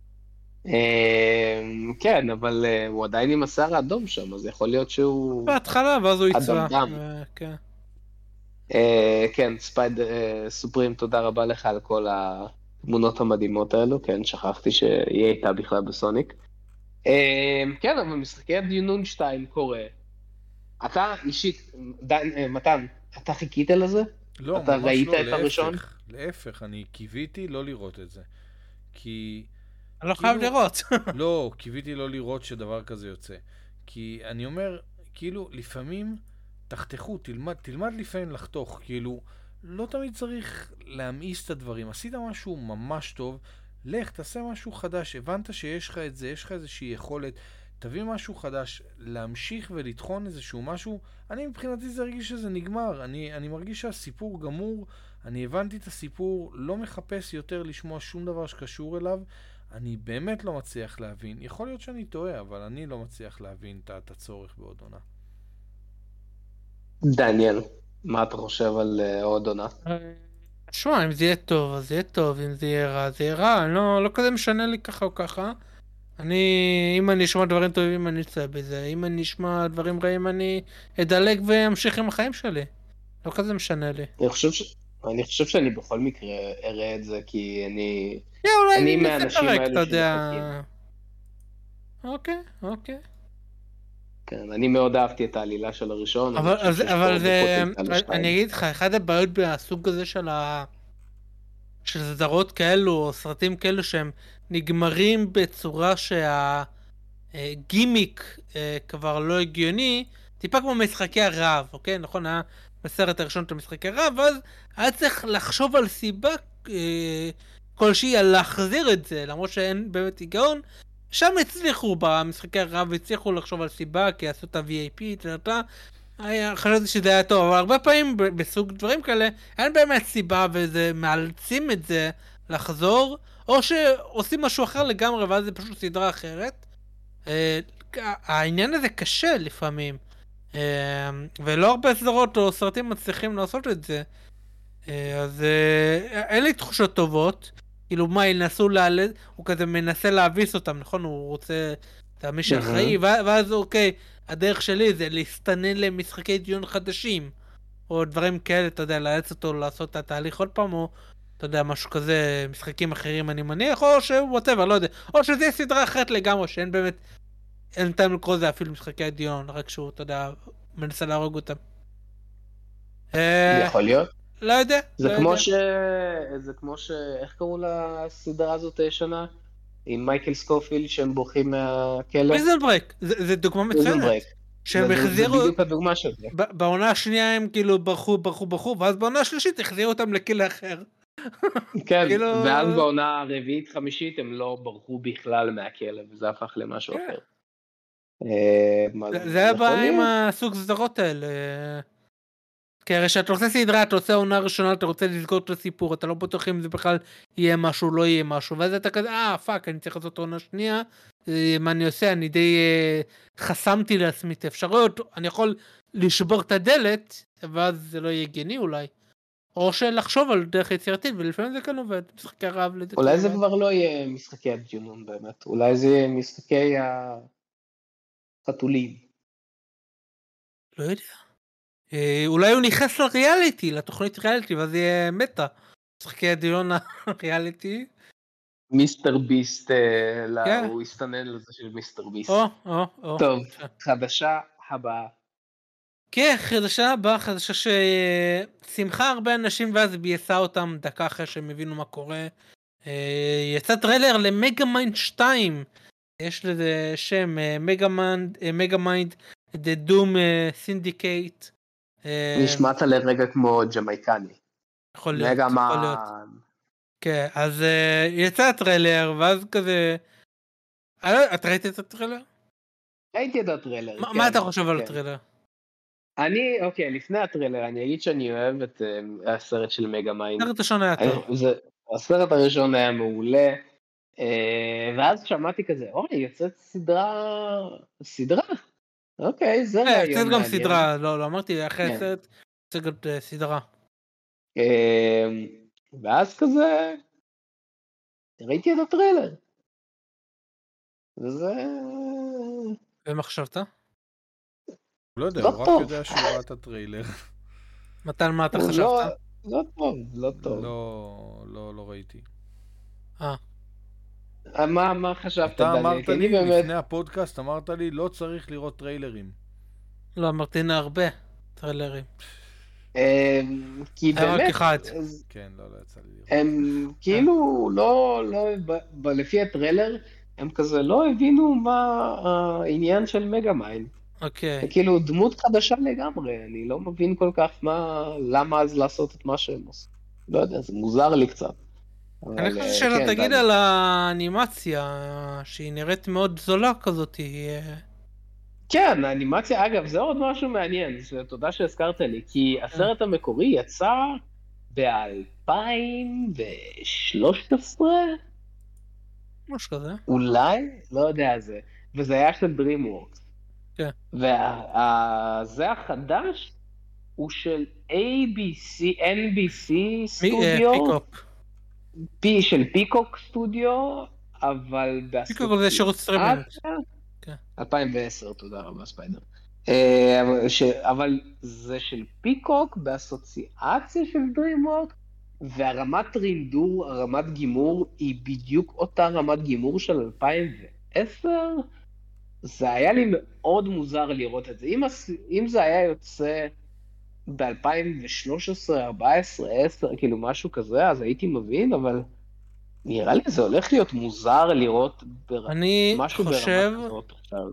S1: אה, כן, אבל אה, הוא עדיין עם השיער האדום שם, אז יכול להיות שהוא
S2: בהתחלה, ואז הוא יצבע.
S1: אדמדם.
S2: אה, כן.
S1: אה, כן, ספייד אה, סופרים, תודה רבה לך על כל התמונות המדהימות האלו, כן, שכחתי שהיא הייתה בכלל בסוניק. אה, כן, אבל משחקי הדיונון שתיים קורה. אתה אישית, דן, אה, מתן, אתה חיכית לזה?
S3: לא,
S1: אתה
S3: ממש
S1: ראית
S3: לא,
S1: את הראשון?
S3: להפך. להפך, אני קיוויתי לא לראות את זה. כי...
S2: אני לא
S3: כאילו-
S2: חייב לראות.
S3: לא, קיוויתי לא לראות שדבר כזה יוצא. כי אני אומר, כאילו, לפעמים תחתכו, תלמד, תלמד לפעמים לחתוך. כאילו, לא תמיד צריך להמאיס את הדברים. עשית משהו ממש טוב, לך, תעשה משהו חדש. הבנת שיש לך את זה, יש לך איזושהי יכולת. תביא משהו חדש, להמשיך ולטחון איזשהו משהו. אני מבחינתי זה הרגיש שזה נגמר. אני, אני מרגיש שהסיפור גמור. אני הבנתי את הסיפור, לא מחפש יותר לשמוע שום דבר שקשור אליו. אני באמת לא מצליח להבין. יכול להיות שאני טועה, אבל אני לא מצליח להבין את- את הצורך בעוד עונה.
S1: דניאל, מה אתה חושב על אה, עוד עונה?
S2: שמע, אם זה יהיה טוב, אז זה יהיה טוב, אם זה יהיה רע, זה יהיה רע, לא, לא כזה משנה לי ככה או ככה. אני, אם אני אשמע דברים טובים, אני אצא בזה, אם אני אשמע דברים רעים, אני אדלג ואמשיך עם החיים שלי. לא כזה משנה לי.
S1: אני חושב ש... אני חושב שאני בכל מקרה אראה את זה, כי אני...
S2: יא, אולי
S1: אני
S2: נצא
S1: מהאנשים
S2: פרק,
S1: האלו
S2: אתה יודע.
S1: שמחכים.
S2: אוקיי, אוקיי.
S1: כן, אני מאוד אהבתי את העלילה של הראשון,
S2: אבל,
S1: אני חושב
S2: אז,
S1: שיש
S2: אבל
S1: פה
S2: זה,
S1: פוטנציאל לשתיים.
S2: אני אגיד לך, אחד הבעיות בסוג הזה של ה... של סדרות כאלו, או סרטים כאלו שהם נגמרים בצורה שהגימיק כבר לא הגיוני, טיפה כמו משחקי הרעב, אוקיי? נכון, היה בסרט הראשון את המשחקי הרעב, ואז היה צריך לחשוב על סיבה אה, כלשהי על להחזיר את זה, למרות שאין באמת היגיון. שם הצליחו במשחקי הרעב, הצליחו לחשוב על סיבה, כי עשו את ה-וי איי פי, תלתה. היה, חשבתי שזה היה טוב, אבל הרבה פעמים ב- בסוג דברים כאלה, אין באמת סיבה וזה מאלצים את זה לחזור, או שעושים משהו אחר לגמרי ואז זה פשוט סדרה אחרת. אה, העניין הזה קשה לפעמים, אה, ולא הרבה סדרות או סרטים מצליחים לעשות את זה. אה, אז אה, אין לי תחושות טובות, כאילו מה ינסו להעלד, הוא כזה מנסה להביס אותם, נכון? הוא רוצה, אתה מי שאחראי, ואז ואז, אוקיי, הדרך שלי זה להסתנן למשחקי דיון חדשים, או דברים כאלה, אתה יודע, לאלץ אותו לעשות את התהליך עוד פעם, או אתה יודע, משהו כזה, משחקים אחרים אני מניח, או שוואטאבר, לא יודע, או שזה יהיה סדרה אחרת לגמרי, שאין באמת, אין טעם לקרוא לזה אפילו משחקי הדיון, רק שהוא, אתה יודע, מנסה להרוג אותם. אה,
S1: יכול להיות.
S2: לא יודע,
S1: זה
S2: לא
S1: כמו
S2: יודע.
S1: ש... זה כמו ש... איך קראו לסדרה הזאת הישנה? עם מייקל סקופילד שהם בורחים מהכלא?
S2: פריזן ברייק, זה זה דוגמה
S1: פריזן
S2: מצוינת.
S1: ברייק.
S2: שהם
S1: זה- זה
S2: החזירו,
S1: בדיוק הדוגמה של זה.
S2: ב- בעונה השנייה הם כאילו ברחו, ברחו, ברחו, ואז בעונה השלישית החזירו אותם לכלא אחר.
S1: כן,
S2: כאילו-
S1: ואז בעונה הרביעית-חמישית הם לא ברחו בכלל מהכלא, וזה הפך למשהו
S2: כן.
S1: אחר. אה, מה
S2: זה- זה היה
S1: יכול
S2: בעיה עם
S1: להיות?
S2: הסוג סדרות האלה. כי הרי כשאתה עושה סדרה, אתה עושה עונה ראשונה, אתה רוצה לסגור את הסיפור, אתה לא בטוח אם זה בכלל יהיה משהו, לא יהיה משהו, ואז אתה כזה, אה, פאק, אני צריך לעשות עונה שנייה, אה, מה אני עושה? אני די אה, חסמתי לעצמי את האפשרויות, אני יכול לשבור את הדלת, ואז זה לא יהיה הגיוני אולי. או שלחשוב על דרך יצירתית, ולפעמים זה כן עובד, משחקי רעב לדעתי.
S1: אולי זה
S2: עובד.
S1: כבר לא יהיה משחקי הדיונון באמת, אולי זה יהיה משחקי החתולים.
S2: לא יודע. אה, אולי הוא נכנס לריאליטי, לתוכנית ריאליטי, ואז יהיה מטה. משחקי הדיון הריאליטי.
S1: מיסטר ביסט, אה, לא,
S2: כן.
S1: הוא הסתנן לזה של מיסטר ביסט.
S2: או, או, או.
S1: טוב, חדשה הבאה.
S2: כן, חדשה הבאה, חדשה ששמחה הרבה אנשים ואז בייסה אותם דקה אחרי שהם הבינו מה קורה. אה, יצא טריילר למגה מיינד שתיים. יש לזה שם, מגה מיינד, מגה מיינד, The Doom Syndicate. אה,
S1: נשמעת לרגע כמו ג'מייקני.
S2: יכול להיות, יכול להיות.
S1: מגאמן.
S2: כן, אז אה, יצא הטריילר, ואז כזה... אה, לא, את ראית את הטריילר?
S1: ראיתי את הטריילר,
S2: מה-
S1: כן.
S2: מה אתה חושב על
S1: כן.
S2: הטריילר?
S1: אני, אוקיי, לפני הטריילר, אני אגיד שאני אוהב את אה, הסרט של מגאמיין.
S2: הסרט הראשון היה טוב.
S1: זה- הסרט הראשון היה מעולה, אה, ואז שמעתי כזה, אוי, יוצאת סדרה, סדרה, אוקיי, זה
S2: אה,
S1: רעיון
S2: יוצאת
S1: מעניין.
S2: גם סדרה, לא, לא אמרתי, אחרי
S1: כן.
S2: הסרט, יוצאת גם אה, סדרה.
S1: אה, ואז כזה, ראיתי את הטריילר. וזה...
S2: ומה חשבת?
S3: לא יודע,
S1: לא
S3: הוא רק
S1: טוב.
S3: יודע שהוא ראה את הטריילר.
S2: מתן, מה אתה
S1: הוא
S2: חשבת?
S1: לא, לא טוב, לא טוב.
S3: לא, לא, לא ראיתי.
S2: אה,
S1: מה, מה חשבת,
S3: אתה
S1: דניאל?
S3: אמרת
S1: כי אני
S3: לי,
S1: באמת...
S3: לפני הפודקאסט, אמרת לי, לא צריך לראות טריילרים.
S2: לא, אמרתי הנה הרבה טריילרים.
S1: אה, כי
S2: היה רק
S1: באמת,
S2: אחד.
S1: אז
S3: כן, לא, לא יצא לי לראות.
S1: הם כאילו לא, לא, ב, ב, לפי הטריילר, הם כזה לא הבינו מה העניין של מגאמיין.
S2: אוקיי.
S1: זה כאילו דמות חדשה לגמרי, אני לא מבין כל כך מה, למה אז לעשות את מה שהם עושים. לא יודע, זה מוזר לי קצת.
S2: אני
S1: אבל,
S2: חושב
S1: אה,
S2: שאתה
S1: כן,
S2: תגיד
S1: דני.
S2: על האנימציה, שהיא נראית מאוד זולה כזאת. אה,
S1: כן, האנימציה, אגב, זה עוד משהו מעניין, זה תודה שהזכרת לי, כי הסרט המקורי יצא ב-אלפיים ושלוש עשרה,
S2: משהו כזה.
S1: אולי? לא יודע זה, וזה היה של DreamWorks.
S2: כן.
S1: וזה החדש הוא של איי בי סי, אן בי סי
S2: מי- אה,
S1: סטודיו,
S2: פיקוק.
S1: פי של פיקוק סטודיו, אבל
S2: פיקוק זה שירות סטרימינג. כן.
S1: אלפיים ועשר, תודה רבה ספיידר. אה, אבל ש- אבל זה של פיקוק באסוציאציה של DreamWorks, והרמת רינדור, הרמת גימור, היא בדיוק אותה רמת גימור של אלפיים ועשר. זה היה לי מאוד מוזר לראות את זה. אם, הס- אם זה היה יוצא ב-אלפיים ושלוש עשרה, ארבע עשרה, עשר, כאילו משהו כזה, אז הייתי מבין, אבל נראה לי זה הולך להיות מוזר לראות בר...
S2: אני
S1: משהו
S2: חושב
S1: ברמה כזאת עכשיו.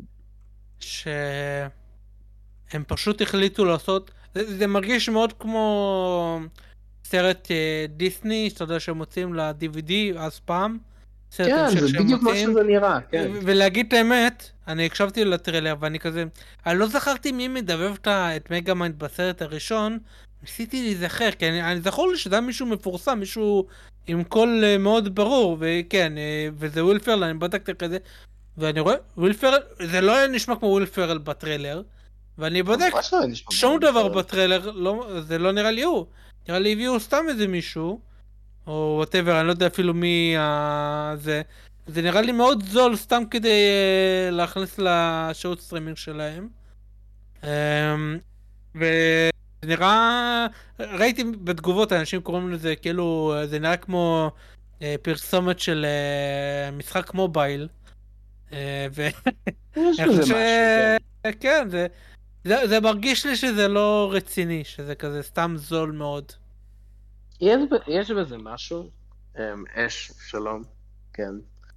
S2: שהם פשוט החליטו לעשות, זה, זה מרגיש מאוד כמו סרט אה, דיסני, שאתה יודע שהם מוצאים ל-די וי די אז פעם. סרט
S1: כן,
S2: המשך
S1: זה
S2: שהם
S1: בדיוק מה
S2: מוציאים.
S1: שזה נראה, כן.
S2: ו- ולהגיד את האמת, אני הקשבתי לטריילר ואני כזה, אני לא זכרתי מי מדבב את ה- את מגאמיינד בסרט הראשון, ניסיתי להיזכר, כי אני, אני זכור לי שזה היה מישהו מפורסם, מישהו עם קול אה, מאוד ברור, וכן, אה, וזה וויל פרל, אני בדקתי כזה, ואני רואה, וויל פרל, זה לא היה נשמע כמו וויל פרל בטריילר, ואני בודק,
S1: ממש לא נשמע
S2: שום
S1: מאוד
S2: דבר
S1: בסרט.
S2: בטריילר, לא, זה לא נראה לי הוא, נראה לי הביאו סתם איזה מישהו, או whatever, אני לא יודע אפילו מי ה... זה, זה נראה לי מאוד זול סתם כדי uh, להכניס לשירות סטרימינג שלהם. Um, וזה נראה, ראיתי בתגובות אנשים קוראים לזה כאילו, זה נראה כמו uh, פרסומת של uh, משחק מובייל. Uh, ו...
S1: יש
S2: אני
S1: בזה
S2: חושב
S1: משהו,
S2: ש- כן, זה, זה, זה מרגיש לי שזה לא רציני, שזה כזה סתם זול מאוד.
S1: יש, ב- יש בזה משהו, אמ, אש, שלום, כן.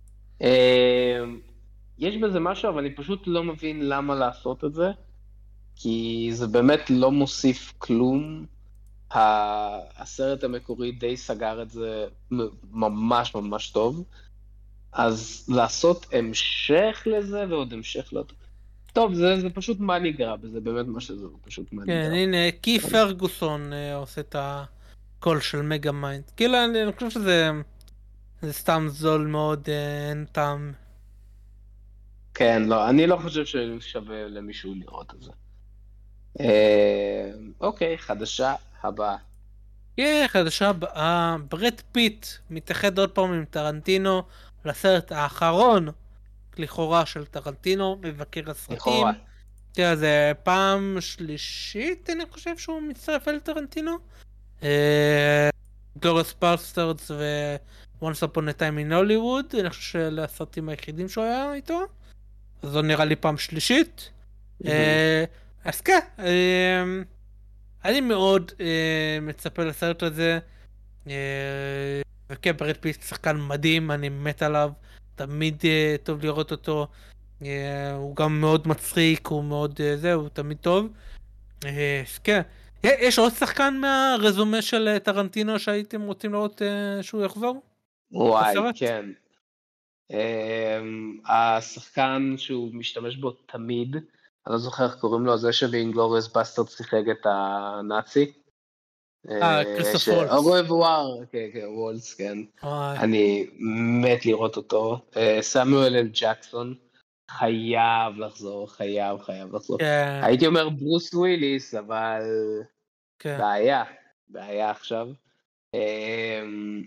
S1: אמ, יש בזה משהו, אבל אני פשוט לא מבין למה לעשות את זה, כי זה באמת לא מוסיף כלום. ה- הסרט המקורי די סגר את זה מ- ממש ממש טוב, אז לעשות המשך לזה ועוד המשך לא טוב. טוב, זה, זה פשוט מאני גרב, זה באמת מה שזה, זה פשוט מאני
S2: כן,
S1: גרב.
S2: הנה, קי פרגוסון אה, עושה את הקול של מגה מיינד. כאילו, אני, אני חושב שזה זה סתם זול מאוד, אה, אין טעם.
S1: כן, לא, אני לא חושב ששווה למישהו לראות את זה. אה, אוקיי, חדשה הבאה.
S2: כן, חדשה הבאה, ברד פיט מתאחד עוד פעם עם טרנטינו לסרט האחרון, לכאורה של טרנטינו, מבקר הסרטים.
S1: לכאורה.
S2: תראה, זה פעם שלישית, אני חושב שהוא מצטרף אל טרנטינו. אה, גלוריוס באסטרדס ו... Once Upon a Time in Hollywood, אני חושב שאלה הסרטים היחידים שהוא היה איתו. זו נראה לי פעם שלישית. אה, אז כן, אה, אני מאוד אה, מצפה לסרט הזה. אה, וכן, ברד פיט שחקן מדהים, אני מת עליו. תמיד אה, טוב לראות אותו. אה, הוא גם מאוד מצחיק, הוא מאוד אה, זה, הוא תמיד טוב. אה, אז כן, יש עוד שחקן מהרזומה של טרנטינו שהייתם רוצים לראות שהוא יחזור?
S1: וואי,
S2: בסרט?
S1: כן. Um, השחקן שהוא משתמש בו תמיד, אני לא זוכר איך קוראים לו, זה שבאינגלוריוס בסטרד שיחק את הנאצי.
S2: אה, כריסטוף וולץ.
S1: אורויב וואר, כן, כן, וולץ, כן.
S2: וואי.
S1: אני מת לראות אותו. Uh, סמואל אל ג'קסון, חייב לחזור, חייב, חייב לחזור.
S2: כן,
S1: הייתי אומר ברוס וויליס, אבל
S2: כן.
S1: בעיה, בעיה עכשיו. Um,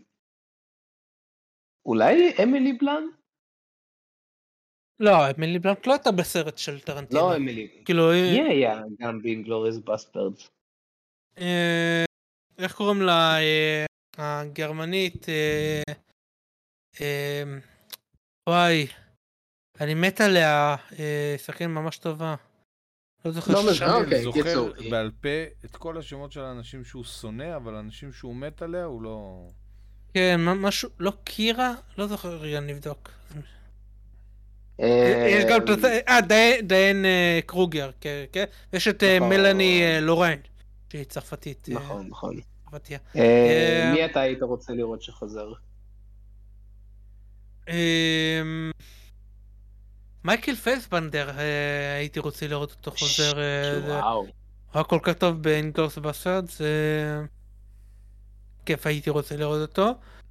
S1: אולי אמילי בלאנט?
S2: לא, אמילי בלנק לא הייתה בסרט של טרנטינו.
S1: לא אמילי.
S2: כאילו,
S1: היא היה גם באינגלוריוס בסטרדס.
S2: אה, איך קוראים לה, אה, הגרמנית, אה, אה, וואי, אני מת עליה, אה, שחקן ממש טובה. לא זוכר
S1: לא
S2: ששם.
S1: מזמן,
S3: אני
S1: אוקיי,
S3: זוכר
S1: קיצור.
S3: בעל פה את כל השמות של האנשים שהוא שונא, אבל האנשים שהוא מת עליה הוא לא...
S2: כן, מה- משהו, לא קירה? לא זוכר, רגע, נבדוק.
S1: אה,
S2: יש גם, את ה- אה, דיין- דיין אה, קרוגר, כן, כן. יש את אה,
S1: נכון.
S2: מלאני אה, לוריין, שהיא צרפתית. אה,
S1: נכון, נכון.
S2: צרפתייה.
S1: אה,
S2: אה,
S1: מי אתה היית רוצה לראות שחוזר?
S2: אמ, מייקל פייסבנדר, אה, הייתי רוצה לראות אותו חוזר. אה, זה-
S1: וואו.
S2: הוא היה כל כך טוב באינגלוס בסרט, זה כיף, הייתי רוצה לראות אותו.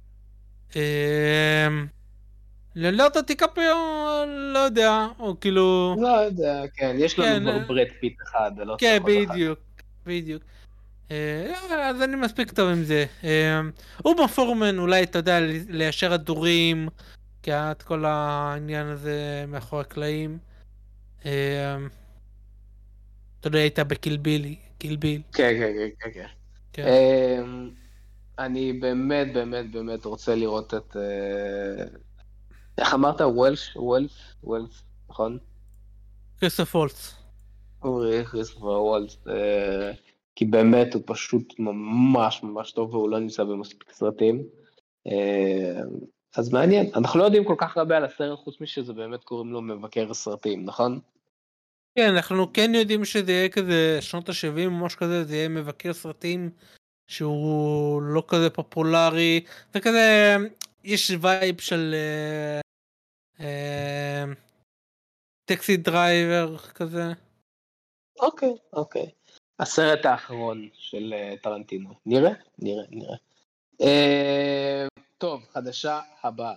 S2: אמ, ללארדו דיקפריו, לא יודע, או כאילו...
S1: לא יודע, כן, יש לנו
S2: כן,
S1: כבר
S2: אה,
S1: ברד פיט אחד, ולא
S2: כן,
S1: צריך עוד אחד.
S2: בדיוק, בדיוק. אה, אז אני מספיק טוב עם זה. אה, אומה פורמן, אולי, אתה יודע, ליישר הדורים, כי היה את כל העניין הזה מאחורי הקלעים. אה, אתה יודע, הייתה בקילבילי, קילביל.
S1: כן, כן, כן, כן, כן.
S2: כן.
S1: אמ, אני באמת, באמת, באמת רוצה לראות את... אה, איך אמרת? וולש? וולש? וולש, נכון?
S2: כריסטוף וולץ.
S1: אורי כריסטופר וולץ, אה, כי באמת הוא פשוט ממש ממש טוב והוא לא נמצא במספיק סרטים. אה, אז מעניין, אנחנו לא יודעים כל כך הרבה על הסרט חוץ משזה באמת קוראים לו מבקר סרטים, נכון?
S2: כן, אנחנו כן יודעים שזה יהיה כזה שנות ה-שבעים או משהו כזה, זה יהיה מבקר סרטים שהוא לא כזה פופולרי, זה כזה, יש וייב של אה, אה, טקסי דרייבר כזה.
S1: אוקיי, אוקיי. הסרט האחרון של אה, טרנטינו, נראה? נראה, נראה. אה, טוב, חדשה הבאה.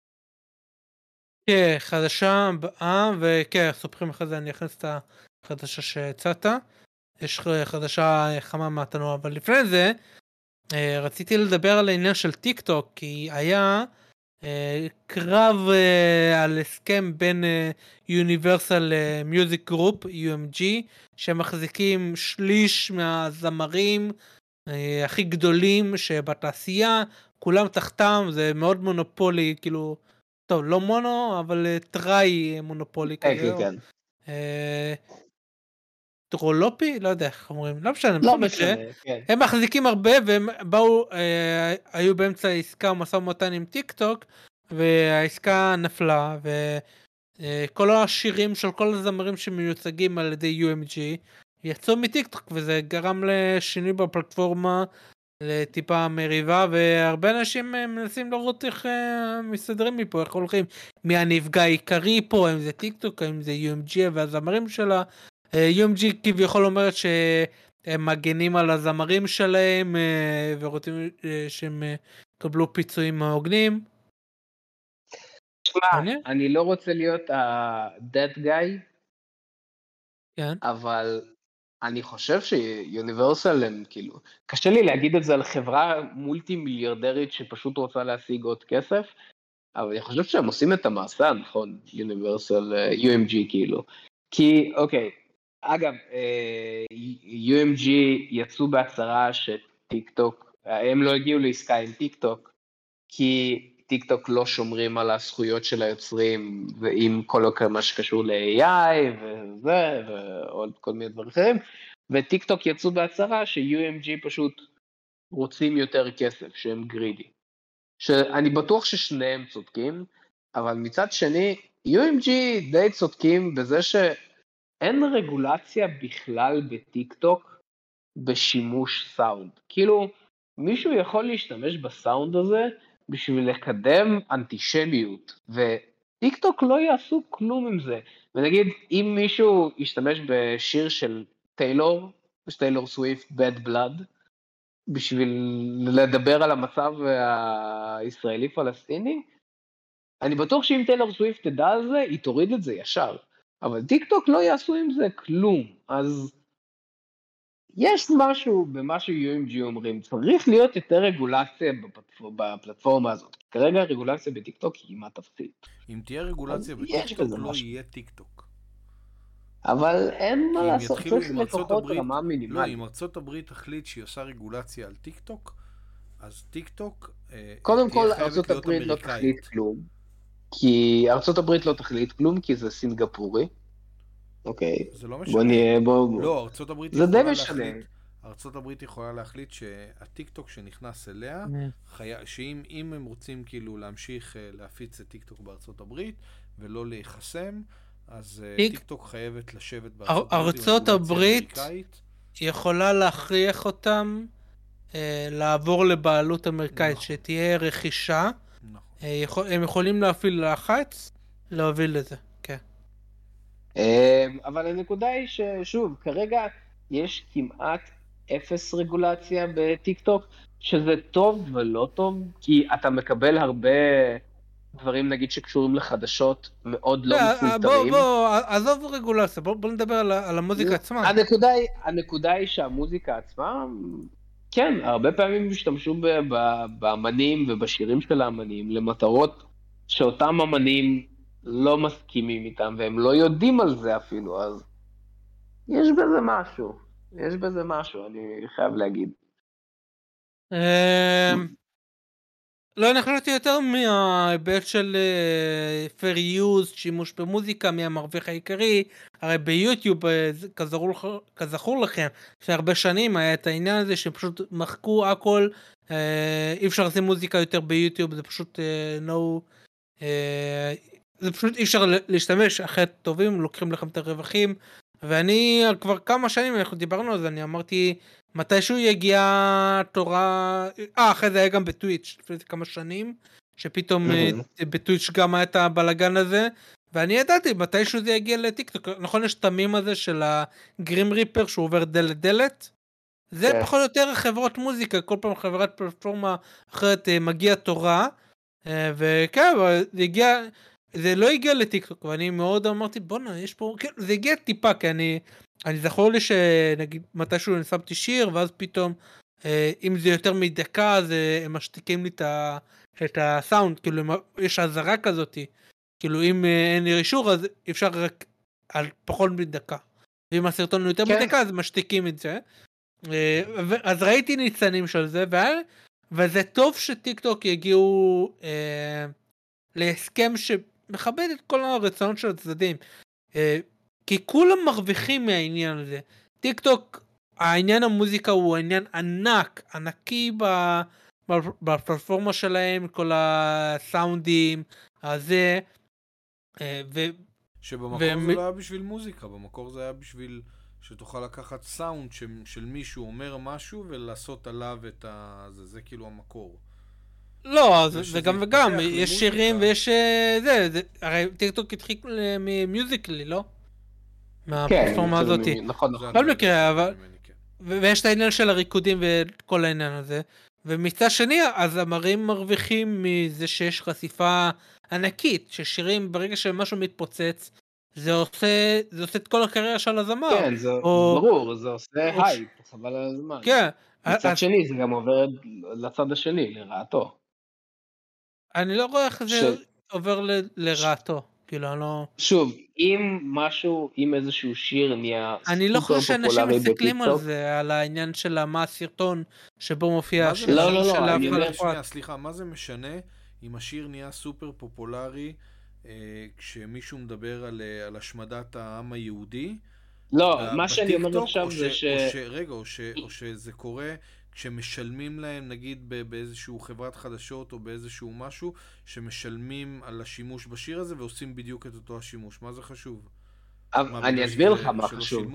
S2: כן, חדשה הבאה, וכן, סופרים אחרי זה אני אכנס את החדשה שהצעת. יש חדשה חמה מהתנוע, אבל לפני זה, אה, רציתי לדבר על העניין של טיק טוק, כי היה אה, קרב אה, על הסכם בין Universal Music Group, יו אם ג'י, שמחזיקים שליש מהזמרים אה, הכי גדולים שבתעשייה, כולם תחתם, זה מאוד מונופולי, כאילו, טוב, לא מונו, אבל אה, טראי מונופולי
S1: כן,
S2: כזה.
S1: כן, כן.
S2: אה, טרולופי? לא יודע איך אומרים, לא משנה,
S1: לא
S2: בכל מקרה.
S1: משנה, כן.
S2: הם מחזיקים הרבה והם באו, אה, היו באמצע העסקה משא ומתן עם טיק טוק, והעסקה נפלה, וכל השירים של כל הזמרים שמיוצגים על ידי יו אם ג'י יצאו מטיק טוק, וזה גרם לשינוי בפלטפורמה, לטיפה מריבה, והרבה אנשים אה, מנסים לראות איך אה, מסתדרים מפה, איך הולכים, מי הנפגע העיקרי פה, האם זה טיק טוק, האם זה יו אם ג'י והזמרים שלה. יו אם ג'י כביכול אומרת שהם מגנים על הזמרים שלהם אה, ורוצים אה, שהם אה, קבלו פיצויים הוגנים.
S1: תשמע,
S2: מעניין.
S1: אני לא רוצה להיות ה-dead guy,
S2: כן.
S1: אבל אני חושב שיוניברסל הם כאילו, קשה לי להגיד את זה על חברה מולטי מיליארדרית שפשוט רוצה להשיג עוד כסף, אבל אני חושב שהם עושים את המעשה הנכון, יוניברסל, יו אם ג'י כאילו. כי, אוקיי, אגב, יו אם ג'י יצאו בהצהרה שטיק טוק, הם לא הגיעו לעסקה עם טיק טוק, כי טיק טוק לא שומרים על הזכויות של היוצרים, ועם כל מה שקשור ל-איי איי וזה, ועוד כל מיני דברים אחרים, וטיק טוק יצאו בהצהרה ש-יו אם ג'י פשוט רוצים יותר כסף, שהם גרידי. שאני בטוח ששניהם צודקים, אבל מצד שני, יו אם ג'י די צודקים בזה שאין רגולציה בכלל בטיק טוק, בשימוש סאונד. כאילו, מישהו יכול להשתמש בסאונד הזה בשביל לקדם אנטישמיות, וטיקטוק לא יעשו כלום עם זה. ונגיד, אם מישהו ישתמש בשיר של טיילור, טיילור סוויפט, Bad Blood, בשביל לדבר על המצב הישראלי-פלסטיני, אני בטוח שאם טיילור סוויפט תדע על זה, היא תוריד את זה ישר. אבל טיקטוק לא יעשו עם זה כלום. אז יש משהו במה ש-יו אם ג'י אומרים, צריך להיות יותר רגולציה בפלטפורמה הזאת. כרגע הרגולציה בטיקטוק היא כמעט אפסית.
S3: אם תהיה רגולציה בטיקטוק, לא יהיה טיקטוק.
S1: אבל אין מה לעשות, צריך
S3: עם ארצות
S1: לפחות
S3: הברית,
S1: רמה
S3: לא,
S1: מינימלית.
S3: אם ארצות הברית תחליט שהיא עושה רגולציה על טיקטוק, אז טיקטוק אה,
S1: קודם
S3: תהיה
S1: כל,
S3: חייבת
S1: ארצות
S3: להיות
S1: הברית לא
S3: אמריקאית.
S1: תחליט כלום. כי ארצות הברית לא תחליט כלום, כי זה סינגפורי. אוקיי.
S3: זה לא משנה.
S1: בוא נהיה, בוא...
S3: לא, ארצות הברית
S1: זה די
S3: יכולה
S1: משנה.
S3: להחליט, ארצות הברית יכולה להחליט שהטיקטוק שנכנס אליה, חי... שאם אם הם רוצים כאילו להמשיך להפיץ את טיקטוק בארצות הברית, ולא להיחסם, אז
S2: טיק...
S3: טיקטוק חייבת לשבת בארצות הברית.
S2: ארצות הברית יכולה להכריח אותם אה, לעבור לבעלות אמריקאית, נכון. שתהיה רכישה. נכון. אה, יכול... הם יכולים להפעיל לחץ, להוביל לזה, כן.
S1: אבל הנקודה היא ששוב, כרגע יש כמעט אפס רגולציה בטיקטוק, שזה טוב ולא טוב, כי אתה מקבל הרבה דברים נגיד שקשורים לחדשות מאוד לא מפולטרים.
S2: בוא, בוא, עזוב רגולציה, בוא, בוא נדבר על, על המוזיקה עצמה.
S1: הנקודה היא, הנקודה היא שהמוזיקה עצמה, כן, הרבה פעמים השתמשו באמנים ובשירים של האמנים למטרות שאותם אמנים לא מסכימים איתם, והם לא יודעים על זה אפילו, אז יש בזה משהו, יש בזה משהו, אני חייב להגיד.
S2: לא, אני חושבתי יותר מההיבט של fair use, שימוש במוזיקה, מהמרוויח העיקרי, הרי ביוטיוב, כזכור לכם, שהרבה שנים היה את העניין הזה, שפשוט מחקו הכל, אי אפשר לשים מוזיקה יותר ביוטיוב, זה פשוט no... זה פשוט אי אפשר להשתמש, אחרת טובים, לוקחים לכם את הרווחים, ואני כבר כמה שנים, אנחנו דיברנו על זה, אני אמרתי, מתישהו יגיע תורה, אה, אחרי זה היה גם בטוויץ', לפני כמה שנים, שפתאום בטוויץ' גם היה את הבלגן הזה, ואני ידעתי, מתישהו זה יגיע לטיקטוק, נכון, יש תמים הזה של הגרים ריפר, שהוא עובר דלת דלת, זה פחות או יותר חברות מוזיקה, כל פעם חברת פלטפורמה אחרת מגיע תורה, וכן, זה הגיע... זה לא הגיע לטיקטוק, ואני מאוד אמרתי, בונה, יש פה, כן, זה הגיע טיפה, כי אני, אני זכור לי שנגיד, מתישהו אני שמתי שיר, ואז פתאום, אה, אם זה יותר מדקה, אז אה, הם משתיקים לי את, ה, את הסאונד, כאילו, יש עזרה כזאת, כאילו, אם אה, אין לי אישור, אז אפשר רק על פחות מדקה, ואם הסרטון הוא יותר כן. מדקה, אז משתיקים את זה, אה, אז ראיתי ניצנים של זה, וה, וזה טוב שטיקטוק יגיעו, אה, להסכם שמכבד את כל הרצונות של הצדדים, כי כולם מרוויחים מהעניין הזה. טיק טוק, העניין המוזיקה הוא עניין ענק, ענקי בפלטפורמה שלהם, כל הסאונדים, הזה, ו...
S3: שבמקור ו... זה לא היה בשביל מוזיקה, במקור זה היה בשביל שתוכל לקחת סאונד ש... של מישהו אומר משהו ולעשות עליו את ה... זה, זה כאילו המקור.
S2: לא, זה גם וגם, יש שירים ויש זה, הרי טיקטוק התחיל ממיוזיקלי, לא? מהפלטפורמה הזאת.
S1: נכון, נכון.
S2: לא מקרה, אבל... ויש את העניין של הריקודים וכל העניין הזה. ומצד שני, אז המרים מרוויחים מזה שיש חשיפה ענקית, ששירים ברגע שמשהו מתפוצץ, זה עושה, זה עושה את כל הקריירה של הזמר.
S1: כן, זה ברור, זה עושה הייפ, חבל על הזמן.
S2: כן.
S1: מצד שני, זה גם עובר לצד השני, לרעתו.
S2: אני לא רואה איך זה עובר לרעתו, כאילו, אני לא...
S1: שוב, אם משהו, אם איזשהו שיר נהיה סופר פופולרי בטיקטוק...
S2: אני לא חושב שאנשים מסתכלים על זה, על העניין של מה הסרטון שבו מופיע השיר.
S1: לא, לא, לא, אני אומר...
S3: שנייה, סליחה, מה זה משנה אם השיר נהיה סופר פופולרי כשמישהו מדבר על השמדת העם היהודי?
S1: לא, מה שאני אומר עכשיו זה ש...
S3: רגע, או שזה קורה... שמשלמים להם, נגיד באיזשהו חברת חדשות או באיזשהו משהו, שמשלמים על השימוש בשיר הזה ועושים בדיוק את אותו השימוש. מה זה חשוב?
S1: אני אסביר לך מה חשוב.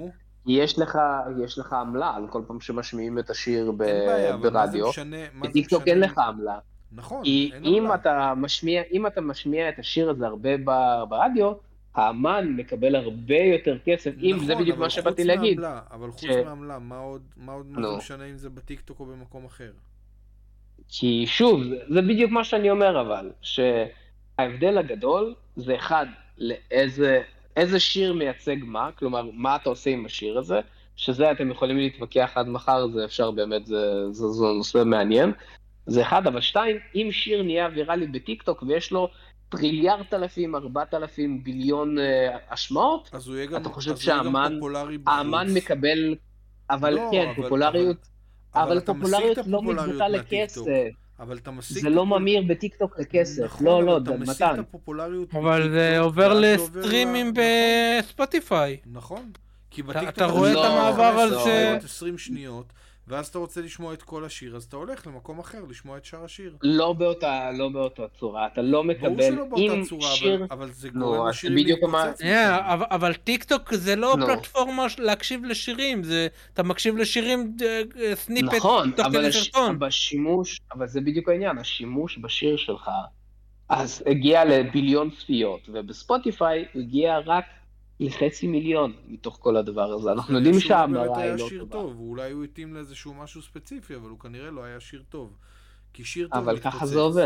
S1: יש לך, יש לך עמלה על כל פעם שמשמיעים את השיר ב-
S3: אין בעיה, אבל מה זה
S1: ברדיו.
S3: משנה? מה זה
S1: בטיקטוק
S3: משנה?
S1: אין לך עמלה.
S3: נכון,
S1: כי
S3: אין
S1: אם
S3: עמלה.
S1: אתה משמיע, אם אתה משמיע את השיר הזה הרבה ב- ברדיו, האמן מקבל הרבה יותר כסף, אם זה
S3: נכון,
S1: בדיוק
S3: אבל
S1: מה שבאתי
S3: חוץ
S1: להגיד.
S3: מהעמלה, אבל חוץ
S1: ש-
S3: מהעמלה, מה עוד, מה עוד, מה זה
S1: נו.
S3: משנה אם זה בטיקטוק או במקום אחר?
S1: כי שוב, זה, זה בדיוק מה שאני אומר אבל, שההבדל הגדול זה אחד, לאיזה איזה שיר מייצג מה, כלומר, מה אתה עושה עם השיר הזה, שזה אתם יכולים להתווכח עד מחר, זה אפשר באמת, זה, זה, זה נושא מעניין. זה אחד, אבל שתיים, אם שיר נהיה ויראלי בטיקטוק ויש לו טריליארד אלפים, ארבעת אלפים ביליון אה, השמעות,
S3: אז הוא יהיה גם,
S1: אתה חושב
S3: אז הוא יהיה גם
S1: שהאמן
S3: פופולרי בחוץ.
S1: האמן מקבל, אבל
S3: לא,
S1: כן,
S3: אבל-
S1: פופולריות,
S3: אבל,
S1: אבל
S3: אתה משיג
S1: פופולריות
S3: את
S1: לא
S3: הפופולריות
S1: מתבטא
S3: מהטיקטוק.
S1: לכסף.
S3: אבל אתה משיג
S1: זה
S3: את
S1: לא
S3: הפופול-
S1: ממיר בטיקטוק לכסף.
S3: נכון,
S1: לא,
S3: אבל
S1: לא,
S3: אתה
S1: זה
S3: משיג
S1: מתן.
S3: את הפופולריות
S2: אבל זה
S3: מטיקטוק,
S2: עובר
S3: ואז זה עובר
S2: לסטרימים
S3: ל-
S2: בספוטיפיי.
S3: נכון, כי
S2: אתה-
S3: בטיקטוק
S2: אתה רואה
S1: את
S3: משמיע
S1: המעבר
S3: חמש
S2: על
S3: עשרה
S2: זה?
S3: דקות, עשרים שניות, ואז אתה רוצה לשמוע את כל השיר, אז אתה הולך למקום אחר לשמוע את שאר השיר.
S1: לא באותה, לא באותה צורה. אתה לא
S3: ברור
S1: מקבל,
S3: שלא באותה
S1: אם
S3: צורה,
S1: שיר...
S3: אבל, אבל זה
S1: נו,
S3: גורם
S1: אז
S3: לשירים
S1: בדיוק מה-
S3: להתפוצץ.
S2: Yeah,
S3: משם.
S2: אבל, אבל טיק טוק זה לא
S1: נו.
S2: פלטפורמה של להקשיב לשירים, זה, אתה מקשיב לשירים אה, סניפט
S1: נכון,
S2: תוך
S1: אבל
S2: כדי
S1: הש...
S2: סרטון.
S1: בשימוש, אבל זה בדיוק העניין, השימוש בשיר שלך, אז הגיע לביליון צפיות, ובספוטיפיי הוא הגיע רק לחצי מיליון מתוך כל הדבר הזה. אנחנו יודעים
S3: שהוא לא באמת
S1: שההמרה
S3: היה
S1: היא לא
S3: שיר
S1: טובה.
S3: טוב, ואולי הוא התאים לאיזשהו משהו ספציפי, אבל הוא כנראה לא היה שיר טוב. כי שיר טוב
S1: אבל
S3: מתפוצץ.
S1: ככה זה עובד,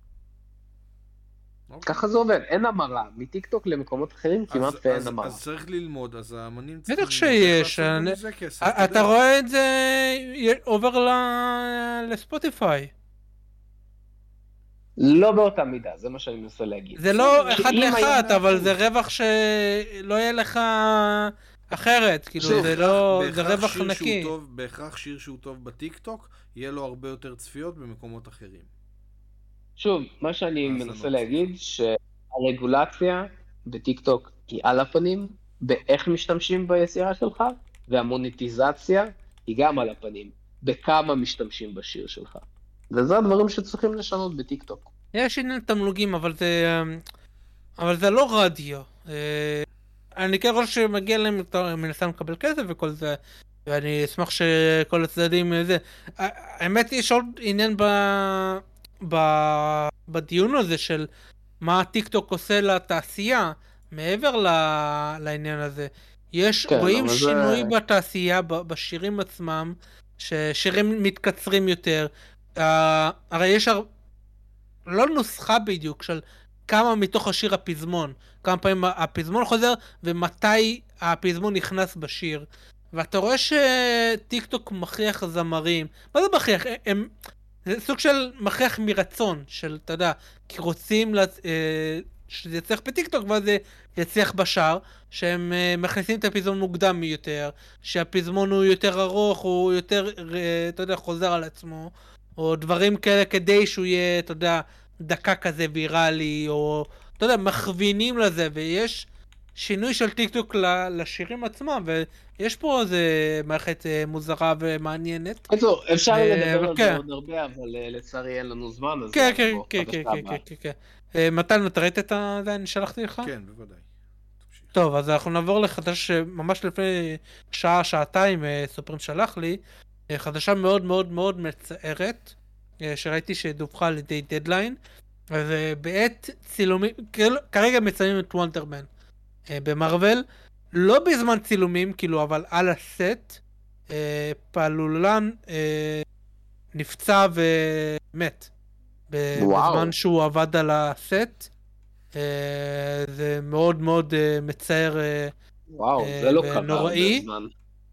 S3: אוקיי.
S1: ככה זה עובד, אין המרה, מטיקטוק למקומות אחרים כמעט
S3: אז-
S1: ואין
S3: אז-
S1: המרה.
S3: אז צריך ללמוד, אז האמנים
S2: בטח
S3: צריכים
S2: שיש,
S3: לעשות גם
S2: אני-
S3: מזה כסף,
S2: אתה
S3: יודע.
S2: רואה את זה עובר ל- לספוטיפיי.
S1: לא באותה מידה, זה מה שאני מנסה להגיד.
S2: זה לא
S3: בסדר,
S2: אחד
S1: שאם
S2: לאחד,
S1: היה
S2: אבל
S1: מאה
S2: זה
S1: אחוז.
S2: רווח שלא יהיה לך אחרת, כאילו
S1: שוב,
S2: זה לא, זה
S3: בהכרח
S2: רווח
S3: שיר שהוא
S2: נקי.
S3: טוב- בהכרח שיר שהוא טוב בטיקטוק, יהיה לו הרבה יותר צפיות במקומות אחרים.
S1: שוב, מה שאני
S3: האזנות,
S1: מנסה להגיד, שהרגולציה בטיקטוק היא על הפנים, באיך משתמשים ביצירה שלך, והמוניטיזציה היא גם על הפנים, בכמה משתמשים בשיר שלך. וזה הדברים שצריכים לשנות בטיקטוק.
S2: יש עניין תמלוגים, אבל זה, אבל זה לא רדיו. אה, אני כן חושב שמגיע להם יותר- מנסה לקבל כסף וכל זה, ואני אשמח שכל הצדדים זה. האמת יש עוד עניין ב... ב... בדיון הזה של מה הטיקטוק עושה לתעשייה, מעבר ל... לעניין הזה. יש,
S1: כן,
S2: רואים
S1: אבל זה-
S2: שינוי בתעשייה, ב- בשירים עצמם, ששירים מתקצרים יותר. Uh, הרי יש הר... לא נוסחה בדיוק של כמה מתוך השיר הפזמון, כמה פעמים הפזמון חוזר ומתי הפזמון נכנס בשיר. ואתה רואה שטיקטוק מכריח זמרים, מה זה מכריח? הם... זה סוג של מכריח מרצון, של, אתה יודע, כי רוצים לה... אה, שזה יצליח בטיקטוק ואז זה יצליח בשאר, שהם אה, מכניסים את הפזמון מוקדם יותר, שהפזמון הוא יותר ארוך, הוא יותר, אה, אתה יודע, חוזר על עצמו, או דברים כאלה כדי שהוא יהיה, אתה יודע, דקה כזה ויראלי, או, אתה יודע, מכווינים לזה, ויש שינוי של טיקטוק לשירים עצמם, ויש פה איזה מערכת אה, מוזרה ומעניינת.
S1: בקיצור, אפשר
S2: אה,
S1: לדבר
S2: אבל
S1: על
S2: כן.
S1: זה עוד הרבה, אבל אה, לצערי אין לנו זמן, אז
S2: כן,
S1: יאללה,
S2: כן,
S1: בוא,
S2: כן,
S1: חדשה
S2: כן, כן,
S1: הבאה.
S2: כן, כן. אה, מתן, אתה ראית את זה? אני שלחתי לך?
S3: כן, בוודאי. תמשיך.
S2: טוב, אז אנחנו נעבור לחדש שממש לפני שעה, שעתיים, אה, סופרין שלח לי, אה, חדשה מאוד מאוד מאוד מצערת, אה, שראיתי שדווחה על ידי דדליין, אז אה, בעת צילומים, כאילו, כרגע מצלמים את וונדרמן אה, במרוול, לא בזמן צילומים, כאילו, אבל על הסט, אה, פעלולן אה, נפצע ומת. ב-
S1: וואו.
S2: בזמן שהוא עבד על הסט. אה, זה מאוד מאוד אה, מצער. אה,
S1: וואו,
S2: אה,
S1: זה לא קרה
S2: ונוראי.
S1: הרבה זמן.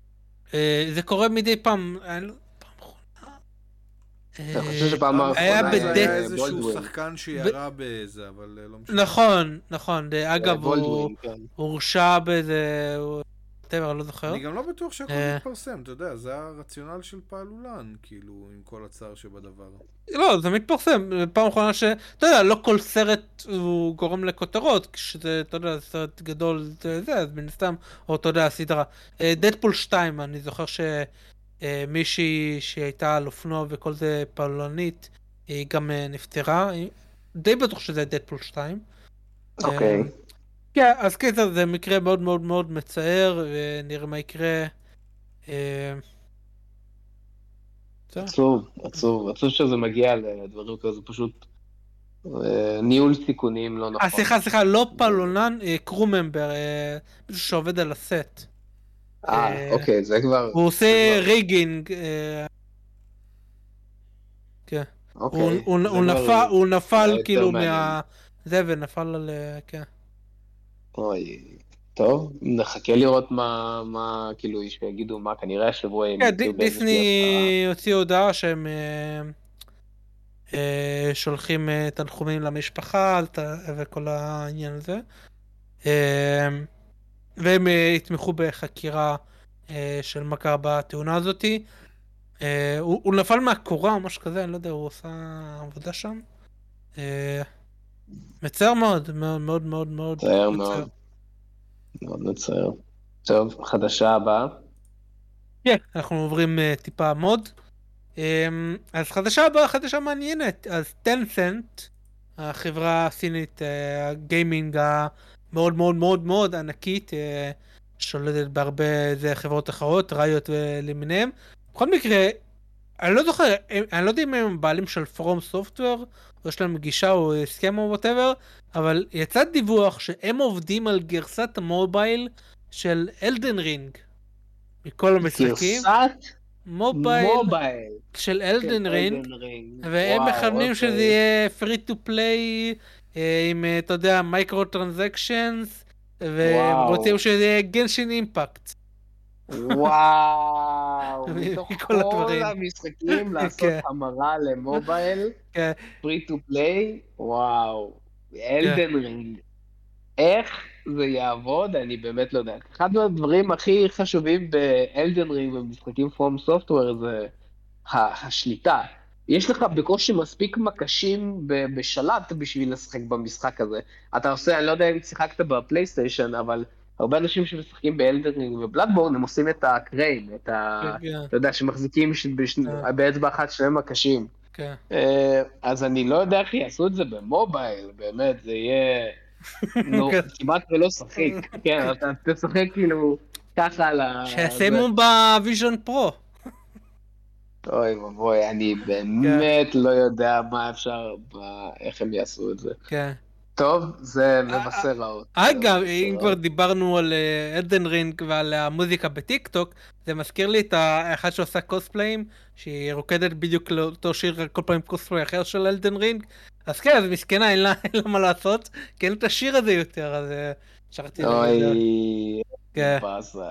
S2: אה, זה קורה מדי פעם. אני לא- פעם אחרונה.
S1: אני
S2: אה,
S1: חושב שפעם
S2: היה
S1: האחרונה
S2: בדט-
S3: זה היה איזשהו
S1: בולדווין.
S3: שחקן שירה באיזה, אבל אה, לא משנה.
S2: נכון, נכון. אה, אגב, הוא
S1: בולדווין, כן.
S2: הורשע באיזה... טבע, אני לא זוכר.
S3: אני גם לא בטוח שהכל
S2: אה.
S3: מתפרסם, אתה יודע, זה הרציונל של פעלולן, כאילו, עם כל הצער שבדבר.
S2: לא, זה מתפרסם. פעם אחרונה ש... אתה יודע, לא כל סרט הוא גורם לכותרות, כשזה, אתה יודע, סרט גדול זה, זה, אז מן הסתם, או אתה יודע, הסדרה. דדפול שתיים, אני זוכר שמישהי שהייתה על אופנוע וכל זה פעלולנית, היא גם אה, נפטרה. היא- די בטוח שזה דדפול שתיים.
S1: אוקיי.
S2: כן, אז קיצר, זה מקרה מאוד מאוד מאוד מצער, ונראה מה יקרה. אה, זהו.
S1: עצוב, עצוב, עצוב שזה מגיע לדברים כזה, פשוט אה, ניהול סיכונים לא
S2: אה,
S1: נכון.
S2: סליחה, סליחה, לא פלונן, קרו ממבר, אה, מישהו שעובד על הסט.
S1: אה, אוקיי, זה כבר...
S2: הוא
S1: זה
S2: עושה
S1: כבר-
S2: ריגינג. אה, כן. הוא-
S1: אוקיי,
S2: הוא
S1: זה
S2: הוא
S1: כבר
S2: נפל, הוא נפל
S1: יותר
S2: כאילו
S1: מעניין.
S2: מה... זה ונפל על... אה, כן.
S1: אוי, טוב, נחכה לראות מה, מה, כאילו, שיגידו מה, כנראה השבוע הם
S2: כן,
S1: יצאו
S2: די-
S1: באיזושהי
S2: דיסני הוציאו הודעה שהם אה, אה, שולחים אה, תנחומים למשפחה על ת- וכל העניין הזה. אה, והם אה, יתמכו בחקירה אה, של מה קרה בתאונה הזאתי. אה, הוא, הוא נפל מהקורה או משהו כזה, אני לא יודע, הוא עושה עבודה שם. אה, מצער מאוד, מאוד מאוד מאוד מאוד
S1: מצער
S2: מצער.
S1: מאוד, מאוד מצער. טוב, חדשה הבאה.
S2: כן, אנחנו עוברים uh, טיפה מוד. Um, אז חדשה הבאה, חדשה מעניינת. אז טנסנט, החברה הסינית, uh, הגיימינג המאוד מאוד מאוד מאוד ענקית, uh, שולטת בהרבה זה חברות אחרות, ראיות למיניהם. בכל מקרה, אני לא זוכר, הם, אני לא יודע אם הם בעלים של פרום סופטוור, או יש להם גישה או הסכם או whatever, אבל יצא דיווח שהם עובדים על גרסת המובייל של אלדן רינג. מכל המשחקים.
S1: גרסת
S2: מובייל
S1: מובייל
S2: של אלדן
S1: של
S2: רינג,
S1: אלדן רינג.
S2: והם
S1: וואו,
S2: מכוונים שזה
S1: אוקיי.
S2: יהיה free to play אה, עם, אה, אתה יודע, מייקרו טרנזקשנס, והם
S1: וואו.
S2: רוצים שזה יהיה גנשין אימפקט.
S1: וואו, מתוך
S2: מכל
S1: כל
S2: הדברים.
S1: המשחקים לעשות
S2: כן.
S1: המרה למובייל,
S2: כן,
S1: free to play, וואו, אלדן רינג. איך זה יעבוד, אני באמת לא יודע. אחד מהדברים הכי חשובים באלדן רינג ובמשחקים פרום סופטוור זה ה- השליטה. יש לך בקושי מספיק מקשים ב- בשלט בשביל לשחק במשחק הזה. אתה עושה, אני לא יודע אם שיחקת בפלייסטיישן, אבל הרבה אנשים שמשחקים באלדן רינג ובלאדבורן, הם עושים את הקריין, את ה...
S2: כן,
S1: אתה יודע, שמחזיקים ש- בש-
S2: כן.
S1: באצבע אחת שני מקשים.
S2: כן.
S1: אה, אז אני לא יודע איך יעשו את זה במובייל, באמת, זה יהיה נו,
S2: כן.
S1: כמעט ולא שחיק. כן, אתה תשחק כאילו ככה על ה...
S2: שישימו
S1: זה.
S2: בוויז'ן פרו.
S1: אוי ובוי, אני באמת לא יודע מה אפשר, ב- איך הם יעשו את זה.
S2: כן.
S1: טוב, זה מבשר רעות.
S2: אגב,
S1: זה מבשר
S2: אם
S1: רעות.
S2: כבר דיברנו על אלדן רינג ועל המוזיקה בטיק טוק, זה מזכיר לי את האחד שעושה קוספליים, שהיא רוקדת בדיוק לאותו שיר כל פעם קוספליי אחר של אלדן רינג. אז כן, אז מסכנה, אין לה, אין לה מה לעשות, כי אין את השיר הזה יותר, אז אה, שכחתי להגיד.
S1: אוי,
S2: כן.
S1: באסה.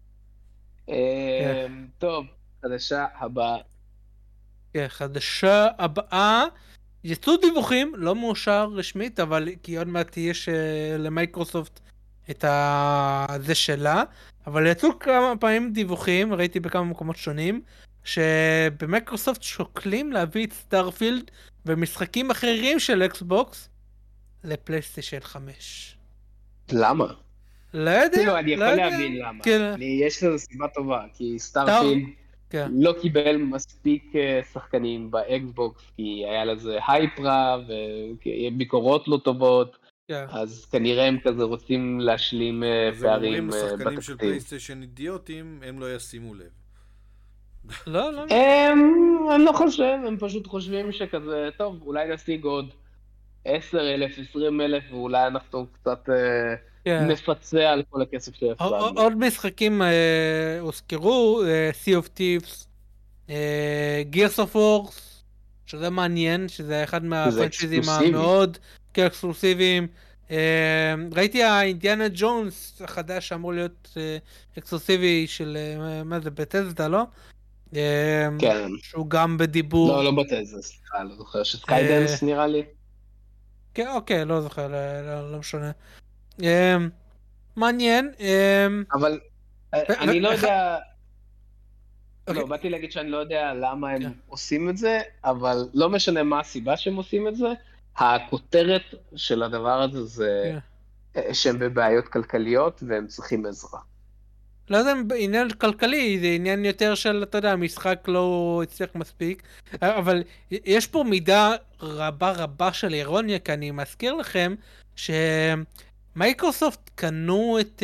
S1: אמ, טוב, חדשה הבאה.
S2: כן, חדשה הבאה, יצאו דיווחים, לא מאושר רשמית, אבל כי עוד מעט יש אה, למייקרוסופט את ה... זה שלה, אבל יצאו כמה פעמים דיווחים, ראיתי בכמה מקומות שונים, שבמייקרוסופט שוקלים להביא את סטארפילד ומשחקים אחרים של אקסבוקס לפלייסטיישן חמש.
S1: למה?
S2: לא יודע,
S1: כאילו, אני
S2: לא
S1: יכול
S2: יודע.
S1: להבין למה.
S2: כן.
S1: אני- יש לזה סיבה טובה, כי סטארפילד
S2: כן.
S1: לא קיבל מספיק אה, שחקנים באקסבוקס, כי היה לזה הייפ רע, וביקורות לא טובות,
S2: כן.
S1: אז כנראה הם כזה רוצים להשלים אה,
S3: אז הם אומרים,
S1: פערים אה,
S3: השחקנים של
S1: בתקציב.
S3: פלייסטיישן אידיוטים, הם לא ישימו לב.
S2: לא, לא.
S1: הם, אני לא חושב, הם פשוט חושבים שכזה, טוב, אולי נשיג עוד עשר אלף, עשרים אלף, ואולי אנחנו קצת אה,
S2: כן.
S1: נפצה על כל הכסף שהפסדנו.
S2: עוד משחקים אה, הוזכרו, אה, Sea of Thieves, אה, Gears of Wars, שזה מעניין, שזה אחד מהפרנצ'יזים
S1: אקסקלוסיבי.
S2: המאוד כאקסקלוסיביים. אה, ראיתי האינדיאנה ג'ונס החדש שאמור להיות אה, אקסקלוסיבי של, אה, מה זה, בטסדה, לא? אה,
S1: כן.
S2: שהוא גם בדיבור.
S1: לא, לא בטזה, סליחה, לא זוכר שסקיידנס נראה לי.
S2: כן, אוקיי, לא זוכר, לא, לא, לא משנה. אה, מעניין. אה,
S1: אבל אה,
S2: ו-
S1: אני
S2: ו-
S1: לא
S2: אחד-
S1: יודע,
S2: אוקיי.
S1: לא, באתי להגיד שאני לא יודע למה הם
S2: כן.
S1: עושים את זה, אבל לא משנה מה הסיבה שהם עושים את זה, הכותרת של הדבר הזה זה
S2: כן.
S1: אה, שהם בבעיות כלכליות והם צריכים עזרה.
S2: לא יודע אם עניין כלכלי, זה עניין יותר של, אתה יודע, המשחק לא הצליח מספיק, אבל יש פה מידה רבה רבה של אירוניה, כי אני מזכיר לכם מייקרוסופט קנו את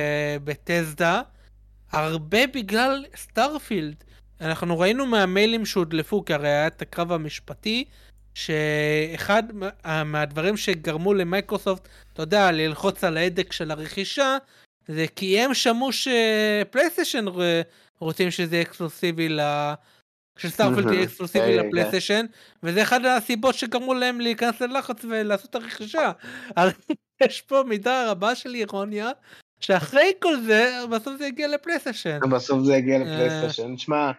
S2: בטסדה הרבה בגלל סטארפילד. אנחנו ראינו מהמיילים שהודלפו, כי הרי היה את הקרב המשפטי, שאחד מהדברים שגרמו למייקרוסופט, אתה יודע, ללחוץ על ההדק של הרכישה, זה כי הם שמעו שפלייסטיישן רוצים שזה אקסקלוסיבי ל... שסטארפילד תהיה אקסקלוסיבי לפלייסטיישן, וזה אחד הסיבות שגרמו להם להיכנס ללחץ ולעשות את הרכישה. אז יש פה מידה רבה של אירוניה, שאחרי כל זה, בסוף זה הגיע לפלייסטיישן.
S1: בסוף זה הגיע לפלייסטיישן. תשמע,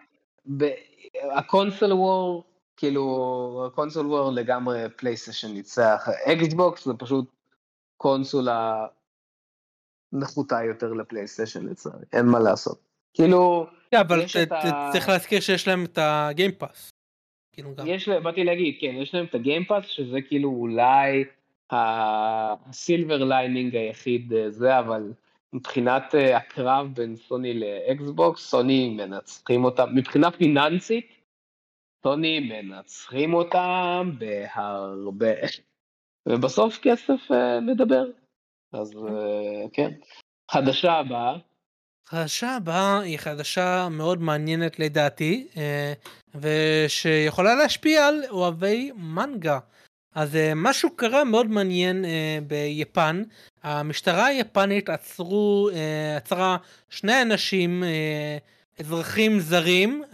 S1: הקונסול וור, כאילו, הקונסול וור לגמרי פלייסטיישן ניצח. אקסבוקס זה פשוט קונסולה נחותה יותר לפלייסטיישן לצערי, אין מה לעשות. כאילו,
S2: אבל צריך להזכיר שיש להם את הגיימפאס.
S1: יש להם, באתי להגיד, כן, יש להם את הגיימפאס, שזה כאילו אולי הסילבר ליינינג היחיד זה, אבל מבחינת הקרב בין סוני לאקסבוקס, סוני מנצחים אותם, מבחינה פיננסית, סוני מנצחים אותם בהרבה, ובסוף כסף מדבר. אז כן, חדשה הבאה.
S2: חדשה הבאה היא חדשה מאוד מעניינת לדעתי, ושיכולה להשפיע על אוהבי מנגה. אז משהו קרה מאוד מעניין ביפן. המשטרה היפנית עצרו, עצרה שני אנשים, אזרחים זרים,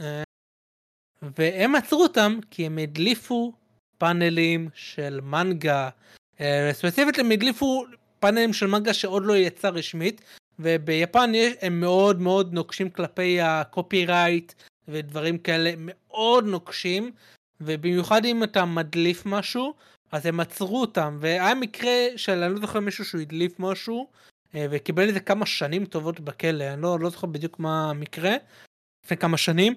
S2: והם עצרו אותם כי הם הדליפו פאנלים של מנגה. ספציפית הם הדליפו פאנלים של מנגה שעוד לא יצא רשמית, וביפן הם מאוד מאוד נוקשים כלפי הקופירייט ודברים כאלה, מאוד נוקשים, ובמיוחד אם אתה מדליף משהו, אז הם עצרו אותם, והיה מקרה של, אני לא זוכר מישהו שהוא הדליף משהו, וקיבל איזה כמה שנים טובות בכלא, אני לא, לא זוכר בדיוק מה המקרה, לפני כמה שנים,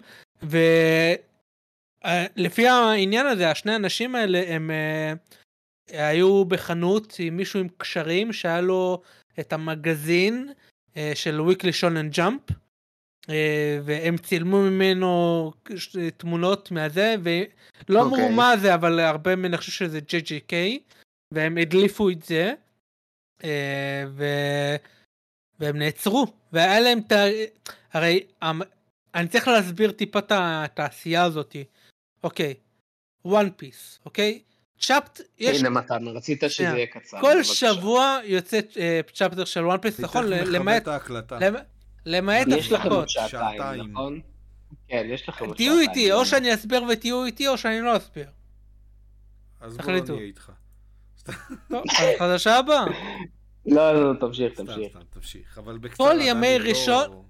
S2: ולפי העניין הזה, השני האנשים האלה, הם היו בחנות עם מישהו עם קשרים, שהיה לו את המגזין של Weekly Shonen Jump, והם צילמו ממנו תמונות מהזה, ולא אמרו
S1: אוקיי.
S2: מה זה, אבל הרבה מהם חושבים שזה ג'יי ג'יי קיי, והם הדליפו את זה, ו... והם נעצרו, והיה להם את ה... הרי אני צריך להסביר טיפה את התעשייה הזאת. אוקיי, One Piece, אוקיי? צ'אפט...
S1: הנה מתן, רצית שזה יהיה קצר.
S2: כל שבוע יוצא צ'אפטר של One Piece, נכון? למעט... למעט
S1: יש לכם עוד
S2: הפסקות.
S1: שעתיים, נכון? כן, יש לכם עוד
S2: תהיו איתי, או שאני אסביר ותהיו איתי, או שאני לא אסביר.
S3: אז בוא
S2: תחליטו.
S3: נהיה איתך.
S2: טוב, חדשה הבאה.
S1: לא, לא, תמשיך, תמשיך.
S3: סתם, סתם, תמשיך. אבל בקצרה...
S2: כל ימי ראשון,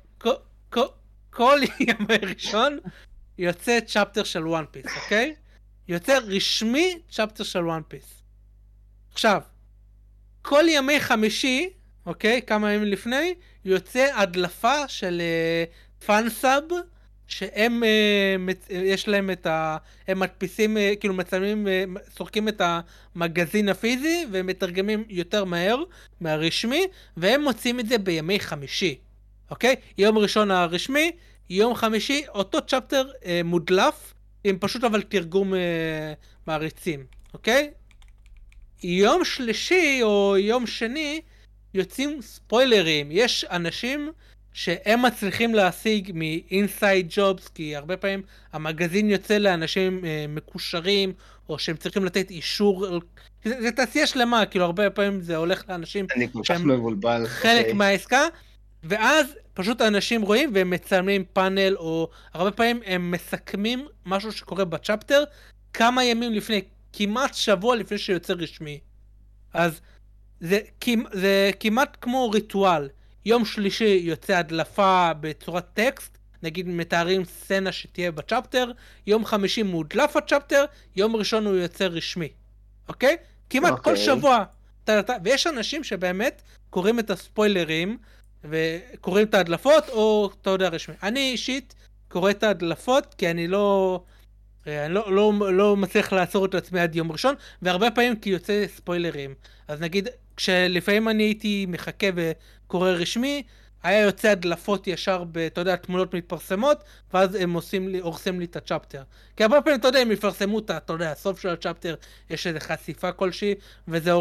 S2: כל ימי ראשון יוצא צ'אפטר של One Piece, אוקיי? יוצא רשמי צ'אפטר של One Piece. עכשיו, כל ימי חמישי, אוקיי, כמה ימים לפני, יוצא הדלפה של פאנסאב, שהם, יש להם את ה... הם מדפיסים, כאילו מצלמים, סורקים את המגזין הפיזי, והם מתרגמים יותר מהר מהרשמי, והם מוצאים את זה בימי חמישי, אוקיי? יום ראשון הרשמי, יום חמישי, אותו צ'פטר אה, מודלף, עם פשוט אבל תרגום אה, מעריצים, אוקיי? יום שלישי או יום שני, יוצאים ספוילרים. יש אנשים שהם מצליחים להשיג מ-inside jobs, כי הרבה פעמים המגזין יוצא לאנשים אה, מקושרים, או שהם צריכים לתת אישור, זה, זה תעשייה שלמה, כאילו הרבה פעמים זה הולך לאנשים
S1: שהם מבולבל,
S2: חלק
S1: okay.
S2: מהעסקה, ואז פשוט האנשים רואים והם מצלמים פאנל, או הרבה פעמים הם מסכמים משהו שקורה בצ'פטר, כמה ימים לפני, כמעט שבוע לפני שיוצא רשמי. אז זה, זה כמעט כמו ריטואל. יום שלישי יוצא הדלפה בצורת טקסט, נגיד מתארים סצנה שתהיה בצ'פטר, יום חמישי מודלף הצ'פטר, יום ראשון הוא יוצא רשמי. אוקיי? כמעט okay. כל שבוע. ויש אנשים שבאמת קוראים את הספוילרים, וקוראים את ההדלפות, או אתה יודע רשמי. אני אישית קורא את ההדלפות, כי אני לא... אני לא, לא, לא מצליח לעצור את עצמי עד יום ראשון, והרבה פעמים כי יוצא ספוילרים. אז נגיד, כשלפעמים אני הייתי מחכה וקורא רשמי, היה יוצא הדלפות ישר ב, אתה יודע, תמונות מתפרסמות, ואז הם עושים לי, הורסים לי את הצ'פטר. כי הרבה פעמים, אתה יודע, הם יפרסמו את, אתה יודע, הסוף של הצ'פטר, יש איזו חשיפה כלשהי, וזה הורס.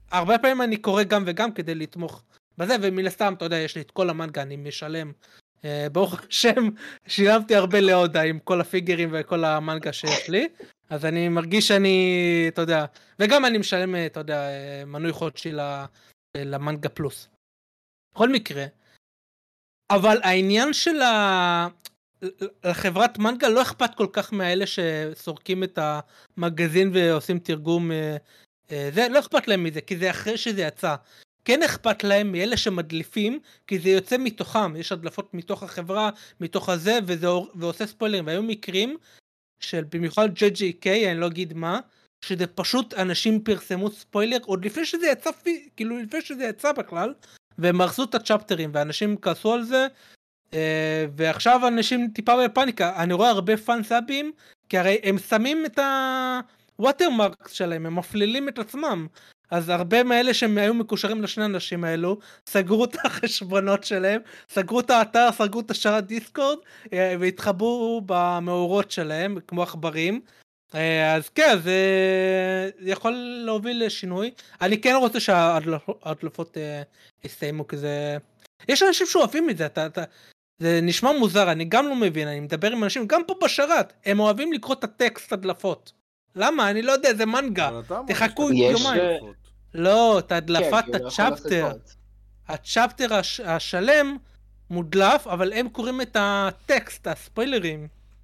S2: הרבה פעמים אני קורא גם וגם כדי לתמוך בזה, ומן הסתם, אתה יודע, יש לי את כל המנגה, אני משלם, אה, ברוך השם, שילמתי הרבה להודה עם כל הפיגרים וכל המנגה שיש לי, אז אני מרגיש שאני, אתה יודע, וגם אני משלם, אתה יודע, מנוי חודשי למנגה פלוס. בכל מקרה, אבל העניין של ה... לחברת מנגה לא אכפת כל כך מאלה שסורקים את המגזין ועושים תרגום, זה לא אכפת להם מזה, כי זה אחרי שזה יצא. כן אכפת להם מאלה שמדליפים, כי זה יוצא מתוכם, יש הדלפות מתוך החברה, מתוך הזה, וזה ועושה ספוילרים, והיו מקרים של במיוחד ג'יי ג'יי קיי, אני לא אגיד מה, שזה פשוט אנשים פרסמו ספוילר, עוד לפני שזה יצא, כאילו לפני שזה יצא בכלל, והם הרסו את הצ'פטרים, ואנשים כעסו על זה, ועכשיו אנשים טיפה בפאניקה. אני רואה הרבה פאן סאבים, כי הרי הם שמים את הווטרמרקס שלהם, הם מפלילים את עצמם, אז הרבה מאלה שהם היו מקושרים לשני אנשים האלו, סגרו את החשבונות שלהם, סגרו את האתר, סגרו את השרת דיסקורד, והתחברו במאורות שלהם, כמו עכברים. אז כן, זה יכול להוביל לשינוי. אני כן רוצה שההדלפות יסתיימו, כי זה... יש אנשים שאוהבים את זה, אתה, אתה, זה נשמע מוזר, אני גם לא מבין, אני מדבר עם אנשים, גם פה בשרת, הם אוהבים לקרוא את הטקסט הדלפות. למה? אני לא יודע, זה מנגה, תחכו יומיים. לא, את הדלפת הצ'פטר, הצ'פטר הש, השלם מודלף, אבל הם קוראים את הטקסט, הספוילרים.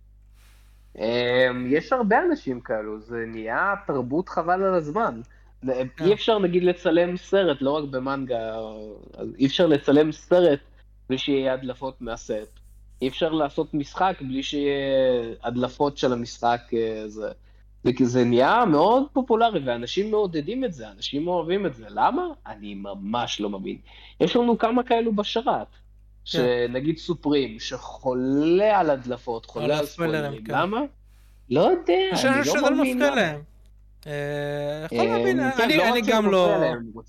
S1: יש הרבה אנשים כאלו, זה נהיה תרבות חבל על הזמן. אי אפשר נגיד לצלם סרט, לא רק במנגה, אי אפשר לצלם סרט בלי שיהיה הדלפות מהסט. אי אפשר לעשות משחק בלי שיהיה הדלפות של המשחק. זה, זה נהיה מאוד פופולרי, ואנשים מעודדים את זה, אנשים אוהבים את זה. למה? אני ממש לא מבין. יש לנו כמה כאלו בשרת, שנגיד סופרים, שחולה על הדלפות, חולה על ספוילרים. למה? לא יודע, אני לא מבין למה.
S2: יכול להבין, אני גם לא...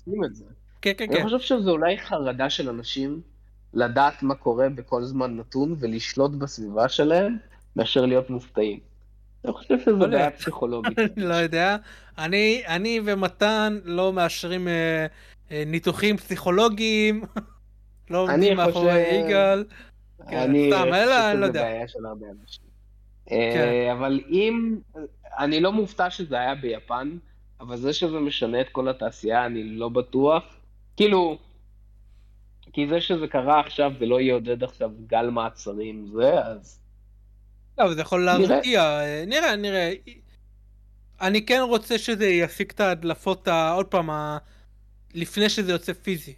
S1: אני חושב שזה אולי חרדה של אנשים לדעת מה קורה בכל זמן נתון ולשלוט בסביבה שלהם מאשר להיות מופתעים. אני חושב שזה בעיה פסיכולוגית.
S2: אני לא יודע, אני ומתן לא מאשרים ניתוחים פסיכולוגיים, לא עומדים מאחורי יגאל.
S1: אני חושב שזה בעיה של הרבה אנשים. אבל אם... אני לא מופתע שזה היה ביפן, אבל זה שזה משנה את כל התעשייה, אני לא בטוח. כאילו, כי זה שזה קרה עכשיו, זה לא יעודד עכשיו גל מעצרים, זה, אז...
S2: לא, זה יכול להרתיע. נראה, נראה. אני כן רוצה שזה יפיק את ההדלפות, עוד פעם, לפני שזה יוצא פיזי.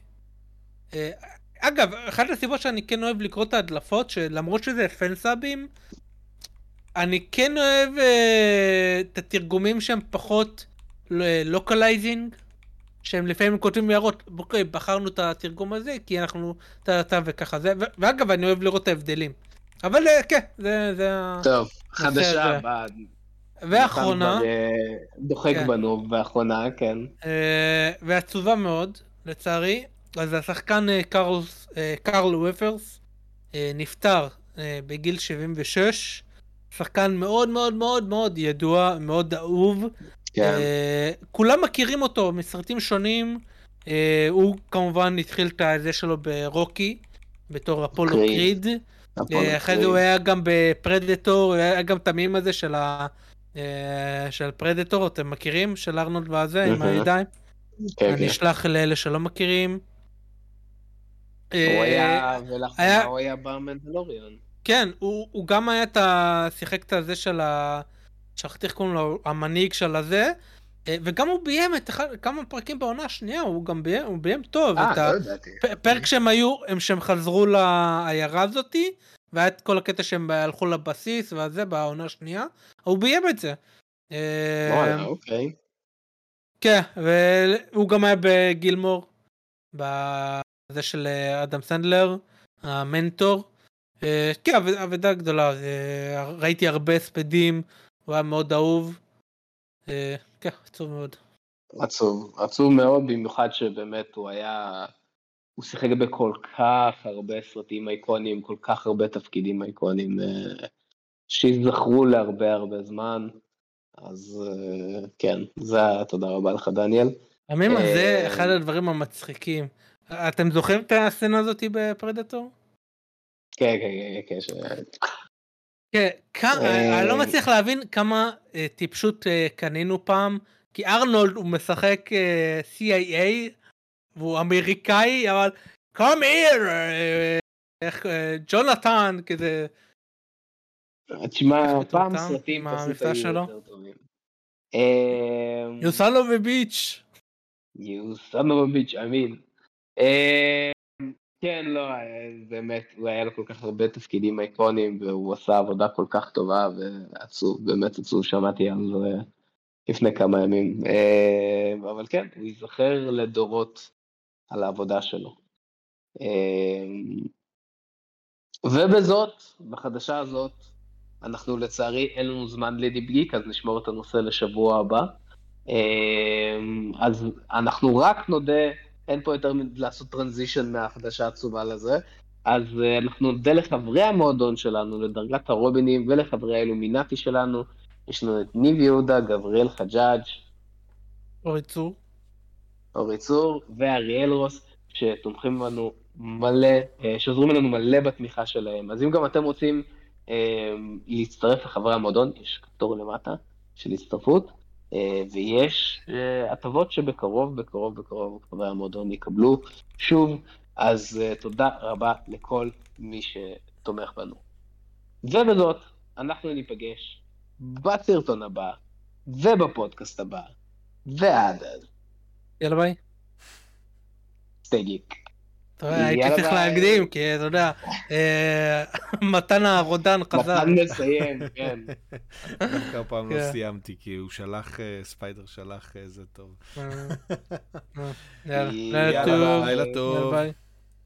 S2: אגב, אחת הסיבות שאני כן אוהב לקרוא את ההדלפות, שלמרות שזה פן סאבים, אני כן אוהב uh, את התרגומים שהם פחות לוקלייזינג, שהם לפעמים כותבים מירות, אוקיי, בחרנו את התרגום הזה, כי אנחנו, אתה, אתה וככה זה, ו- ואגב, אני אוהב לראות את ההבדלים. אבל uh, כן, זה, זה...
S1: טוב, חדשה הבאה.
S2: ואחרונה.
S1: דוחק כן. בנו, ואחרונה, כן.
S2: Uh, ועצובה מאוד, לצערי, אז השחקן uh, קרלס, uh, קרל וויפרס, uh, נפטר uh, בגיל שבעים ושש, שחקן מאוד מאוד מאוד מאוד ידוע, מאוד אהוב. כן. Uh, כולם מכירים אותו מסרטים שונים. Uh, הוא כמובן התחיל את זה שלו ברוקי, בתור אפולו קריד. Uh, אחרי זה הוא היה גם בפרדטור, הוא היה גם תמים הזה של, ה, uh, של פרדטור, אתם מכירים? של ארנולד והזה, עם הידיים. כן, אני אשלח כן. לאלה שלא מכירים.
S1: הוא uh, היה, ולאחרונה היה... הוא היה במנדלוריון.
S2: כן, הוא, הוא גם היה את השיחק את הזה של ה... שכחתי איך קוראים לו, המנהיג של הזה, וגם הוא ביים את אחד, כמה פרקים בעונה השנייה, הוא גם ביים, הוא ביים טוב.
S1: אה, לא ידעתי.
S2: פרק שהם היו, הם שהם חזרו לעיירה הזאתי, והיה את כל הקטע שהם הלכו לבסיס, וזה בעונה השנייה, הוא ביים את זה.
S1: וואלה, אוקיי.
S2: כן, והוא גם היה בגילמור, בזה של אדם סנדלר, המנטור. כן, עבודה גדולה, ראיתי הרבה הספדים, הוא היה מאוד אהוב, כן, עצוב מאוד.
S1: עצוב, עצוב מאוד, במיוחד שבאמת הוא היה, הוא שיחק בכל כך הרבה סרטים אייקונים, כל כך הרבה תפקידים אייקונים, שיזכרו להרבה הרבה זמן, אז כן, זה תודה רבה לך דניאל.
S2: המימה זה
S1: אה,
S2: אחד הדברים המצחיקים. אתם זוכרים את הסצנה הזאת בפרדטור?
S1: כן, כן, כן, כן.
S2: כן, כ-
S1: אה,
S2: אני לא מצליח להבין כמה אה, טיפשות אה, קנינו פעם, כי ארנולד הוא משחק אה, סי איי איי, והוא אמריקאי, אבל come here, אה, איך, אה, ג'ונתן, כזה,
S1: תשמע,
S2: איך
S1: פעם
S2: מטומטם
S1: סרטים
S2: עם
S1: פשוט
S2: המבטא
S1: היו
S2: שלו.
S1: יותר טובים. אה,
S2: You son of a bitch.
S1: You son of a bitch, I mean. אה, כן, לא, אה, באמת, הוא היה לו כל כך הרבה תפקידים אייקונים, והוא עשה עבודה כל כך טובה, ועצוב, באמת עצוב, שמעתי על זה לפני כמה ימים. אה, אבל כן, הוא ייזכר לדורות על העבודה שלו. אה, ובזאת, בחדשה הזאת, אנחנו לצערי אין לנו זמן לדיפ גיק, אז נשמור את הנושא לשבוע הבא. אז אנחנו רק נודה, אין פה יותר לעשות טרנזישן מהחדשה העצובה לזה, אז אנחנו נודה לחברי המועדון שלנו, לדרגת הרובינים ולחברי האילומינטי שלנו. יש לנו את ניב יהודה, גבריאל חג'אג',
S2: אורי צור.
S1: אורי צור ואריאל רוס, שתומכים לנו מלא, שעוזרים לנו מלא בתמיכה שלהם. אז אם גם אתם רוצים אה, להצטרף לחברי המועדון, יש כפתור למטה של הצטרפות, אה, ויש אה, הטבות שבקרוב, בקרוב, בקרוב, חברי המועדון יקבלו שוב. אז אה, תודה רבה לכל מי שתומך בנו. ובזאת, אנחנו ניפגש בסרטון הבא, ובפודקאסט הבא, ועד אז.
S2: יאללה ביי.
S1: stay geek.
S2: אתה יודע, הייתי
S1: יאללה,
S2: צריך
S1: ביי.
S2: להקדים, כי אתה יודע, אה, מתן הרודן חזר.
S1: מתן מסיים, כן.
S3: דווקא הפעם לא
S2: כן.
S3: סיימתי, כי הוא שלח, אה, ספיידר שלח איזה טוב.
S2: אה, אה, יאללה,
S1: יאללה,
S2: לילה טוב.
S3: לילה
S2: יאללה
S3: טוב.
S2: ביי.